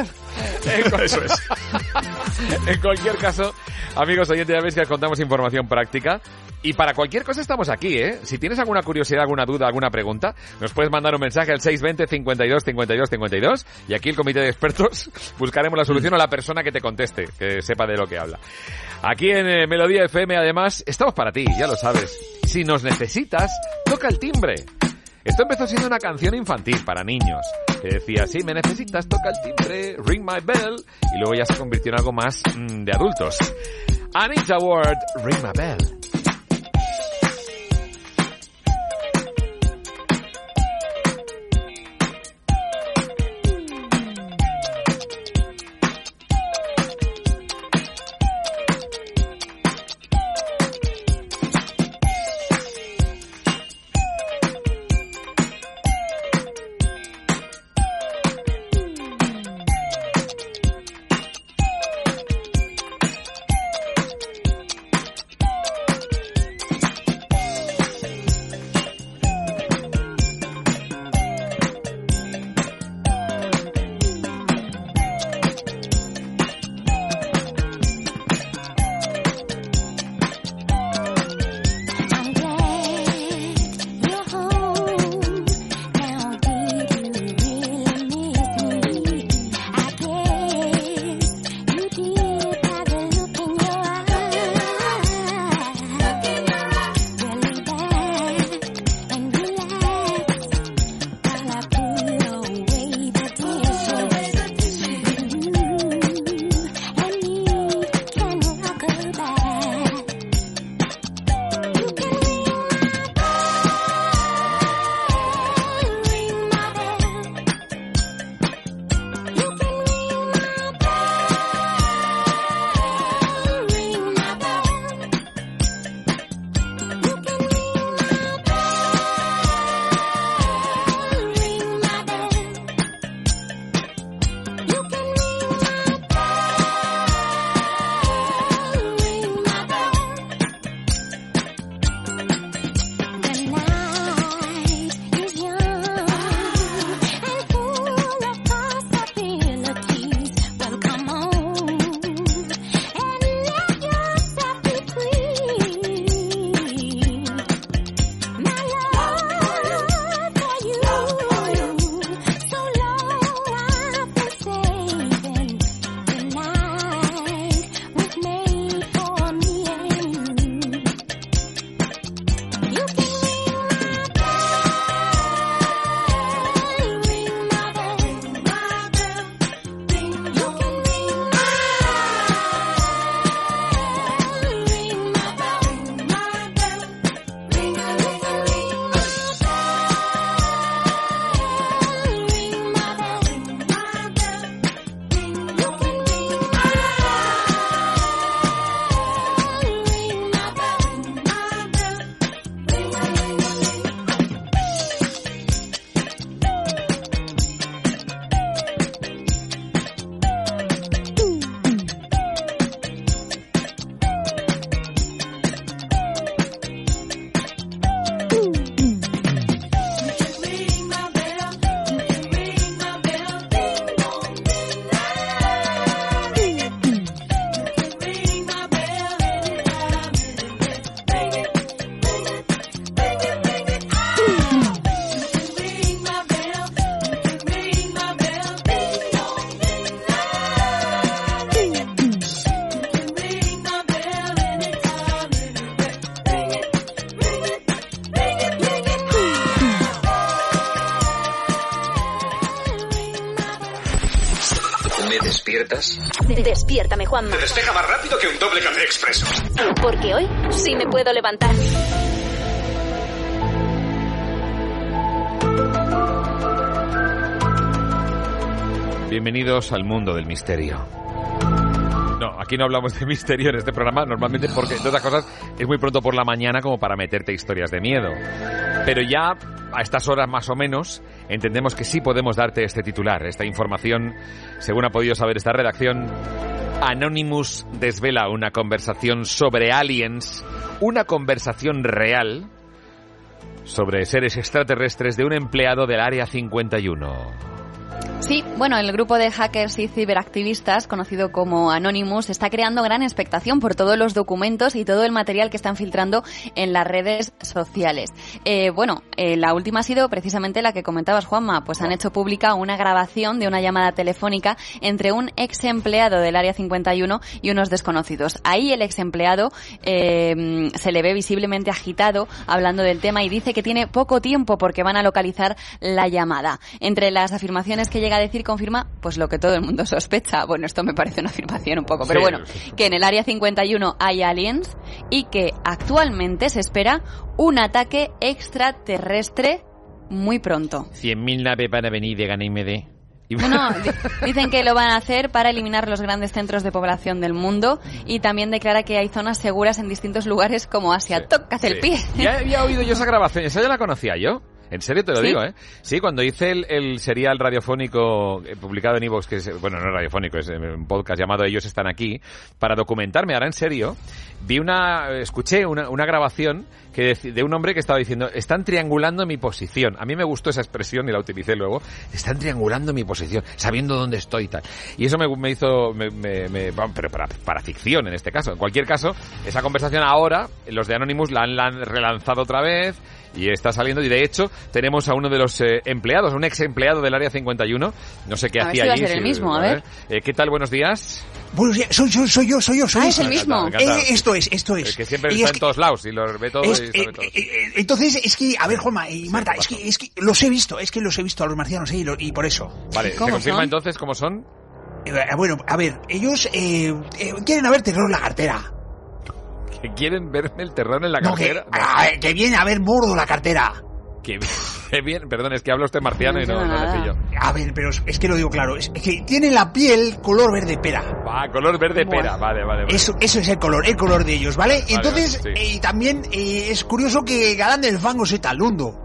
Eso es. En cualquier caso, amigos oyentes, ya veis que os contamos información práctica. Y para cualquier cosa estamos aquí, ¿eh? Si tienes alguna curiosidad, alguna duda, alguna pregunta, nos puedes mandar un mensaje al seis veinte, cincuenta y dos, cincuenta y dos, cincuenta y dos y aquí el comité de expertos buscaremos la solución a la persona que te conteste, que sepa de lo que habla. Aquí en eh, Melodía F M, además, estamos para ti, ya lo sabes. Si nos necesitas, toca el timbre. Esto empezó siendo una canción infantil para niños, que decía, si me necesitas, toca el timbre, ring my bell, y luego ya se convirtió en algo más mmm, de adultos. Anita Ward, ring my bell. despiertas? Despiértame, Juanma. Te despeja más rápido que un doble café expreso. Porque hoy sí me puedo levantar. Bienvenidos al mundo del misterio. No, aquí no hablamos de misterio en este programa, normalmente porque, entre otras cosas, es muy pronto por la mañana como para meterte historias de miedo. Pero ya, a estas horas más o menos, entendemos que sí podemos darte este titular, esta información, según ha podido saber esta redacción. Anonymous desvela una conversación sobre aliens, una conversación real sobre seres extraterrestres de un empleado del Área cincuenta y uno. Sí, bueno, el grupo de hackers y ciberactivistas, conocido como Anonymous, está creando gran expectación por todos los documentos y todo el material que están filtrando en las redes sociales. Eh, bueno, eh, la última ha sido precisamente la que comentabas, Juanma, pues han hecho pública una grabación de una llamada telefónica entre un ex empleado del Área cincuenta y uno y unos desconocidos. Ahí el ex empleado eh, se le ve visiblemente agitado hablando del tema y dice que tiene poco tiempo porque van a localizar la llamada. Entre las afirmaciones que llega a decir, confirma pues lo que todo el mundo sospecha. Bueno, esto me parece una afirmación un poco, pero sí, bueno, que en el Área cincuenta y uno hay aliens y que actualmente se espera un ataque extraterrestre muy pronto. cien mil naves van a venir de Ganímede. No, no, dicen que lo van a hacer para eliminar los grandes centros de población del mundo y también declara que hay zonas seguras en distintos lugares como Asia. Sí, Tocas el sí. pie. Ya había oído yo esa grabación, esa ya la conocía yo. En serio te lo ¿Sí? digo, ¿eh? Sí, cuando hice el, el serial radiofónico eh, publicado en iVoox, que es, bueno, no es radiofónico, es un podcast llamado Ellos Están Aquí, para documentarme, ahora en serio, vi una, escuché una, una grabación que de, de un hombre que estaba diciendo, están triangulando mi posición. A mí me gustó esa expresión y la utilicé luego. Están triangulando mi posición, sabiendo dónde estoy y tal. Y eso me, me hizo, me, me, me, pero para, para ficción en este caso. En cualquier caso, esa conversación ahora, los de Anonymous la han, la han relanzado otra vez. Y está saliendo, y de hecho tenemos a uno de los eh, empleados, un ex empleado del Área cincuenta y uno, no sé qué a hacía ver si allí. Va a ser el mismo, a ver. Eh, ¿Qué tal? Buenos días. Buenos días, soy yo, soy yo, soy yo, soy Ah, yo. es el mismo. Encantado, encantado. Eh, esto es, esto es. El que siempre y está es en que, todos lados y lo ve todo es, y sabe eh, todo. Eh, entonces, es que, a ver, Juanma y Marta, sí, es que, es que los he visto, es que los he visto a los marcianos, eh, y, lo, y por eso. Vale, ¿se confirma son? Entonces cómo son? Eh, bueno, a ver, ellos eh, eh, quieren haber terror en la cartera. ¿Que quieren verme el terror en la no, cartera? Que, no. a, que viene a ver mordo la cartera. Que bien, perdón, es que hablo usted marciano no, y no, no le pillo. A ver, pero es que lo digo claro, es que tiene la piel color verde pera. Ah, color verde bueno. pera, vale, vale, vale. Eso, eso es el color, el color de ellos, ¿vale? vale Entonces, vale, sí. eh, también eh, es curioso que Galán del Fango se talundo.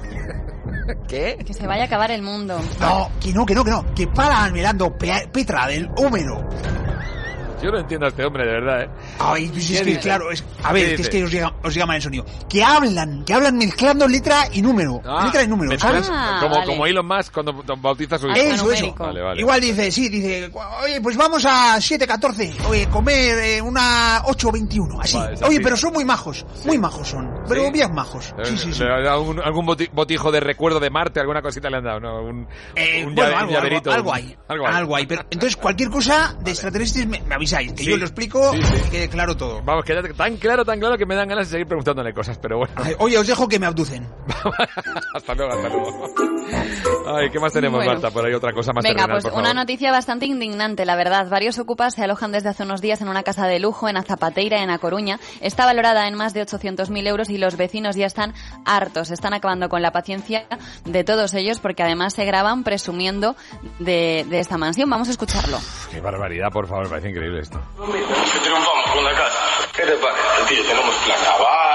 ¿Qué? Que se vaya a acabar el mundo. No, que no, que no, que no, que para almirando pe Petra del Húmero. Yo no entiendo a este hombre, de verdad, ¿eh? Ay, pues es que, claro, es, a ver, que es que os llega, os llega mal el sonido. Que hablan, que hablan mezclando letra y número. Ah, letra y número, ¿sabes? Ah, como, vale. como Elon Musk cuando bautiza su hijo. Eso, eso. Vale, vale. Igual dice, sí, dice, oye, pues vamos a siete catorce, oye, comer eh, una ocho veintiuno, así. Vale, oye, así. pero son muy majos, sí. muy majos son, pero ¿Sí? bien majos. Sí, sí, sí. ¿Algún, algún botijo de recuerdo de Marte, alguna cosita le han dado? ¿No? Un, eh, un bueno, llave, algo, llaverito. Algo, algo hay, algo hay. Algo hay, pero entonces cualquier cosa de extraterrestres me, me avisáis, que sí. yo lo explico. Sí, sí. Y quede claro todo. Vamos, queda tan claro, tan claro que me dan ganas de seguir preguntándole cosas, pero bueno. Ay, oye, os dejo que me abducen. Hasta luego, hasta luego. Ay, ¿qué más tenemos, bueno. Marta? Por ahí otra cosa más Venga, terrenal, pues una noticia bastante indignante, la verdad. Varios ocupas se alojan desde hace unos días en una casa de lujo en Azapateira, en A Coruña. Está valorada en más de ochocientos mil euros y los vecinos ya están hartos. Están acabando con la paciencia de todos ellos porque además se graban presumiendo de, de esta mansión. Vamos a escucharlo. Uf, qué barbaridad, por favor, me parece increíble esto. Triunfamos con la casa. ¿Qué te parece, tío? Tenemos planta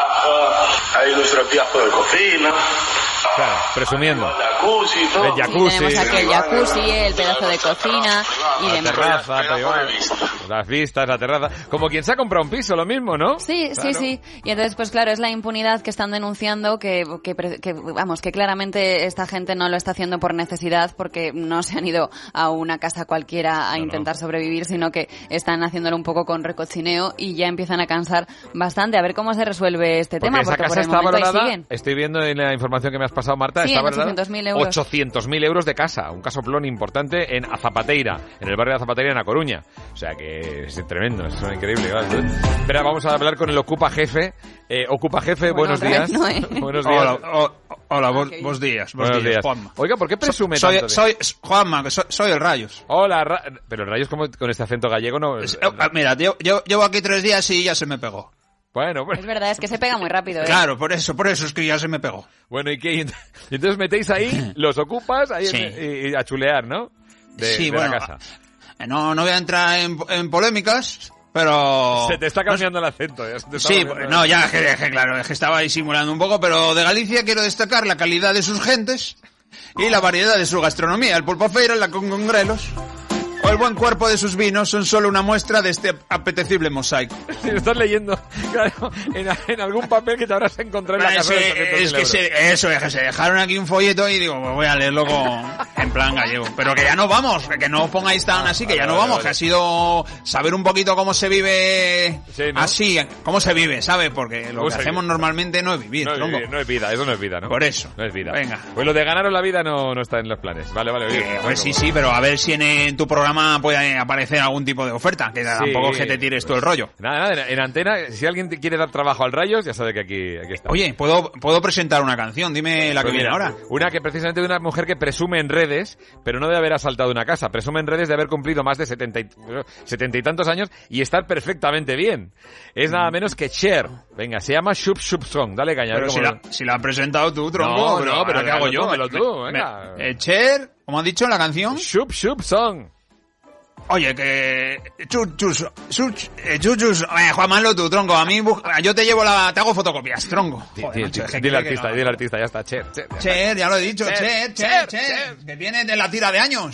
baja, hay nuestro piazo de cocina. Claro, presumiendo. Jacuzzi, todo. El jacuzzi. Sí, tenemos aquí el jacuzzi, el pedazo de cocina y la demás. Terraza, pero igual, las vistas, la terraza. Como quien se ha comprado un piso, lo mismo, ¿no? Sí, claro. sí, sí. Y entonces, pues claro, es la impunidad que están denunciando que, que, que, vamos, que claramente esta gente no lo está haciendo por necesidad porque no se han ido a una casa cualquiera a no, intentar no. sobrevivir, sino que están haciéndolo un poco con recochineo y ya empiezan a cansar bastante. A ver cómo se resuelve este porque tema, esa porque casa por el está momento valorada, ahí siguen. Estoy viendo en la información que me has pasado, Marta, sí, está en valorada ochocientos mil euros. ochocientos mil euros de casa, un casoplón importante en Azapateira, en el barrio de Azapateira, en A Coruña. O sea que es tremendo, es increíble. Claro. Espera, vamos a hablar con el Ocupa Jefe. Eh, Ocupa Jefe, bueno, buenos días. No, ¿eh? Buenos días. Hola, oh, hola, vos, vos días, vos buenos días, días. Juanma. Oiga, ¿por qué presume soy, tanto? De... Soy, Juanma, que soy, soy el Rayos. Hola, Ra... pero el Rayos como con este acento gallego no... Es, oh, mira, llevo, llevo aquí tres días y ya se me pegó. Bueno, bueno. Es verdad, es que se pega muy rápido, ¿eh? Claro, por eso, por eso es que ya se me pegó. Bueno, ¿y qué? Y entonces metéis ahí, los ocupas ahí sí. en, y, y a chulear, ¿no? De, sí, de bueno, la casa. No, no voy a entrar en, en polémicas, pero... Se te está cambiando no, el acento. Ya se te está sí, no, ya, que, que, claro, es que estaba disimulando un poco, pero de Galicia quiero destacar la calidad de sus gentes y la variedad de su gastronomía. El pulpo feira, la con congrelos o el buen cuerpo de sus vinos son solo una muestra de este apetecible mosaico. Si lo estás leyendo, Claro, en, en algún papel que te habrás encontrado en la casa. Es, de es que se, eso, es que se dejaron aquí un folleto y digo, pues voy a leerlo con, en plan gallego. Pero que ya no vamos, que no os pongáis tan así, que ya no vamos, que ha sido saber un poquito cómo se vive sí, ¿no? así, cómo se vive, ¿sabes? Porque lo que hacemos normalmente no es vivir, no es tronco. vivir, no es vida, eso no es vida, ¿no? Por eso. No es vida. Venga. Pues lo de ganaros la vida no, no está en los planes. Vale, vale. Oye, eh, pues sí, sí, pero a ver si en, en tu programa puede aparecer algún tipo de oferta, que sí, tampoco es que te tires pues, todo el rollo. Nada, nada, en antena, si alguien te quiere dar trabajo al Rayos, ya sabe que aquí, aquí está. Oye, ¿puedo, puedo presentar una canción? Dime la pues que mira, viene ahora. Una que precisamente de una mujer que presume en redes, pero no de haber asaltado una casa. Presume en redes de haber cumplido más de setenta y, setenta y tantos años y estar perfectamente bien. Es nada menos que Cher. Venga, se llama Shup Shup Song. Dale caña. Pero si la, si la has presentado tú, tronco. No, pero, no, pero ¿qué hago yo? Dímelo tú, venga. Me, eh, Cher, ¿cómo has dicho en la canción? Shup Shup Song. Oye, que... Chuchus... Chuchus... Chuchus... Eh, Juan, hazlo tú, tronco. A mí... Yo te llevo la... Te hago fotocopias, tronco. Joder, dile al dile artista, dile al artista, ya está. Cher, Cher. Ya, Cher, ya lo he dicho. Cher, Cher, Cher, Cher. Cher. Que viene de la tira de años.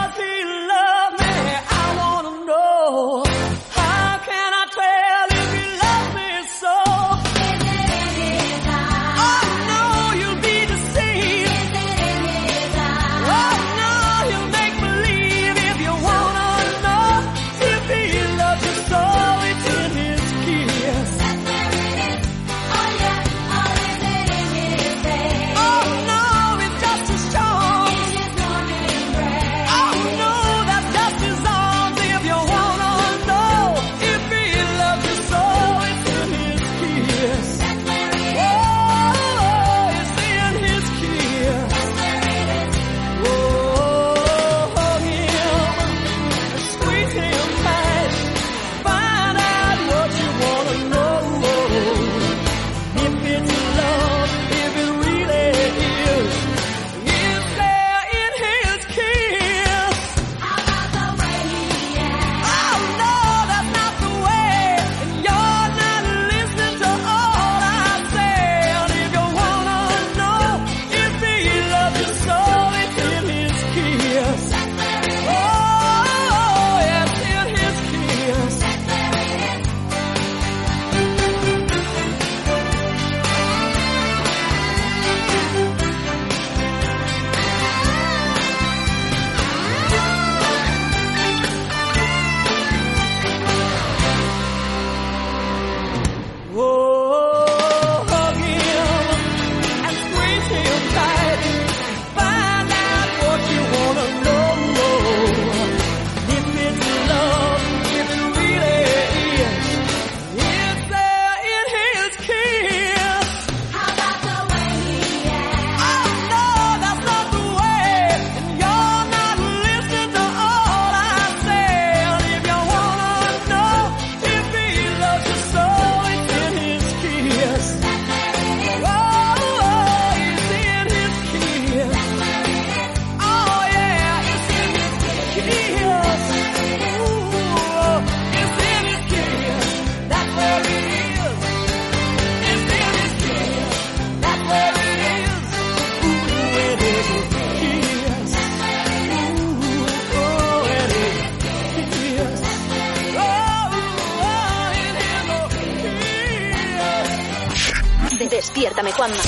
Despiértame, Juanma.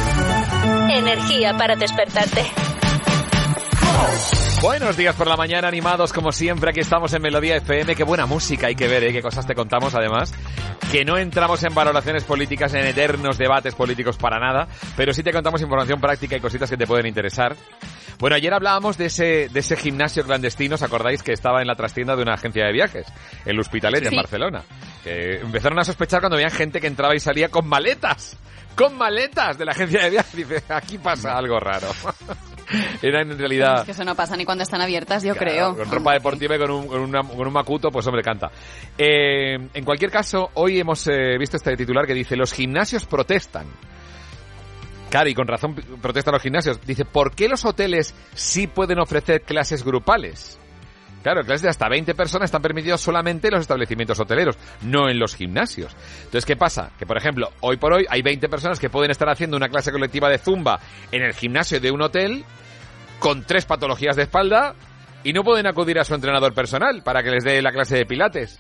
Energía para despertarte. Buenos días por la mañana, animados como siempre. Aquí estamos en Melodía F M. Qué buena música hay que ver, ¿eh? Qué cosas te contamos, además. Que no entramos en valoraciones políticas, en eternos debates políticos para nada, pero sí te contamos información práctica y cositas que te pueden interesar. Bueno, ayer hablábamos de ese de ese gimnasio clandestino, ¿os acordáis? Que estaba en la trastienda de una agencia de viajes, el Hospitalet, sí, en Barcelona. Que empezaron a sospechar cuando veían gente que entraba y salía con maletas. Con maletas de la agencia de viajes. Dice, aquí pasa algo raro. Era en realidad... Es que eso no pasa ni cuando están abiertas, yo claro, creo. Con ropa deportiva y con un, con, una, con un macuto, pues hombre, canta. Eh, en cualquier caso, hoy hemos eh, visto este titular que dice, los gimnasios protestan. Claro, y con razón protestan los gimnasios. Dice, ¿por qué los hoteles sí pueden ofrecer clases grupales? Claro, clases de hasta veinte personas están permitidos solamente en los establecimientos hoteleros, no en los gimnasios. Entonces, ¿qué pasa? Que, por ejemplo, hoy por hoy hay veinte personas que pueden estar haciendo una clase colectiva de zumba en el gimnasio de un hotel con tres patologías de espalda y no pueden acudir a su entrenador personal para que les dé la clase de pilates.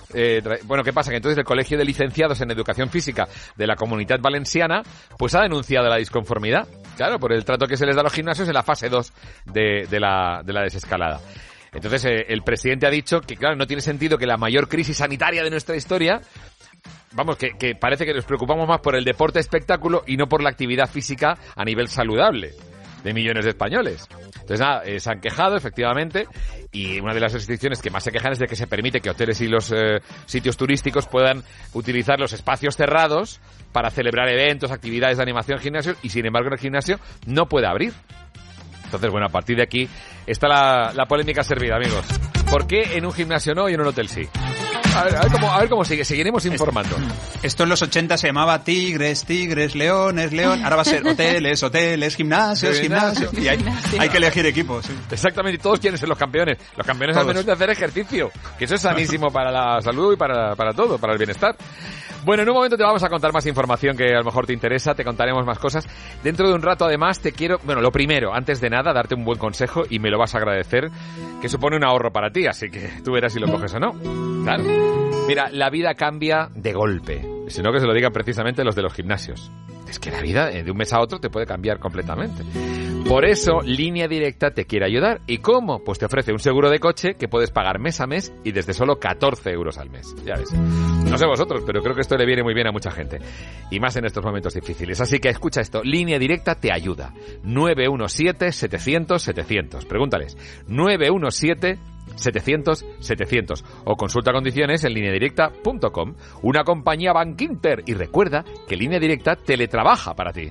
Eh, tra- bueno, ¿qué pasa? Que entonces el Colegio de Licenciados en Educación Física de la Comunitat Valenciana pues ha denunciado la disconformidad, claro, por el trato que se les da a los gimnasios en la fase dos de, de, la, de la desescalada. Entonces eh, el presidente ha dicho que, claro, no tiene sentido que la mayor crisis sanitaria de nuestra historia, vamos, que, que parece que nos preocupamos más por el deporte espectáculo y no por la actividad física a nivel saludable de millones de españoles. Entonces nada, eh, se han quejado efectivamente, y una de las restricciones que más se quejan es de que se permite que hoteles y los eh, sitios turísticos puedan utilizar los espacios cerrados para celebrar eventos, actividades de animación en gimnasios, y sin embargo en el gimnasio no puede abrir. Entonces, bueno, a partir de aquí está la, la polémica servida, amigos. ¿Por qué en un gimnasio no y en un hotel sí? A ver, a ver cómo, a ver cómo sigue, seguiremos informando. Esto en los ochenta se llamaba tigres, tigres, leones, león. Ahora va a ser hoteles, hoteles, gimnasios, gimnasios. Y hay, hay que elegir equipos. Sí. Exactamente, y todos quieren ser los campeones. Los campeones todos. Al menos de hacer ejercicio, que eso es sanísimo para la salud y para, para todo, para el bienestar. Bueno, en un momento te vamos a contar más información que a lo mejor te interesa, te contaremos más cosas. Dentro de un rato, además, te quiero... Bueno, lo primero, antes de nada, darte un buen consejo, y me lo vas a agradecer, que supone un ahorro para ti, así que tú verás si lo coges o no. Claro. Mira, la vida cambia de golpe, sino que se lo digan precisamente los de los gimnasios. Es que la vida de un mes a otro te puede cambiar completamente. Por eso, Línea Directa te quiere ayudar. ¿Y cómo? Pues te ofrece un seguro de coche que puedes pagar mes a mes y desde solo catorce euros al mes. Ya ves. No sé vosotros, pero creo que esto le viene muy bien a mucha gente. Y más en estos momentos difíciles. Así que escucha esto. Línea Directa te ayuda. nueve uno siete, setecientos, setecientos. Pregúntales. nueve uno siete, setecientos, setecientos. O consulta condiciones en línea directa punto com. Una compañía Bankinter. Y recuerda que Línea Directa teletrabaja para ti.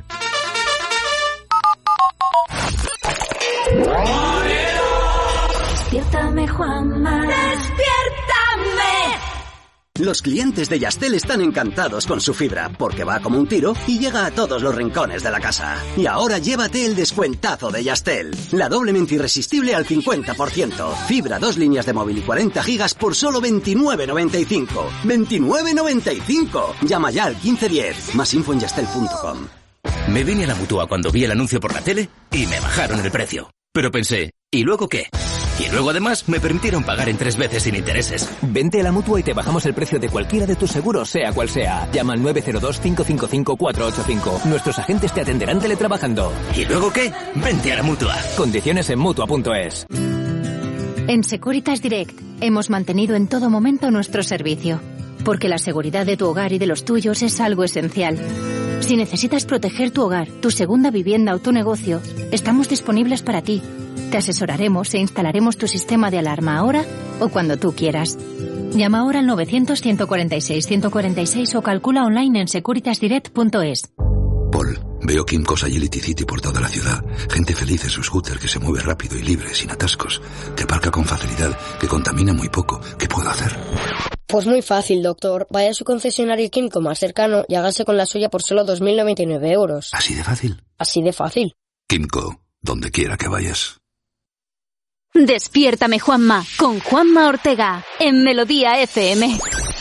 Despiértame, Juanma. ¡Despiértame! Los clientes de Yastel están encantados con su fibra, porque va como un tiro y llega a todos los rincones de la casa. Y ahora llévate el descuentazo de Yastel. La doblemente irresistible al cincuenta por ciento. Fibra, dos líneas de móvil y cuarenta gigas por solo veintinueve noventa y cinco. ¡veintinueve noventa y cinco! Llama ya al quince diez. Más info en yastel punto com. Me vine a la Mutua cuando vi el anuncio por la tele y me bajaron el precio. Pero pensé, ¿y luego qué? Y luego además me permitieron pagar en tres veces sin intereses. Vente a la Mutua y te bajamos el precio de cualquiera de tus seguros, sea cual sea. Llama al nueve cero dos, cinco cinco cinco, cuatro ocho cinco. Nuestros agentes te atenderán teletrabajando. ¿Y luego qué? Vente a la Mutua. Condiciones en Mutua punto es. En Securitas Direct hemos mantenido en todo momento nuestro servicio, porque la seguridad de tu hogar y de los tuyos es algo esencial. Si necesitas proteger tu hogar, tu segunda vivienda o tu negocio, estamos disponibles para ti. Te asesoraremos e instalaremos tu sistema de alarma ahora o cuando tú quieras. Llama ahora al novecientos, ciento cuarenta y seis, ciento cuarenta y seis o calcula online en securitas direct punto es. Paul, veo Kimco's Agility City por toda la ciudad. Gente feliz en su scooter que se mueve rápido y libre, sin atascos. Que aparca con facilidad, que contamina muy poco. ¿Qué puedo hacer? Pues muy fácil, doctor. Vaya a su concesionario Kimco más cercano y hágase con la suya por solo dos mil noventa y nueve euros. ¿Así de fácil? Así de fácil. Kimco, donde quiera que vayas. Despiértame, Juanma, con Juanma Ortega, en Melodía F M.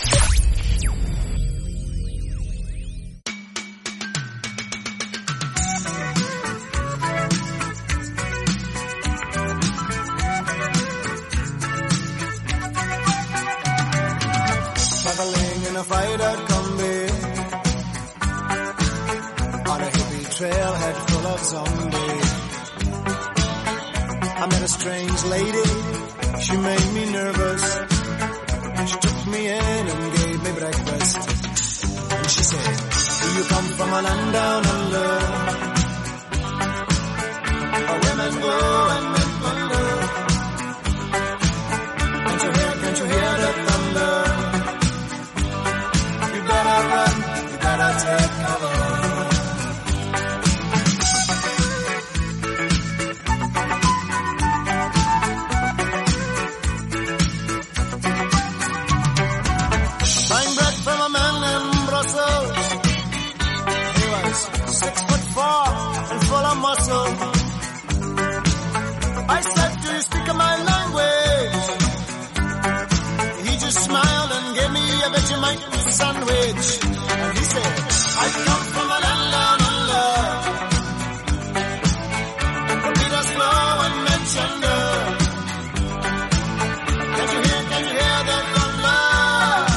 Traveling in a fried-out Kombi on a hippie trailhead full of zombies. I met a strange lady, she made me nervous. She took me in and gave me breakfast. And she said, do you come from a land down under? Where women go and men wonder. Can't you hear, can't you hear the thunder? You better run, you better take cover. Muscle. I said, do you speak my language? He just smiled and gave me a Vegemite sandwich. And he said, I come from a land down under. From Peter's Flow and Manchester. Can you hear, can you hear the thunder?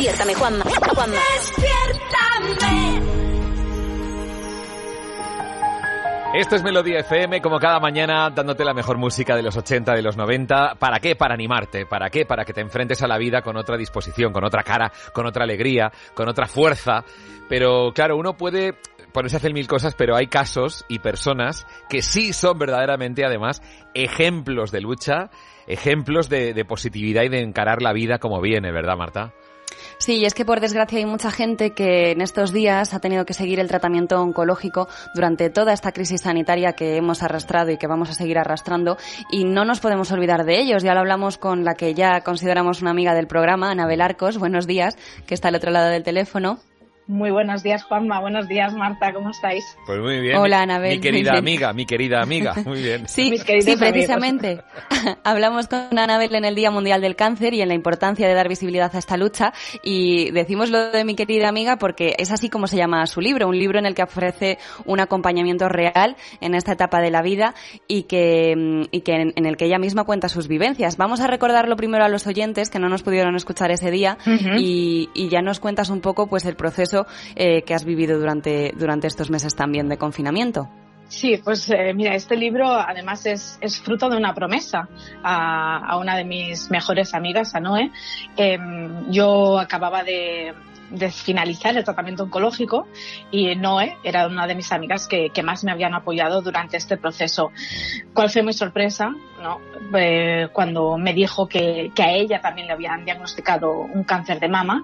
Despiértame, Juanma. Juanma. Despiértame. Esto es Melodía F M, como cada mañana, dándote la mejor música de los ochenta, de los noventa. ¿Para qué? Para animarte. ¿Para qué? Para que te enfrentes a la vida con otra disposición, con otra cara, con otra alegría, con otra fuerza. Pero claro, uno puede ponerse a hacer mil cosas, pero hay casos y personas que sí son verdaderamente, además, ejemplos de lucha, ejemplos de, de positividad y de encarar la vida como viene, ¿verdad, Marta? Sí, y es que por desgracia hay mucha gente que en estos días ha tenido que seguir el tratamiento oncológico durante toda esta crisis sanitaria que hemos arrastrado y que vamos a seguir arrastrando, y no nos podemos olvidar de ellos. Ya lo hablamos con la que ya consideramos una amiga del programa, Anabel Arcos. Buenos días, que está al otro lado del teléfono. Muy buenos días, Juanma. Buenos días, Marta. ¿Cómo estáis? Pues muy bien. Hola, Anabel. Mi querida amiga, mi querida amiga. Muy bien. Sí, sí, precisamente. Hablamos con Anabel en el Día Mundial del Cáncer y en la importancia de dar visibilidad a esta lucha. Y decimos lo de mi querida amiga porque es así como se llama su libro. Un libro en el que ofrece un acompañamiento real en esta etapa de la vida y que, y que en, en el que ella misma cuenta sus vivencias. Vamos a recordarlo primero a los oyentes que no nos pudieron escuchar ese día. Uh-huh. y, y ya nos cuentas un poco pues el proceso Eh, que has vivido durante, durante estos meses también de confinamiento. Sí, pues eh, mira, este libro además es, es fruto de una promesa a, a una de mis mejores amigas, a Noé. Eh, yo acababa de, de finalizar el tratamiento oncológico y Noé era una de mis amigas que, que más me habían apoyado durante este proceso. ¿Cuál fue mi sorpresa? ¿No? Eh, cuando me dijo que, que a ella también le habían diagnosticado un cáncer de mama,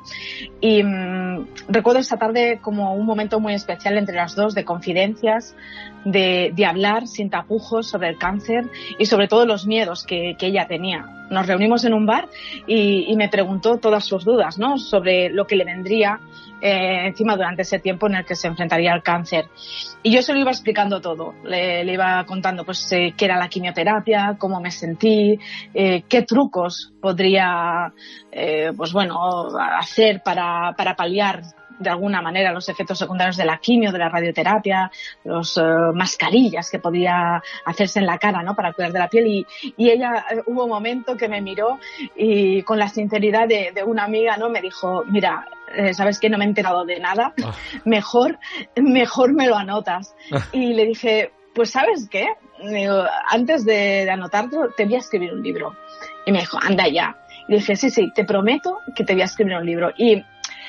y mmm, recuerdo esta tarde como un momento muy especial entre las dos, de confidencias, de, de hablar sin tapujos sobre el cáncer y sobre todo los miedos que, que ella tenía. Nos reunimos en un bar y, y me preguntó todas sus dudas, ¿no?, sobre lo que le vendría eh, encima durante ese tiempo en el que se enfrentaría al cáncer. Y yo se lo iba explicando todo, le, le iba contando pues eh, qué era la quimioterapia, cómo me sentí, eh, qué trucos podría eh, pues bueno hacer para, para paliar de alguna manera los efectos secundarios de la quimio, de la radioterapia, los uh, mascarillas que podía hacerse en la cara, ¿no?, para cuidar de la piel. Y, y ella uh, hubo un momento que me miró y con la sinceridad de, de una amiga, ¿no?, me dijo: mira, eh, ¿sabes qué? No me he enterado de nada, oh. mejor, mejor me lo anotas. Y le dije: pues ¿sabes qué? Digo, antes de, de anotarlo te voy a escribir un libro. Y me dijo: anda ya. Y le dije: sí, sí, te prometo que te voy a escribir un libro. Y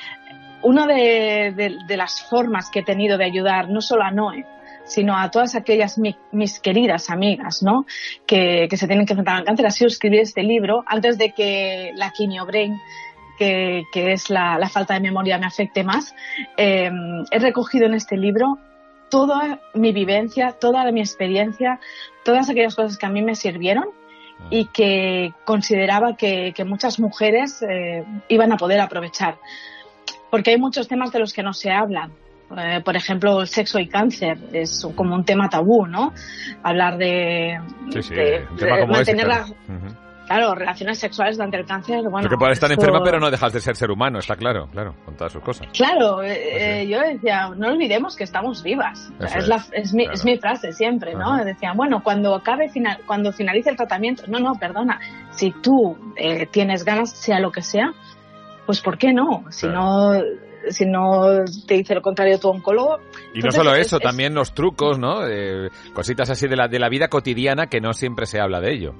una de, de, de las formas que he tenido de ayudar no solo a Noé, sino a todas aquellas mi, mis queridas amigas, ¿no?, que, que se tienen que enfrentar al cáncer, ha sido escribir este libro antes de que la quimio brain, que, que es la, la falta de memoria, me afecte más. Eh, he recogido en este libro toda mi vivencia, toda mi experiencia, todas aquellas cosas que a mí me sirvieron y que consideraba que, que muchas mujeres eh, iban a poder aprovechar. Porque hay muchos temas de los que no se hablan. Eh, por ejemplo, el sexo y cáncer es como un tema tabú, ¿no? Hablar de, sí, sí, de, un tema de como mantener ese, claro. la, uh-huh. claro, relaciones sexuales durante el cáncer. Bueno, porque puedes estar esto... enferma, pero no dejas de ser ser humano, está claro, claro, con todas sus cosas. Claro, pues eh, sí. Yo decía, no olvidemos que estamos vivas. O sea, es, es, la, es, mi, claro. es mi frase siempre, ¿no? Uh-huh. Decía, bueno, cuando acabe, final, cuando finalice el tratamiento, no, no, perdona, si tú eh, tienes ganas, sea lo que sea, pues ¿por qué no? Si claro. no... si no te dice lo contrario tu oncólogo. Y no solo eso, es, también es... los trucos, ¿no? Eh, cositas así de la, de la vida cotidiana que no siempre se habla de ello.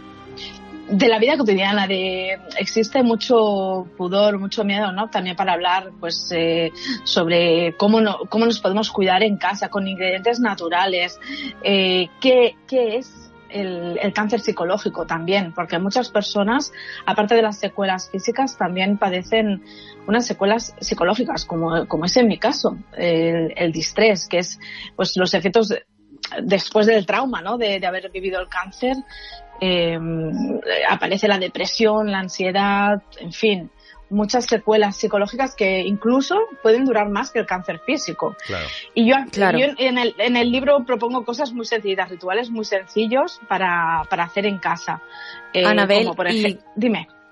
De la vida cotidiana, de existe mucho pudor, mucho miedo, ¿no? También para hablar, pues, eh, sobre cómo no, cómo nos podemos cuidar en casa con ingredientes naturales, eh, qué, qué es El, el cáncer psicológico también, porque muchas personas, aparte de las secuelas físicas, también padecen unas secuelas psicológicas, como, como es en mi caso, el, el distrés, que es pues los efectos de, después del trauma, ¿no?, de, de haber vivido el cáncer. Eh, aparece la depresión, la ansiedad, en fin, muchas secuelas psicológicas que incluso pueden durar más que el cáncer físico. Claro. Y yo, claro. yo en, el, en el libro propongo cosas muy sencillas, rituales muy sencillos para, para hacer en casa. Eh, Anabel, como por ejemplo, y... dime.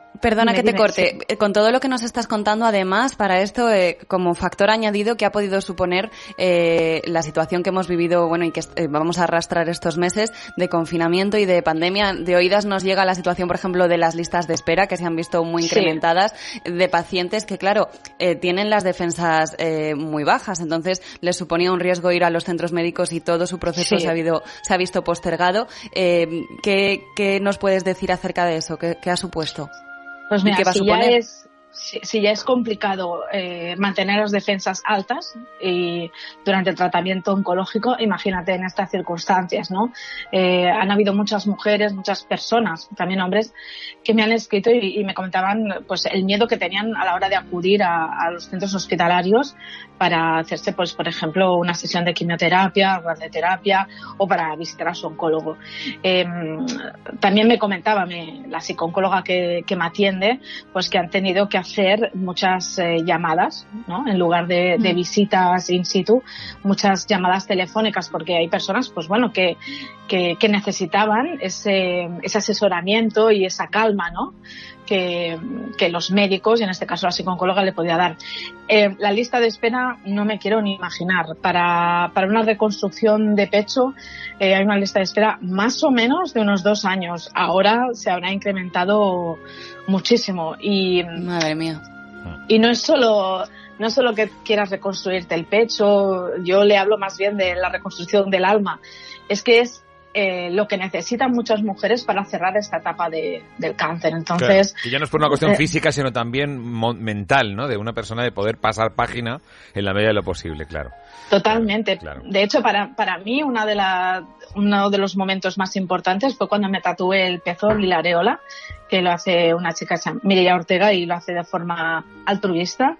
Perdona Dime, que te dime, corte. sí. Con todo lo que nos estás contando, además, para esto, eh, como factor añadido que ha podido suponer eh, la situación que hemos vivido, bueno, y que eh, vamos a arrastrar estos meses de confinamiento y de pandemia, de oídas nos llega la situación, por ejemplo, de las listas de espera que se han visto muy incrementadas, sí. de pacientes que, claro, eh, tienen las defensas eh, muy bajas, entonces les suponía un riesgo ir a los centros médicos y todo su proceso Sí. se ha habido, se ha visto postergado. Eh, ¿qué, ¿Qué nos puedes decir acerca de eso? ¿Qué, qué ha supuesto? Pues ¿Y mira, qué va a si ya suponer? es si, si ya es complicado eh, mantener las defensas altas y durante el tratamiento oncológico, imagínate en estas circunstancias, ¿no? Eh, han habido muchas mujeres, muchas personas, también hombres, que me han escrito y, y me comentaban pues el miedo que tenían a la hora de acudir a, a los centros hospitalarios para hacerse, pues por ejemplo, una sesión de quimioterapia, radioterapia o para visitar a su oncólogo. Eh, también me comentaba me, la psicóloga que, que me atiende, pues que han tenido que hacer muchas eh, llamadas, ¿no? En lugar de, de visitas in situ, muchas llamadas telefónicas, porque hay personas, pues bueno, que, que, que necesitaban ese, ese asesoramiento y esa calma, ¿no? Que, que los médicos, y en este caso la psicóloga, le podía dar. Eh, la lista de espera no me quiero ni imaginar. Para, para una reconstrucción de pecho eh, hay una lista de espera más o menos de unos dos años. Ahora se habrá incrementado muchísimo. Y, madre mía. Y no es solo... No es solo que quieras reconstruirte el pecho, yo le hablo más bien de la reconstrucción del alma. Es que es eh, lo que necesitan muchas mujeres para cerrar esta etapa de, del cáncer. Entonces, claro, que ya no es por una cuestión eh, física, sino también mo- mental, ¿no? De una persona de poder pasar página en la medida de lo posible, claro. Totalmente. Claro. De hecho, para, para mí, una de la, uno de los momentos más importantes fue cuando me tatué el pezón y la areola, que lo hace una chica, Mireia Ortega, y lo hace de forma altruista.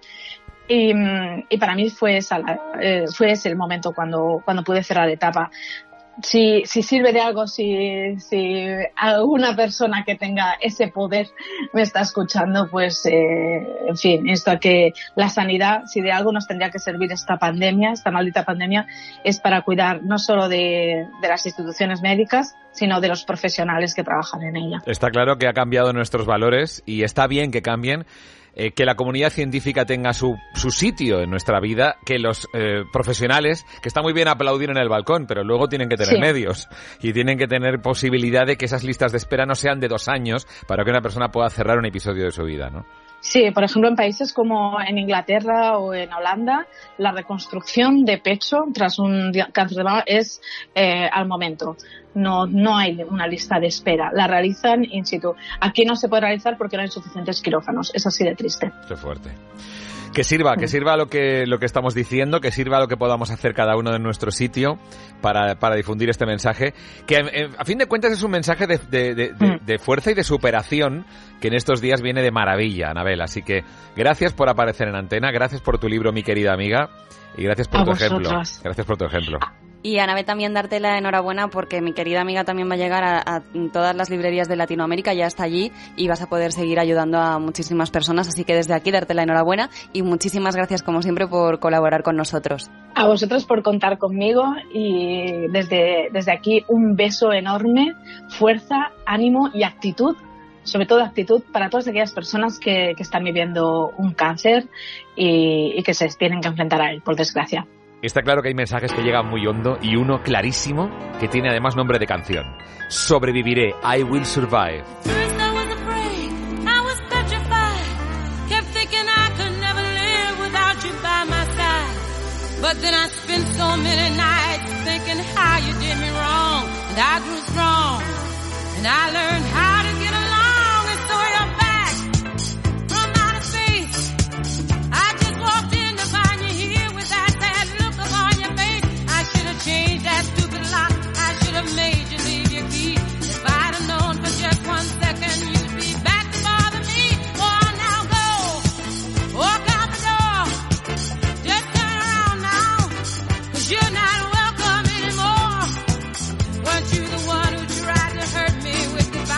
Y, y para mí fue, esa, eh, fue ese el momento cuando, cuando pude cerrar la etapa. Si, si sirve de algo, si, si alguna persona que tenga ese poder me está escuchando, pues, eh, en fin, esto a que la sanidad, si de algo nos tendría que servir esta pandemia, esta maldita pandemia, es para cuidar no solo de, de las instituciones médicas, sino de los profesionales que trabajan en ella. Está claro que ha cambiado nuestros valores y está bien que cambien. Eh, que la comunidad científica tenga su, su sitio en nuestra vida, que los eh, profesionales, que está muy bien aplaudir en el balcón, pero luego tienen que tener Sí. medios y tienen que tener posibilidad de que esas listas de espera no sean de dos años para que una persona pueda cerrar un episodio de su vida, ¿no? Sí, por ejemplo, en países como en Inglaterra o en Holanda, la reconstrucción de pecho tras un cáncer de mama es eh, al momento. No, no hay una lista de espera. La realizan in situ. Aquí no se puede realizar porque no hay suficientes quirófanos. Es así de triste. Qué fuerte. Que sirva, que sirva lo que lo que estamos diciendo, que sirva lo que podamos hacer cada uno en nuestro sitio para, para difundir este mensaje, que eh, a fin de cuentas es un mensaje de, de, de, de, de fuerza y de superación que en estos días viene de maravilla, Anabel. Así que gracias por aparecer en antena, gracias por tu libro, mi querida amiga, y gracias por A tu vosotros. ejemplo. Gracias por tu ejemplo. Y Anabel, también darte la enhorabuena porque mi querida amiga también va a llegar a, a todas las librerías de Latinoamérica, ya está allí y vas a poder seguir ayudando a muchísimas personas, así que desde aquí darte la enhorabuena y muchísimas gracias como siempre por colaborar con nosotros. A vosotros por contar conmigo y desde, desde aquí un beso enorme, fuerza, ánimo y actitud, sobre todo actitud para todas aquellas personas que, que están viviendo un cáncer y, y que se tienen que enfrentar a él, por desgracia. Está claro que hay mensajes que llegan muy hondo y uno clarísimo que tiene además nombre de canción. Sobreviviré, I will survive. First I was afraid, I was petrified. Kept thinking I could never live without you by my side. But then I spent so many nights thinking how you did me wrong. And I grew strong. And I learned how to get along. And so you're back from outer space. I just walked in to find you here with that sad look upon your face. I should have changed that stupid lock. I should have made you leave your key. If I'd have known for just one second you'd be back to bother me. Oh, now go. Walk out the door. Just turn around now. 'Cause you're not welcome anymore. Weren't you the one who tried to hurt me with goodbye?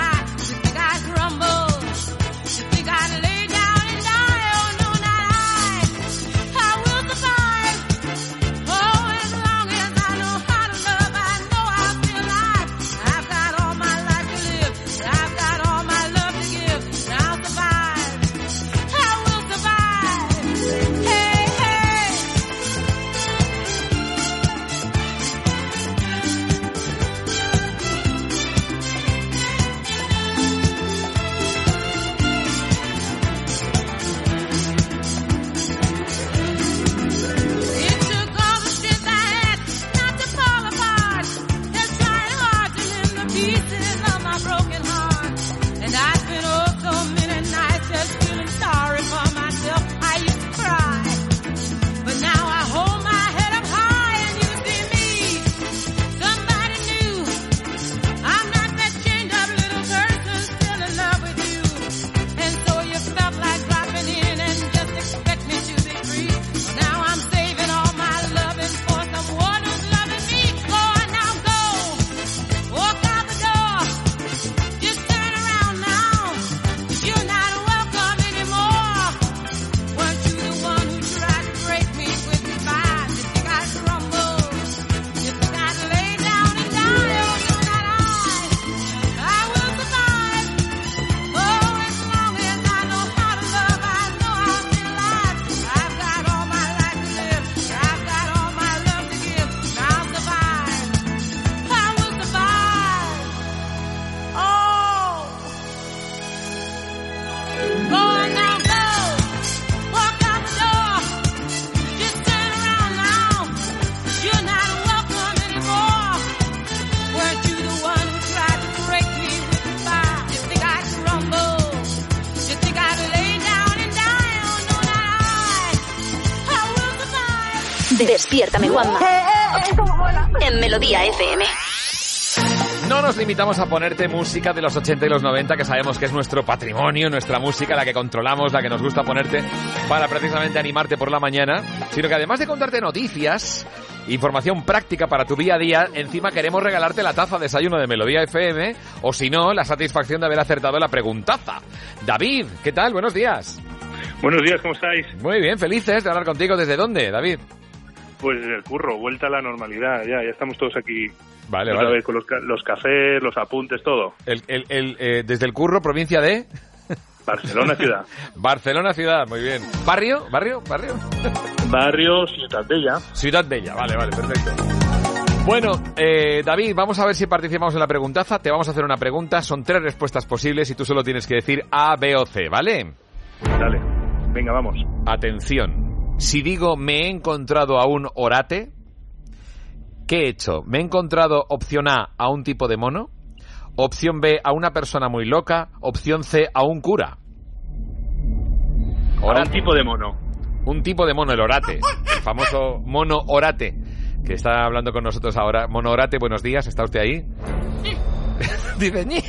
Despiértame, Juanma. En Melodía F M. No nos limitamos a ponerte música de los ochenta y los noventa, que sabemos que es nuestro patrimonio, nuestra música, la que controlamos, la que nos gusta ponerte para precisamente animarte por la mañana, sino que además de contarte noticias, información práctica para tu día a día, encima queremos regalarte la taza de desayuno de Melodía F M, o si no, la satisfacción de haber acertado la preguntaza. David, ¿qué tal? Buenos días. Buenos días, ¿cómo estáis? Muy bien, felices de hablar contigo. ¿Desde dónde, David? Pues desde el curro, vuelta a la normalidad, ya, ya estamos todos aquí. Vale, otra vale. vez con los, ca- los cafés, los apuntes, todo. El, el, el, eh, desde el curro, provincia de... Barcelona ciudad. Barcelona ciudad, muy bien. ¿Barrio? ¿Barrio? ¿Barrio? Barrio Ciudad Bella. Ciudad Bella, vale, vale, perfecto. Bueno, eh, David, vamos a ver si participamos en la preguntaza. Te vamos a hacer una pregunta, son tres respuestas posibles y tú solo tienes que decir A, B o C, ¿vale? Dale, venga, vamos. Atención. Si digo me he encontrado a un orate, ¿qué he hecho? ¿Me he encontrado, opción A, a un tipo de mono? Opción B, a una persona muy loca. Opción C, a un cura. Orate. A un tipo de mono. Un tipo de mono, el orate. El famoso mono orate, que está hablando con nosotros ahora. Mono orate, buenos días, ¿está usted ahí? Dice, ñi.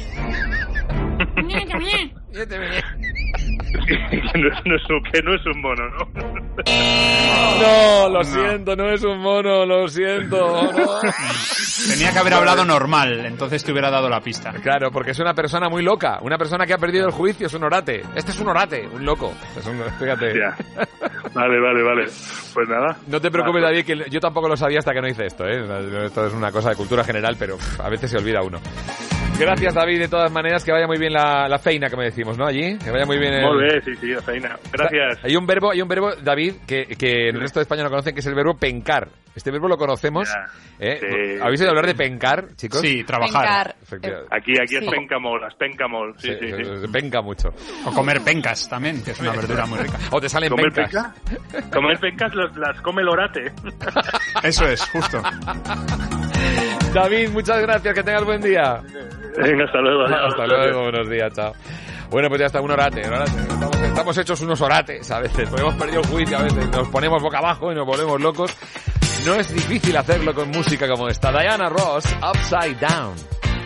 que, no, no es un, que no es un mono, ¿no? No, lo siento, no es un mono, lo siento. No. Tenía que haber hablado normal, entonces te hubiera dado la pista. Claro, porque es una persona muy loca, una persona que ha perdido el juicio, es un orate. Este es un orate, un loco. Es un, fíjate. Ya. Vale, vale, vale. Pues nada. No te preocupes, vale. David, que yo tampoco lo sabía hasta que no hice esto, ¿eh? Esto es una cosa de cultura general, pero a veces se olvida uno. Gracias, David, de todas maneras, que vaya muy bien la, la feina, que me decimos, ¿no? Allí, que vaya muy bien el... Muy bien, sí, sí, la feina. Gracias. Hay un verbo, hay un verbo, David, que, que en el resto de España no conocen, que es el verbo pencar. Este verbo lo conocemos. ¿eh? Sí, ¿Habéis oído hablar de pencar, chicos? Sí, trabajar. Aquí, aquí sí. Es pencamol, es pencamol. Sí, sí, sí, sí. Penca mucho. O comer pencas también, que es una verdura muy rica. O te salen ¿Comer pencas. Penca? Comer pencas las, las come el orate. Eso es, justo. David, muchas gracias, que tengas buen día. Venga, hasta luego. Hasta, hasta luego, buenos días, chao. Bueno, pues ya está, un orate, un orate. Estamos, estamos hechos unos orates a veces, porque hemos perdido el juicio a veces, nos ponemos boca abajo y nos volvemos locos. No es difícil hacerlo con música como esta. Diana Ross, Upside Down.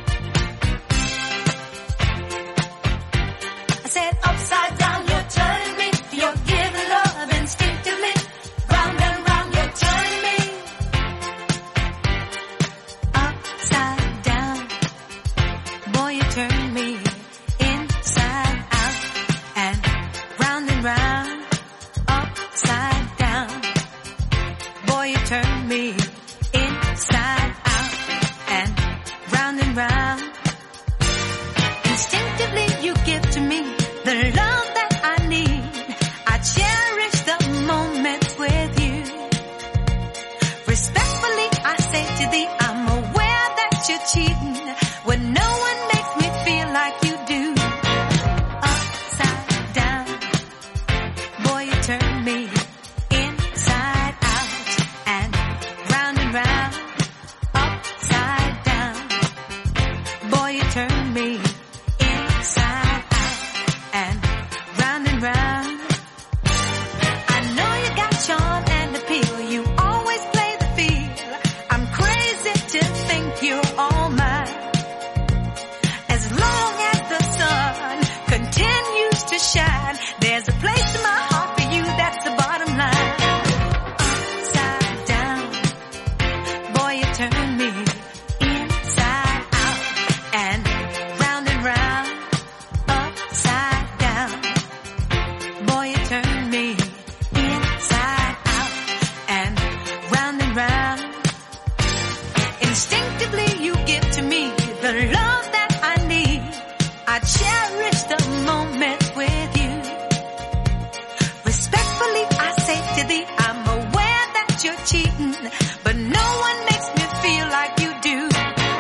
I said upside down, you're turning me, you're giving love instinctively, round and round, you're turning me. Upside down, boy, you turn me inside out, and round and round, upside down, boy, you turn me inside out, and round and round. Instinctively you give to me the love that I need. I cherish the moments with you. Respectfully I say to thee, I'm aware that you're cheating when no one makes me feel like you do. Upside down, boy, you turn me inside out, and round and round. Upside down, boy, you turn me inside out, and round and round. I know you got charm and appeal, you always play the field. I'm crazy to think you're all mine. As long as the sun continues to shine, there's a place in my heart for you, that's the bottom line. Upside down, boy, you turn me inside out, and round and round. Upside down, boy, you turn me inside out, and round and round. Instinctively you give to me the love that I need. I cherish the moments with you. Respectfully I say to thee, I'm aware that you're cheating, but no one makes me feel like you do.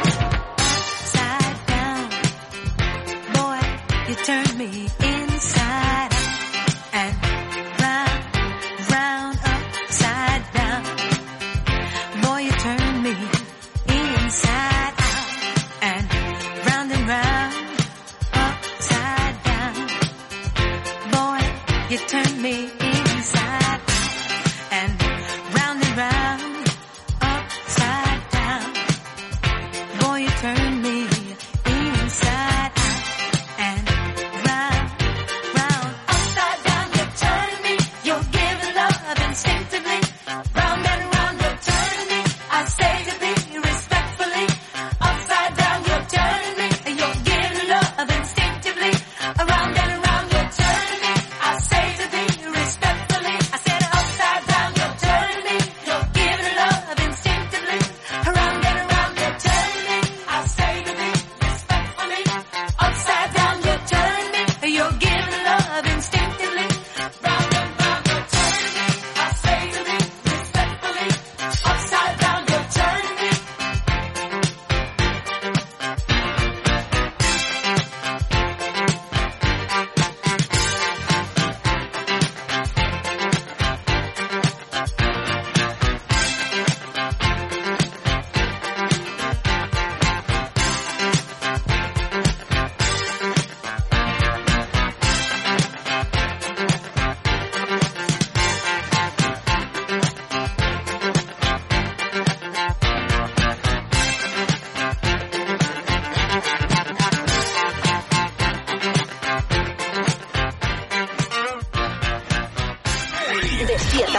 Upside down, boy, you turn me inside out, and round, round, upside down. Boy, you turn me inside out, and round and round, upside down. Boy, you turn me inside out, and round and round.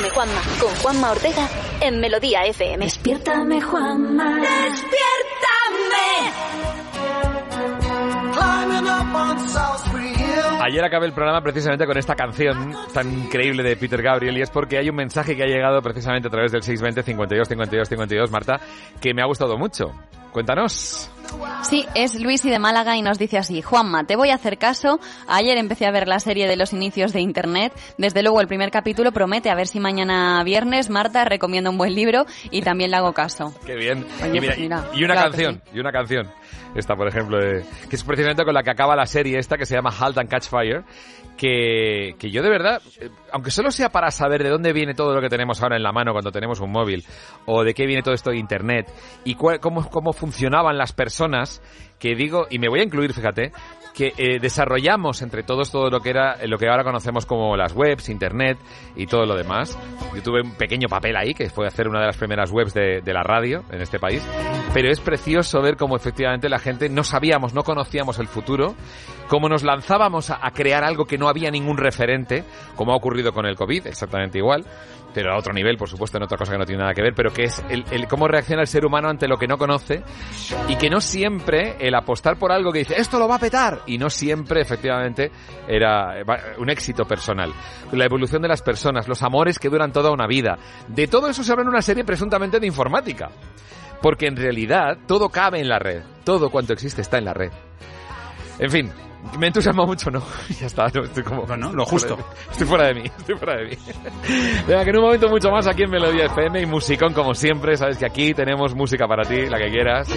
Despiértame, Juanma, con Juanma Ortega en Melodía F M. Despiértame, Juanma. Despiértame. Ayer acabé el programa precisamente con esta canción tan increíble de Peter Gabriel, y es porque hay un mensaje que ha llegado precisamente a través del seis veinte, cincuenta y dos, cincuenta y dos, cincuenta y dos, Marta, que me ha gustado mucho. Cuéntanos. Sí, es Luisi de Málaga y nos dice así: Juanma, te voy a hacer caso. Ayer empecé a ver la serie de los inicios de Internet. Desde luego el primer capítulo promete, a ver si mañana viernes Marta recomienda un buen libro y también le hago caso. Qué bien. Oye, y, mira, pues mira, y una claro canción, sí. y una canción. Esta, por ejemplo, de, que es precisamente con la que acaba la serie esta, que se llama Halt and Catch Fire, que, que yo de verdad, eh, aunque solo sea para saber de dónde viene todo lo que tenemos ahora en la mano cuando tenemos un móvil, o de qué viene todo esto de Internet, y cuál, cómo, cómo funcionaban las personas, que digo, y me voy a incluir, fíjate, que eh, desarrollamos entre todos todo lo que era lo que ahora conocemos como las webs, Internet y todo lo demás. Yo tuve un pequeño papel ahí, que fue hacer una de las primeras webs de, de la radio en este país, pero es precioso ver cómo efectivamente la gente no sabíamos, no conocíamos el futuro, cómo nos lanzábamos a, a crear algo que no había ningún referente, como ha ocurrido con el COVID, exactamente igual, pero a otro nivel, por supuesto, en otra cosa que no tiene nada que ver, pero que es el, el cómo reacciona el ser humano ante lo que no conoce, y que no siempre el apostar por algo que dice esto lo va a petar, y no siempre efectivamente era un éxito personal. La evolución de las personas, los amores que duran toda una vida, de todo eso se habla en una serie presuntamente de informática, porque en realidad todo cabe en la red, todo cuanto existe está en la red. En fin, me entusiasma mucho, ¿no? Ya está, no, estoy como... No, no, lo justo. Estoy fuera de mí, estoy fuera de mí. Venga, que en un momento mucho más aquí en Melodía F M y musicón como siempre. Sabes que aquí tenemos música para ti, la que quieras.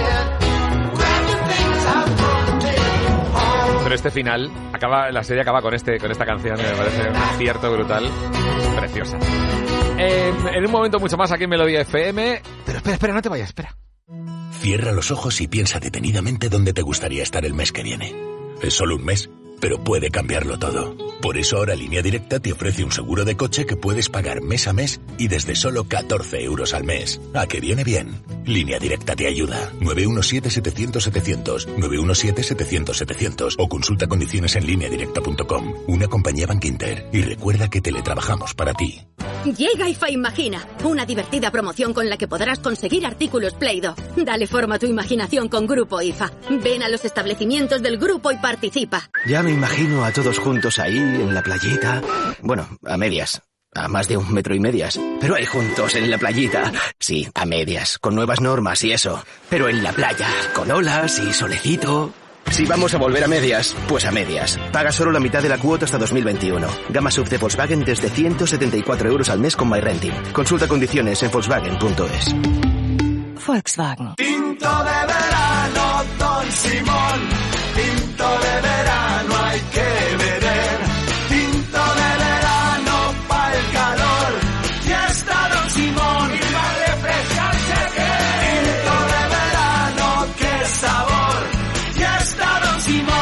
Pero este final, acaba la serie acaba con este con esta canción, que me parece un acierto brutal, preciosa. Eh, en un momento mucho más aquí en Melodía F M. Pero espera, espera, no te vayas, espera. Cierra los ojos y piensa detenidamente dónde te gustaría estar el mes que viene. Es solo un mes, pero puede cambiarlo todo. Por eso ahora Línea Directa te ofrece un seguro de coche que puedes pagar mes a mes y desde solo catorce euros al mes. ¿A qué viene bien? Línea Directa te ayuda. nueve uno siete, setecientos, setecientos, nueve uno siete, setecientos, setecientos o consulta condiciones en línea directa punto com. Una compañía Bankinter. Y recuerda que teletrabajamos para ti. Llega IFA Imagina, una divertida promoción con la que podrás conseguir artículos Play-Doh. Dale forma a tu imaginación con Grupo IFA. Ven a los establecimientos del grupo y participa. Ya me imagino a todos juntos ahí, en la playita. Bueno, a medias. A más de un metro y medias. Pero ahí juntos, en la playita. Sí, a medias, con nuevas normas y eso. Pero en la playa, con olas y solecito. Si vamos a volver a medias, pues a medias. Paga solo la mitad de la cuota hasta dos mil veintiuno. Gama sub de Volkswagen desde ciento setenta y cuatro euros al mes con MyRenting. Consulta condiciones en Volkswagen punto es. Volkswagen. Tinto de verano, Don Simón. Tinto de verano hay que beber. Tinto de verano para el calor. Ya está Don Simón. Y para refrescarse que. Tinto de verano, qué sabor. Ya está Don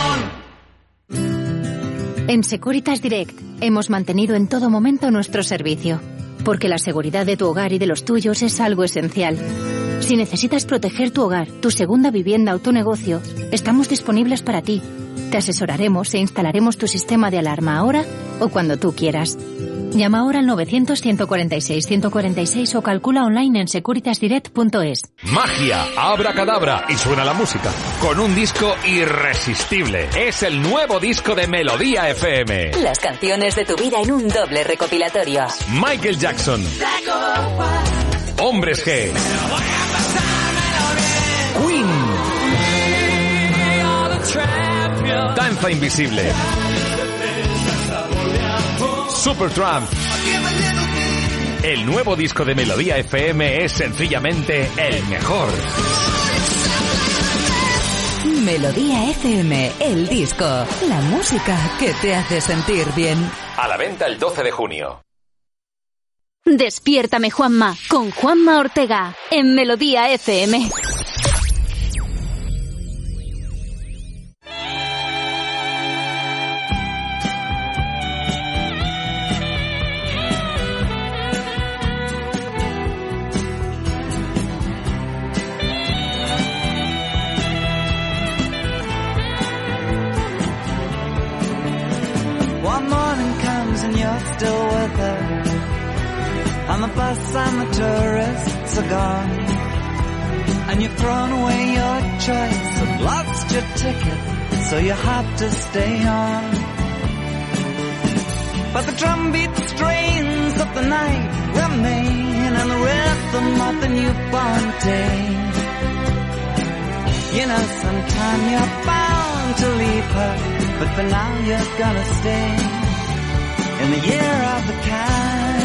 Simón. En Securitas Direct hemos mantenido en todo momento nuestro servicio, porque la seguridad de tu hogar y de los tuyos es algo esencial. Si necesitas proteger tu hogar, tu segunda vivienda o tu negocio, estamos disponibles para ti. Te asesoraremos e instalaremos tu sistema de alarma ahora o cuando tú quieras. Llama ahora al novecientos, ciento cuarenta y seis, ciento cuarenta y seis o calcula online en securitas direct punto es. Magia, abracadabra y suena la música con un disco irresistible. Es el nuevo disco de Melodía F M. Las canciones de tu vida en un doble recopilatorio. Michael Jackson, Hombres G, Queen, Danza Invisible, Supertramp. El nuevo disco de Melodía F M es sencillamente el mejor. Melodía F M, el disco, la música que te hace sentir bien. A la venta el doce de junio. Despiértame, Juanma, con Juanma Ortega, en Melodía F M. One morning comes and you're still with her. And the bus and the tourists are gone. And you've thrown away your choice and lost your ticket, so you have to stay on. But the drumbeat strains of the night remain, and the rhythm of the newborn day. You know, sometime you're bound to leave her, but for now you're gonna stay in the year of the cat.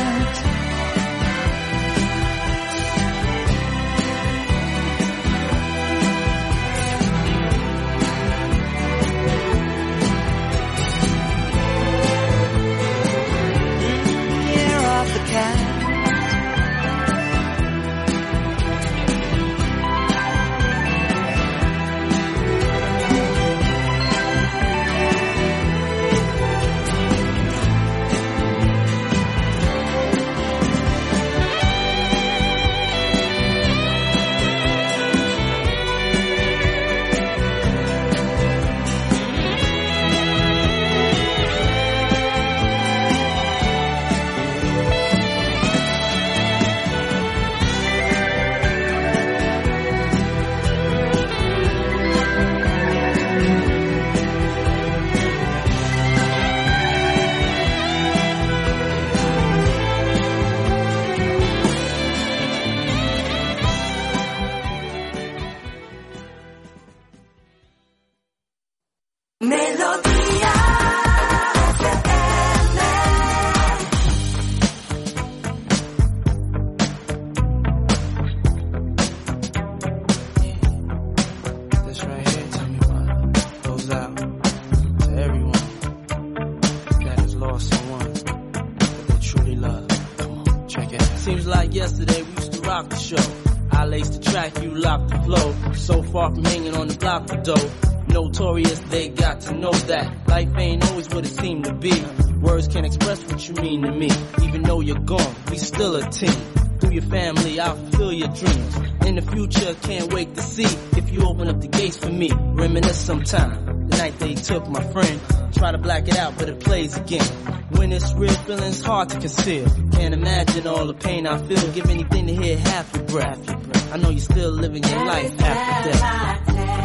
Notorious, they got to know that life ain't always what it seemed to be. Words can't express what you mean to me. Even though you're gone, we still a team. Through your family, I'll fulfill your dreams. In the future, can't wait to see if you open up the gates for me. Reminisce sometime, the night they took my friend. Try to black it out, but it plays again. When it's real, feeling's hard to conceal. Can't imagine all the pain I feel. Give anything to hear half your breath. I know you're still living your life after death.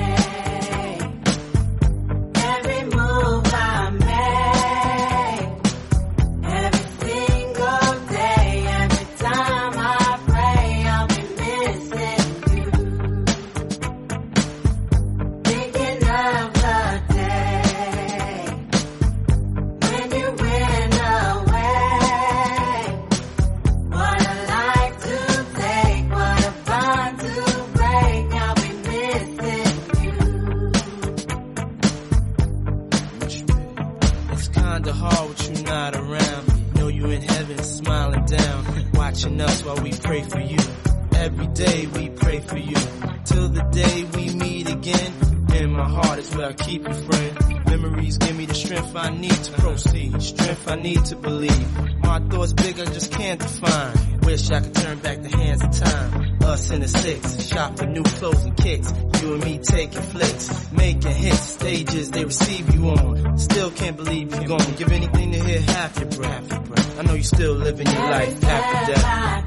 Us while we pray for you. Every day we pray for you. Till the day we meet again. In my heart is where I keep you, friend. Memories give me the strength I need to proceed. Strength I need to believe. My thoughts big, I just can't define. Wish I could turn back the hands of time. Us in the six, shop for new clothes and kicks. You and me taking flicks, making hits. Stages they receive you on. Still can't believe you're gone. Give anything to hear half your breath. I know you're still living your life after death.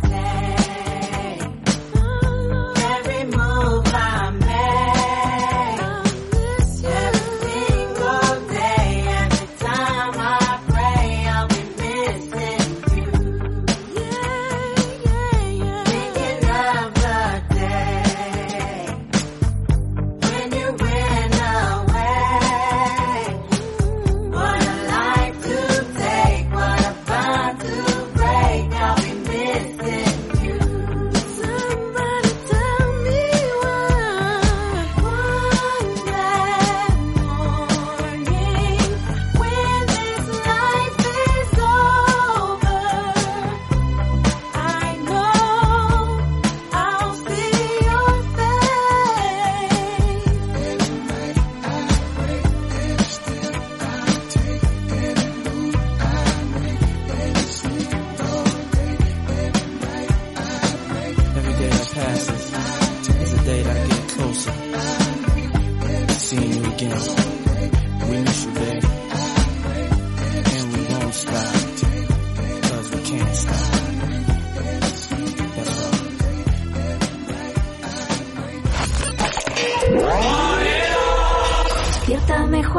Every move I make, every single day, every time I pray, I'll be missing you. Thinking of the day when you went away. What a life to take, what a bond to break. I'll be missing you. Somebody tell me why. One bad morning when this life is over, I know I'll see your face. Every night I pray, every step I take, every move I make, every single day, every night I pray. Every day that passes is a day that I get closer. Seeing you again. We miss you, babe. And we won't stop. Cause we can't stop.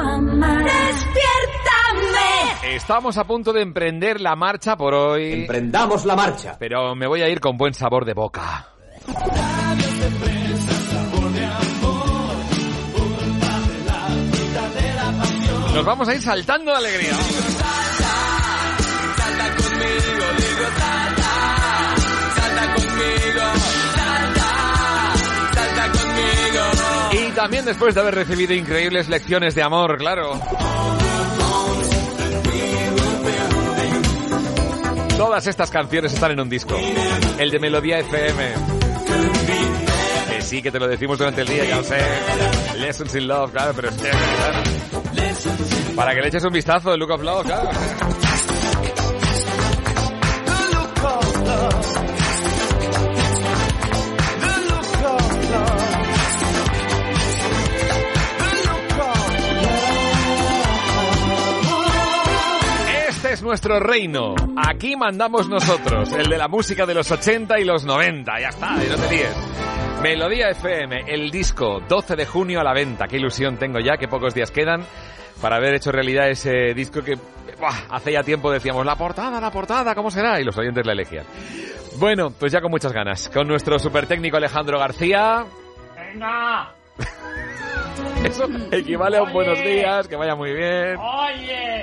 Juanma. ¡Despiértame! Estamos a punto de emprender la marcha por hoy. Emprendamos la marcha. Pero me voy a ir con buen sabor de boca. Nos vamos a ir saltando de alegría. Salta, salta conmigo, digo salta, salta conmigo, salta, salta conmigo. Y también después de haber recibido increíbles lecciones de amor, claro. Todas estas canciones están en un disco. El de Melodía F M. Que sí, que te lo decimos durante el día, ya lo sé. Lessons in Love, claro, pero es que... Para que le eches un vistazo de Look of Love, claro. Este es nuestro reino. Aquí mandamos nosotros, el de la música de los ochenta y los noventa. Ya está, y no te líes. Melodía F M, el disco, doce de junio a la venta. Qué ilusión tengo ya, que pocos días quedan para haber hecho realidad ese disco que ¡buah! Hace ya tiempo decíamos, la portada, la portada, ¿cómo será? Y los oyentes la elegían. Bueno, pues ya con muchas ganas. Con nuestro super técnico Alejandro García. ¡Venga! Eso equivale a un Oye. buenos días, que vaya muy bien. ¡Oye!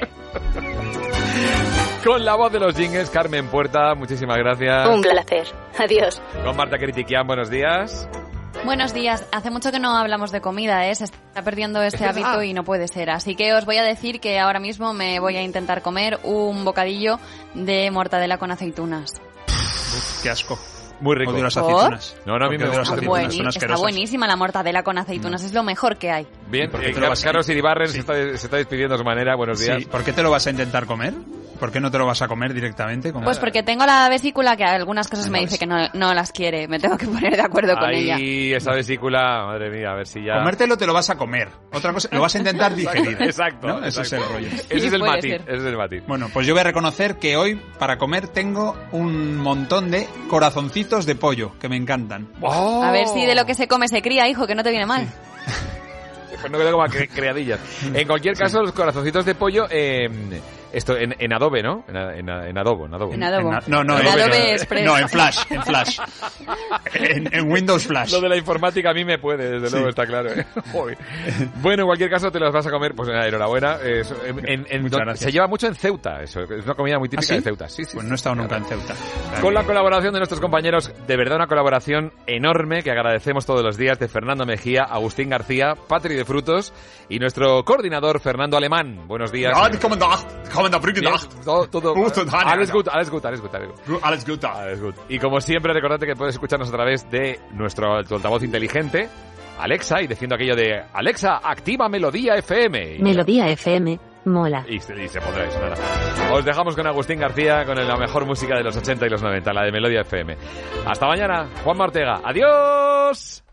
Con la voz de los jingles, Carmen Puerta, muchísimas gracias. Un placer. Adiós. Con Marta Critiquian, buenos días. Buenos días. Hace mucho que no hablamos de comida, ¿eh? Se está perdiendo este Es verdad. hábito y no puede ser. Así que os voy a decir que ahora mismo me voy a intentar comer un bocadillo de mortadela con aceitunas. Uf, qué asco. Muy rico. Odio las ¿Por? aceitunas. No, no, a mí me Porque odio las gusta. aceitunas, Bueni- son está asquerosas. buenísima la mortadela con aceitunas, es lo mejor que hay. Bien, ¿Por qué eh, te lo vas a- Carlos Iribarren Sí. se, está, se está despidiendo a su manera. Buenos días. Sí, ¿por qué te lo vas a intentar comer? ¿Por qué no te lo vas a comer directamente? Como- Pues porque tengo la vesícula que algunas cosas me dice que no, no las quiere. Me tengo que poner de acuerdo con ella. Ahí, esa vesícula, madre mía, a ver si ya... Comértelo te lo vas a comer. Otra cosa, lo vas a intentar digerir. Exacto, ¿no? Ese es el exacto. rollo. Ese es el Puede matiz, ser. ese es el matiz. Bueno, pues yo voy a reconocer que hoy para comer tengo un montón de corazoncitos de pollo que me encantan. ¡Oh! A ver si de lo que se come se cría, hijo, que no te viene mal. Pues no quedo como a cre- creadillas. En cualquier caso, los corazoncitos de pollo, eh, esto en, en Adobe, ¿no? En, en, en Adobo, en Adobo. En Adobo. En- no, no, En en, Adobe en- Express. no, en Flash, en Flash. En, en Windows Flash. Lo de la informática a mí me puede, desde Sí. luego, está claro. ¿eh? Joder. Bueno, en cualquier caso, te los vas a comer, pues nada, enhorabuena. Eh, eso, en, en- en- Muchas do- gracias. se lleva mucho en Ceuta, eso. Es una comida muy típica ¿Ah, sí? de Ceuta. Sí, sí. Pues no he estado nunca en Ceuta. Con la colaboración de nuestros compañeros, de verdad una colaboración enorme que agradecemos todos los días, de Fernando Mejía, Agustín García, Patri de Frutos y nuestro coordinador Fernando Alemán. Buenos días. Ja, komm da, komm da, brücken da. Bien, todo, todo. Guten Tag. Alles gut, alles gut, alles gut, alles gut. Alles gut. Alles gut. Y como siempre, recordad que puedes escucharnos a través de nuestro tu altavoz inteligente, Alexa, y diciendo aquello de Alexa, activa Melodía F M. Y- Melodía F M, mola. Y se, y se pondrá eso, nada. Os dejamos con Agustín García, con la mejor música de los ochenta y los noventa, la de Melodía F M. Hasta mañana, Juanma Ortega. ¡Adiós!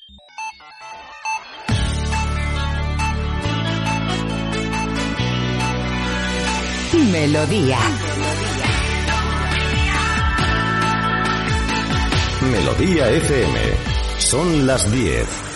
Melodía. Melodía F M. Son las diez.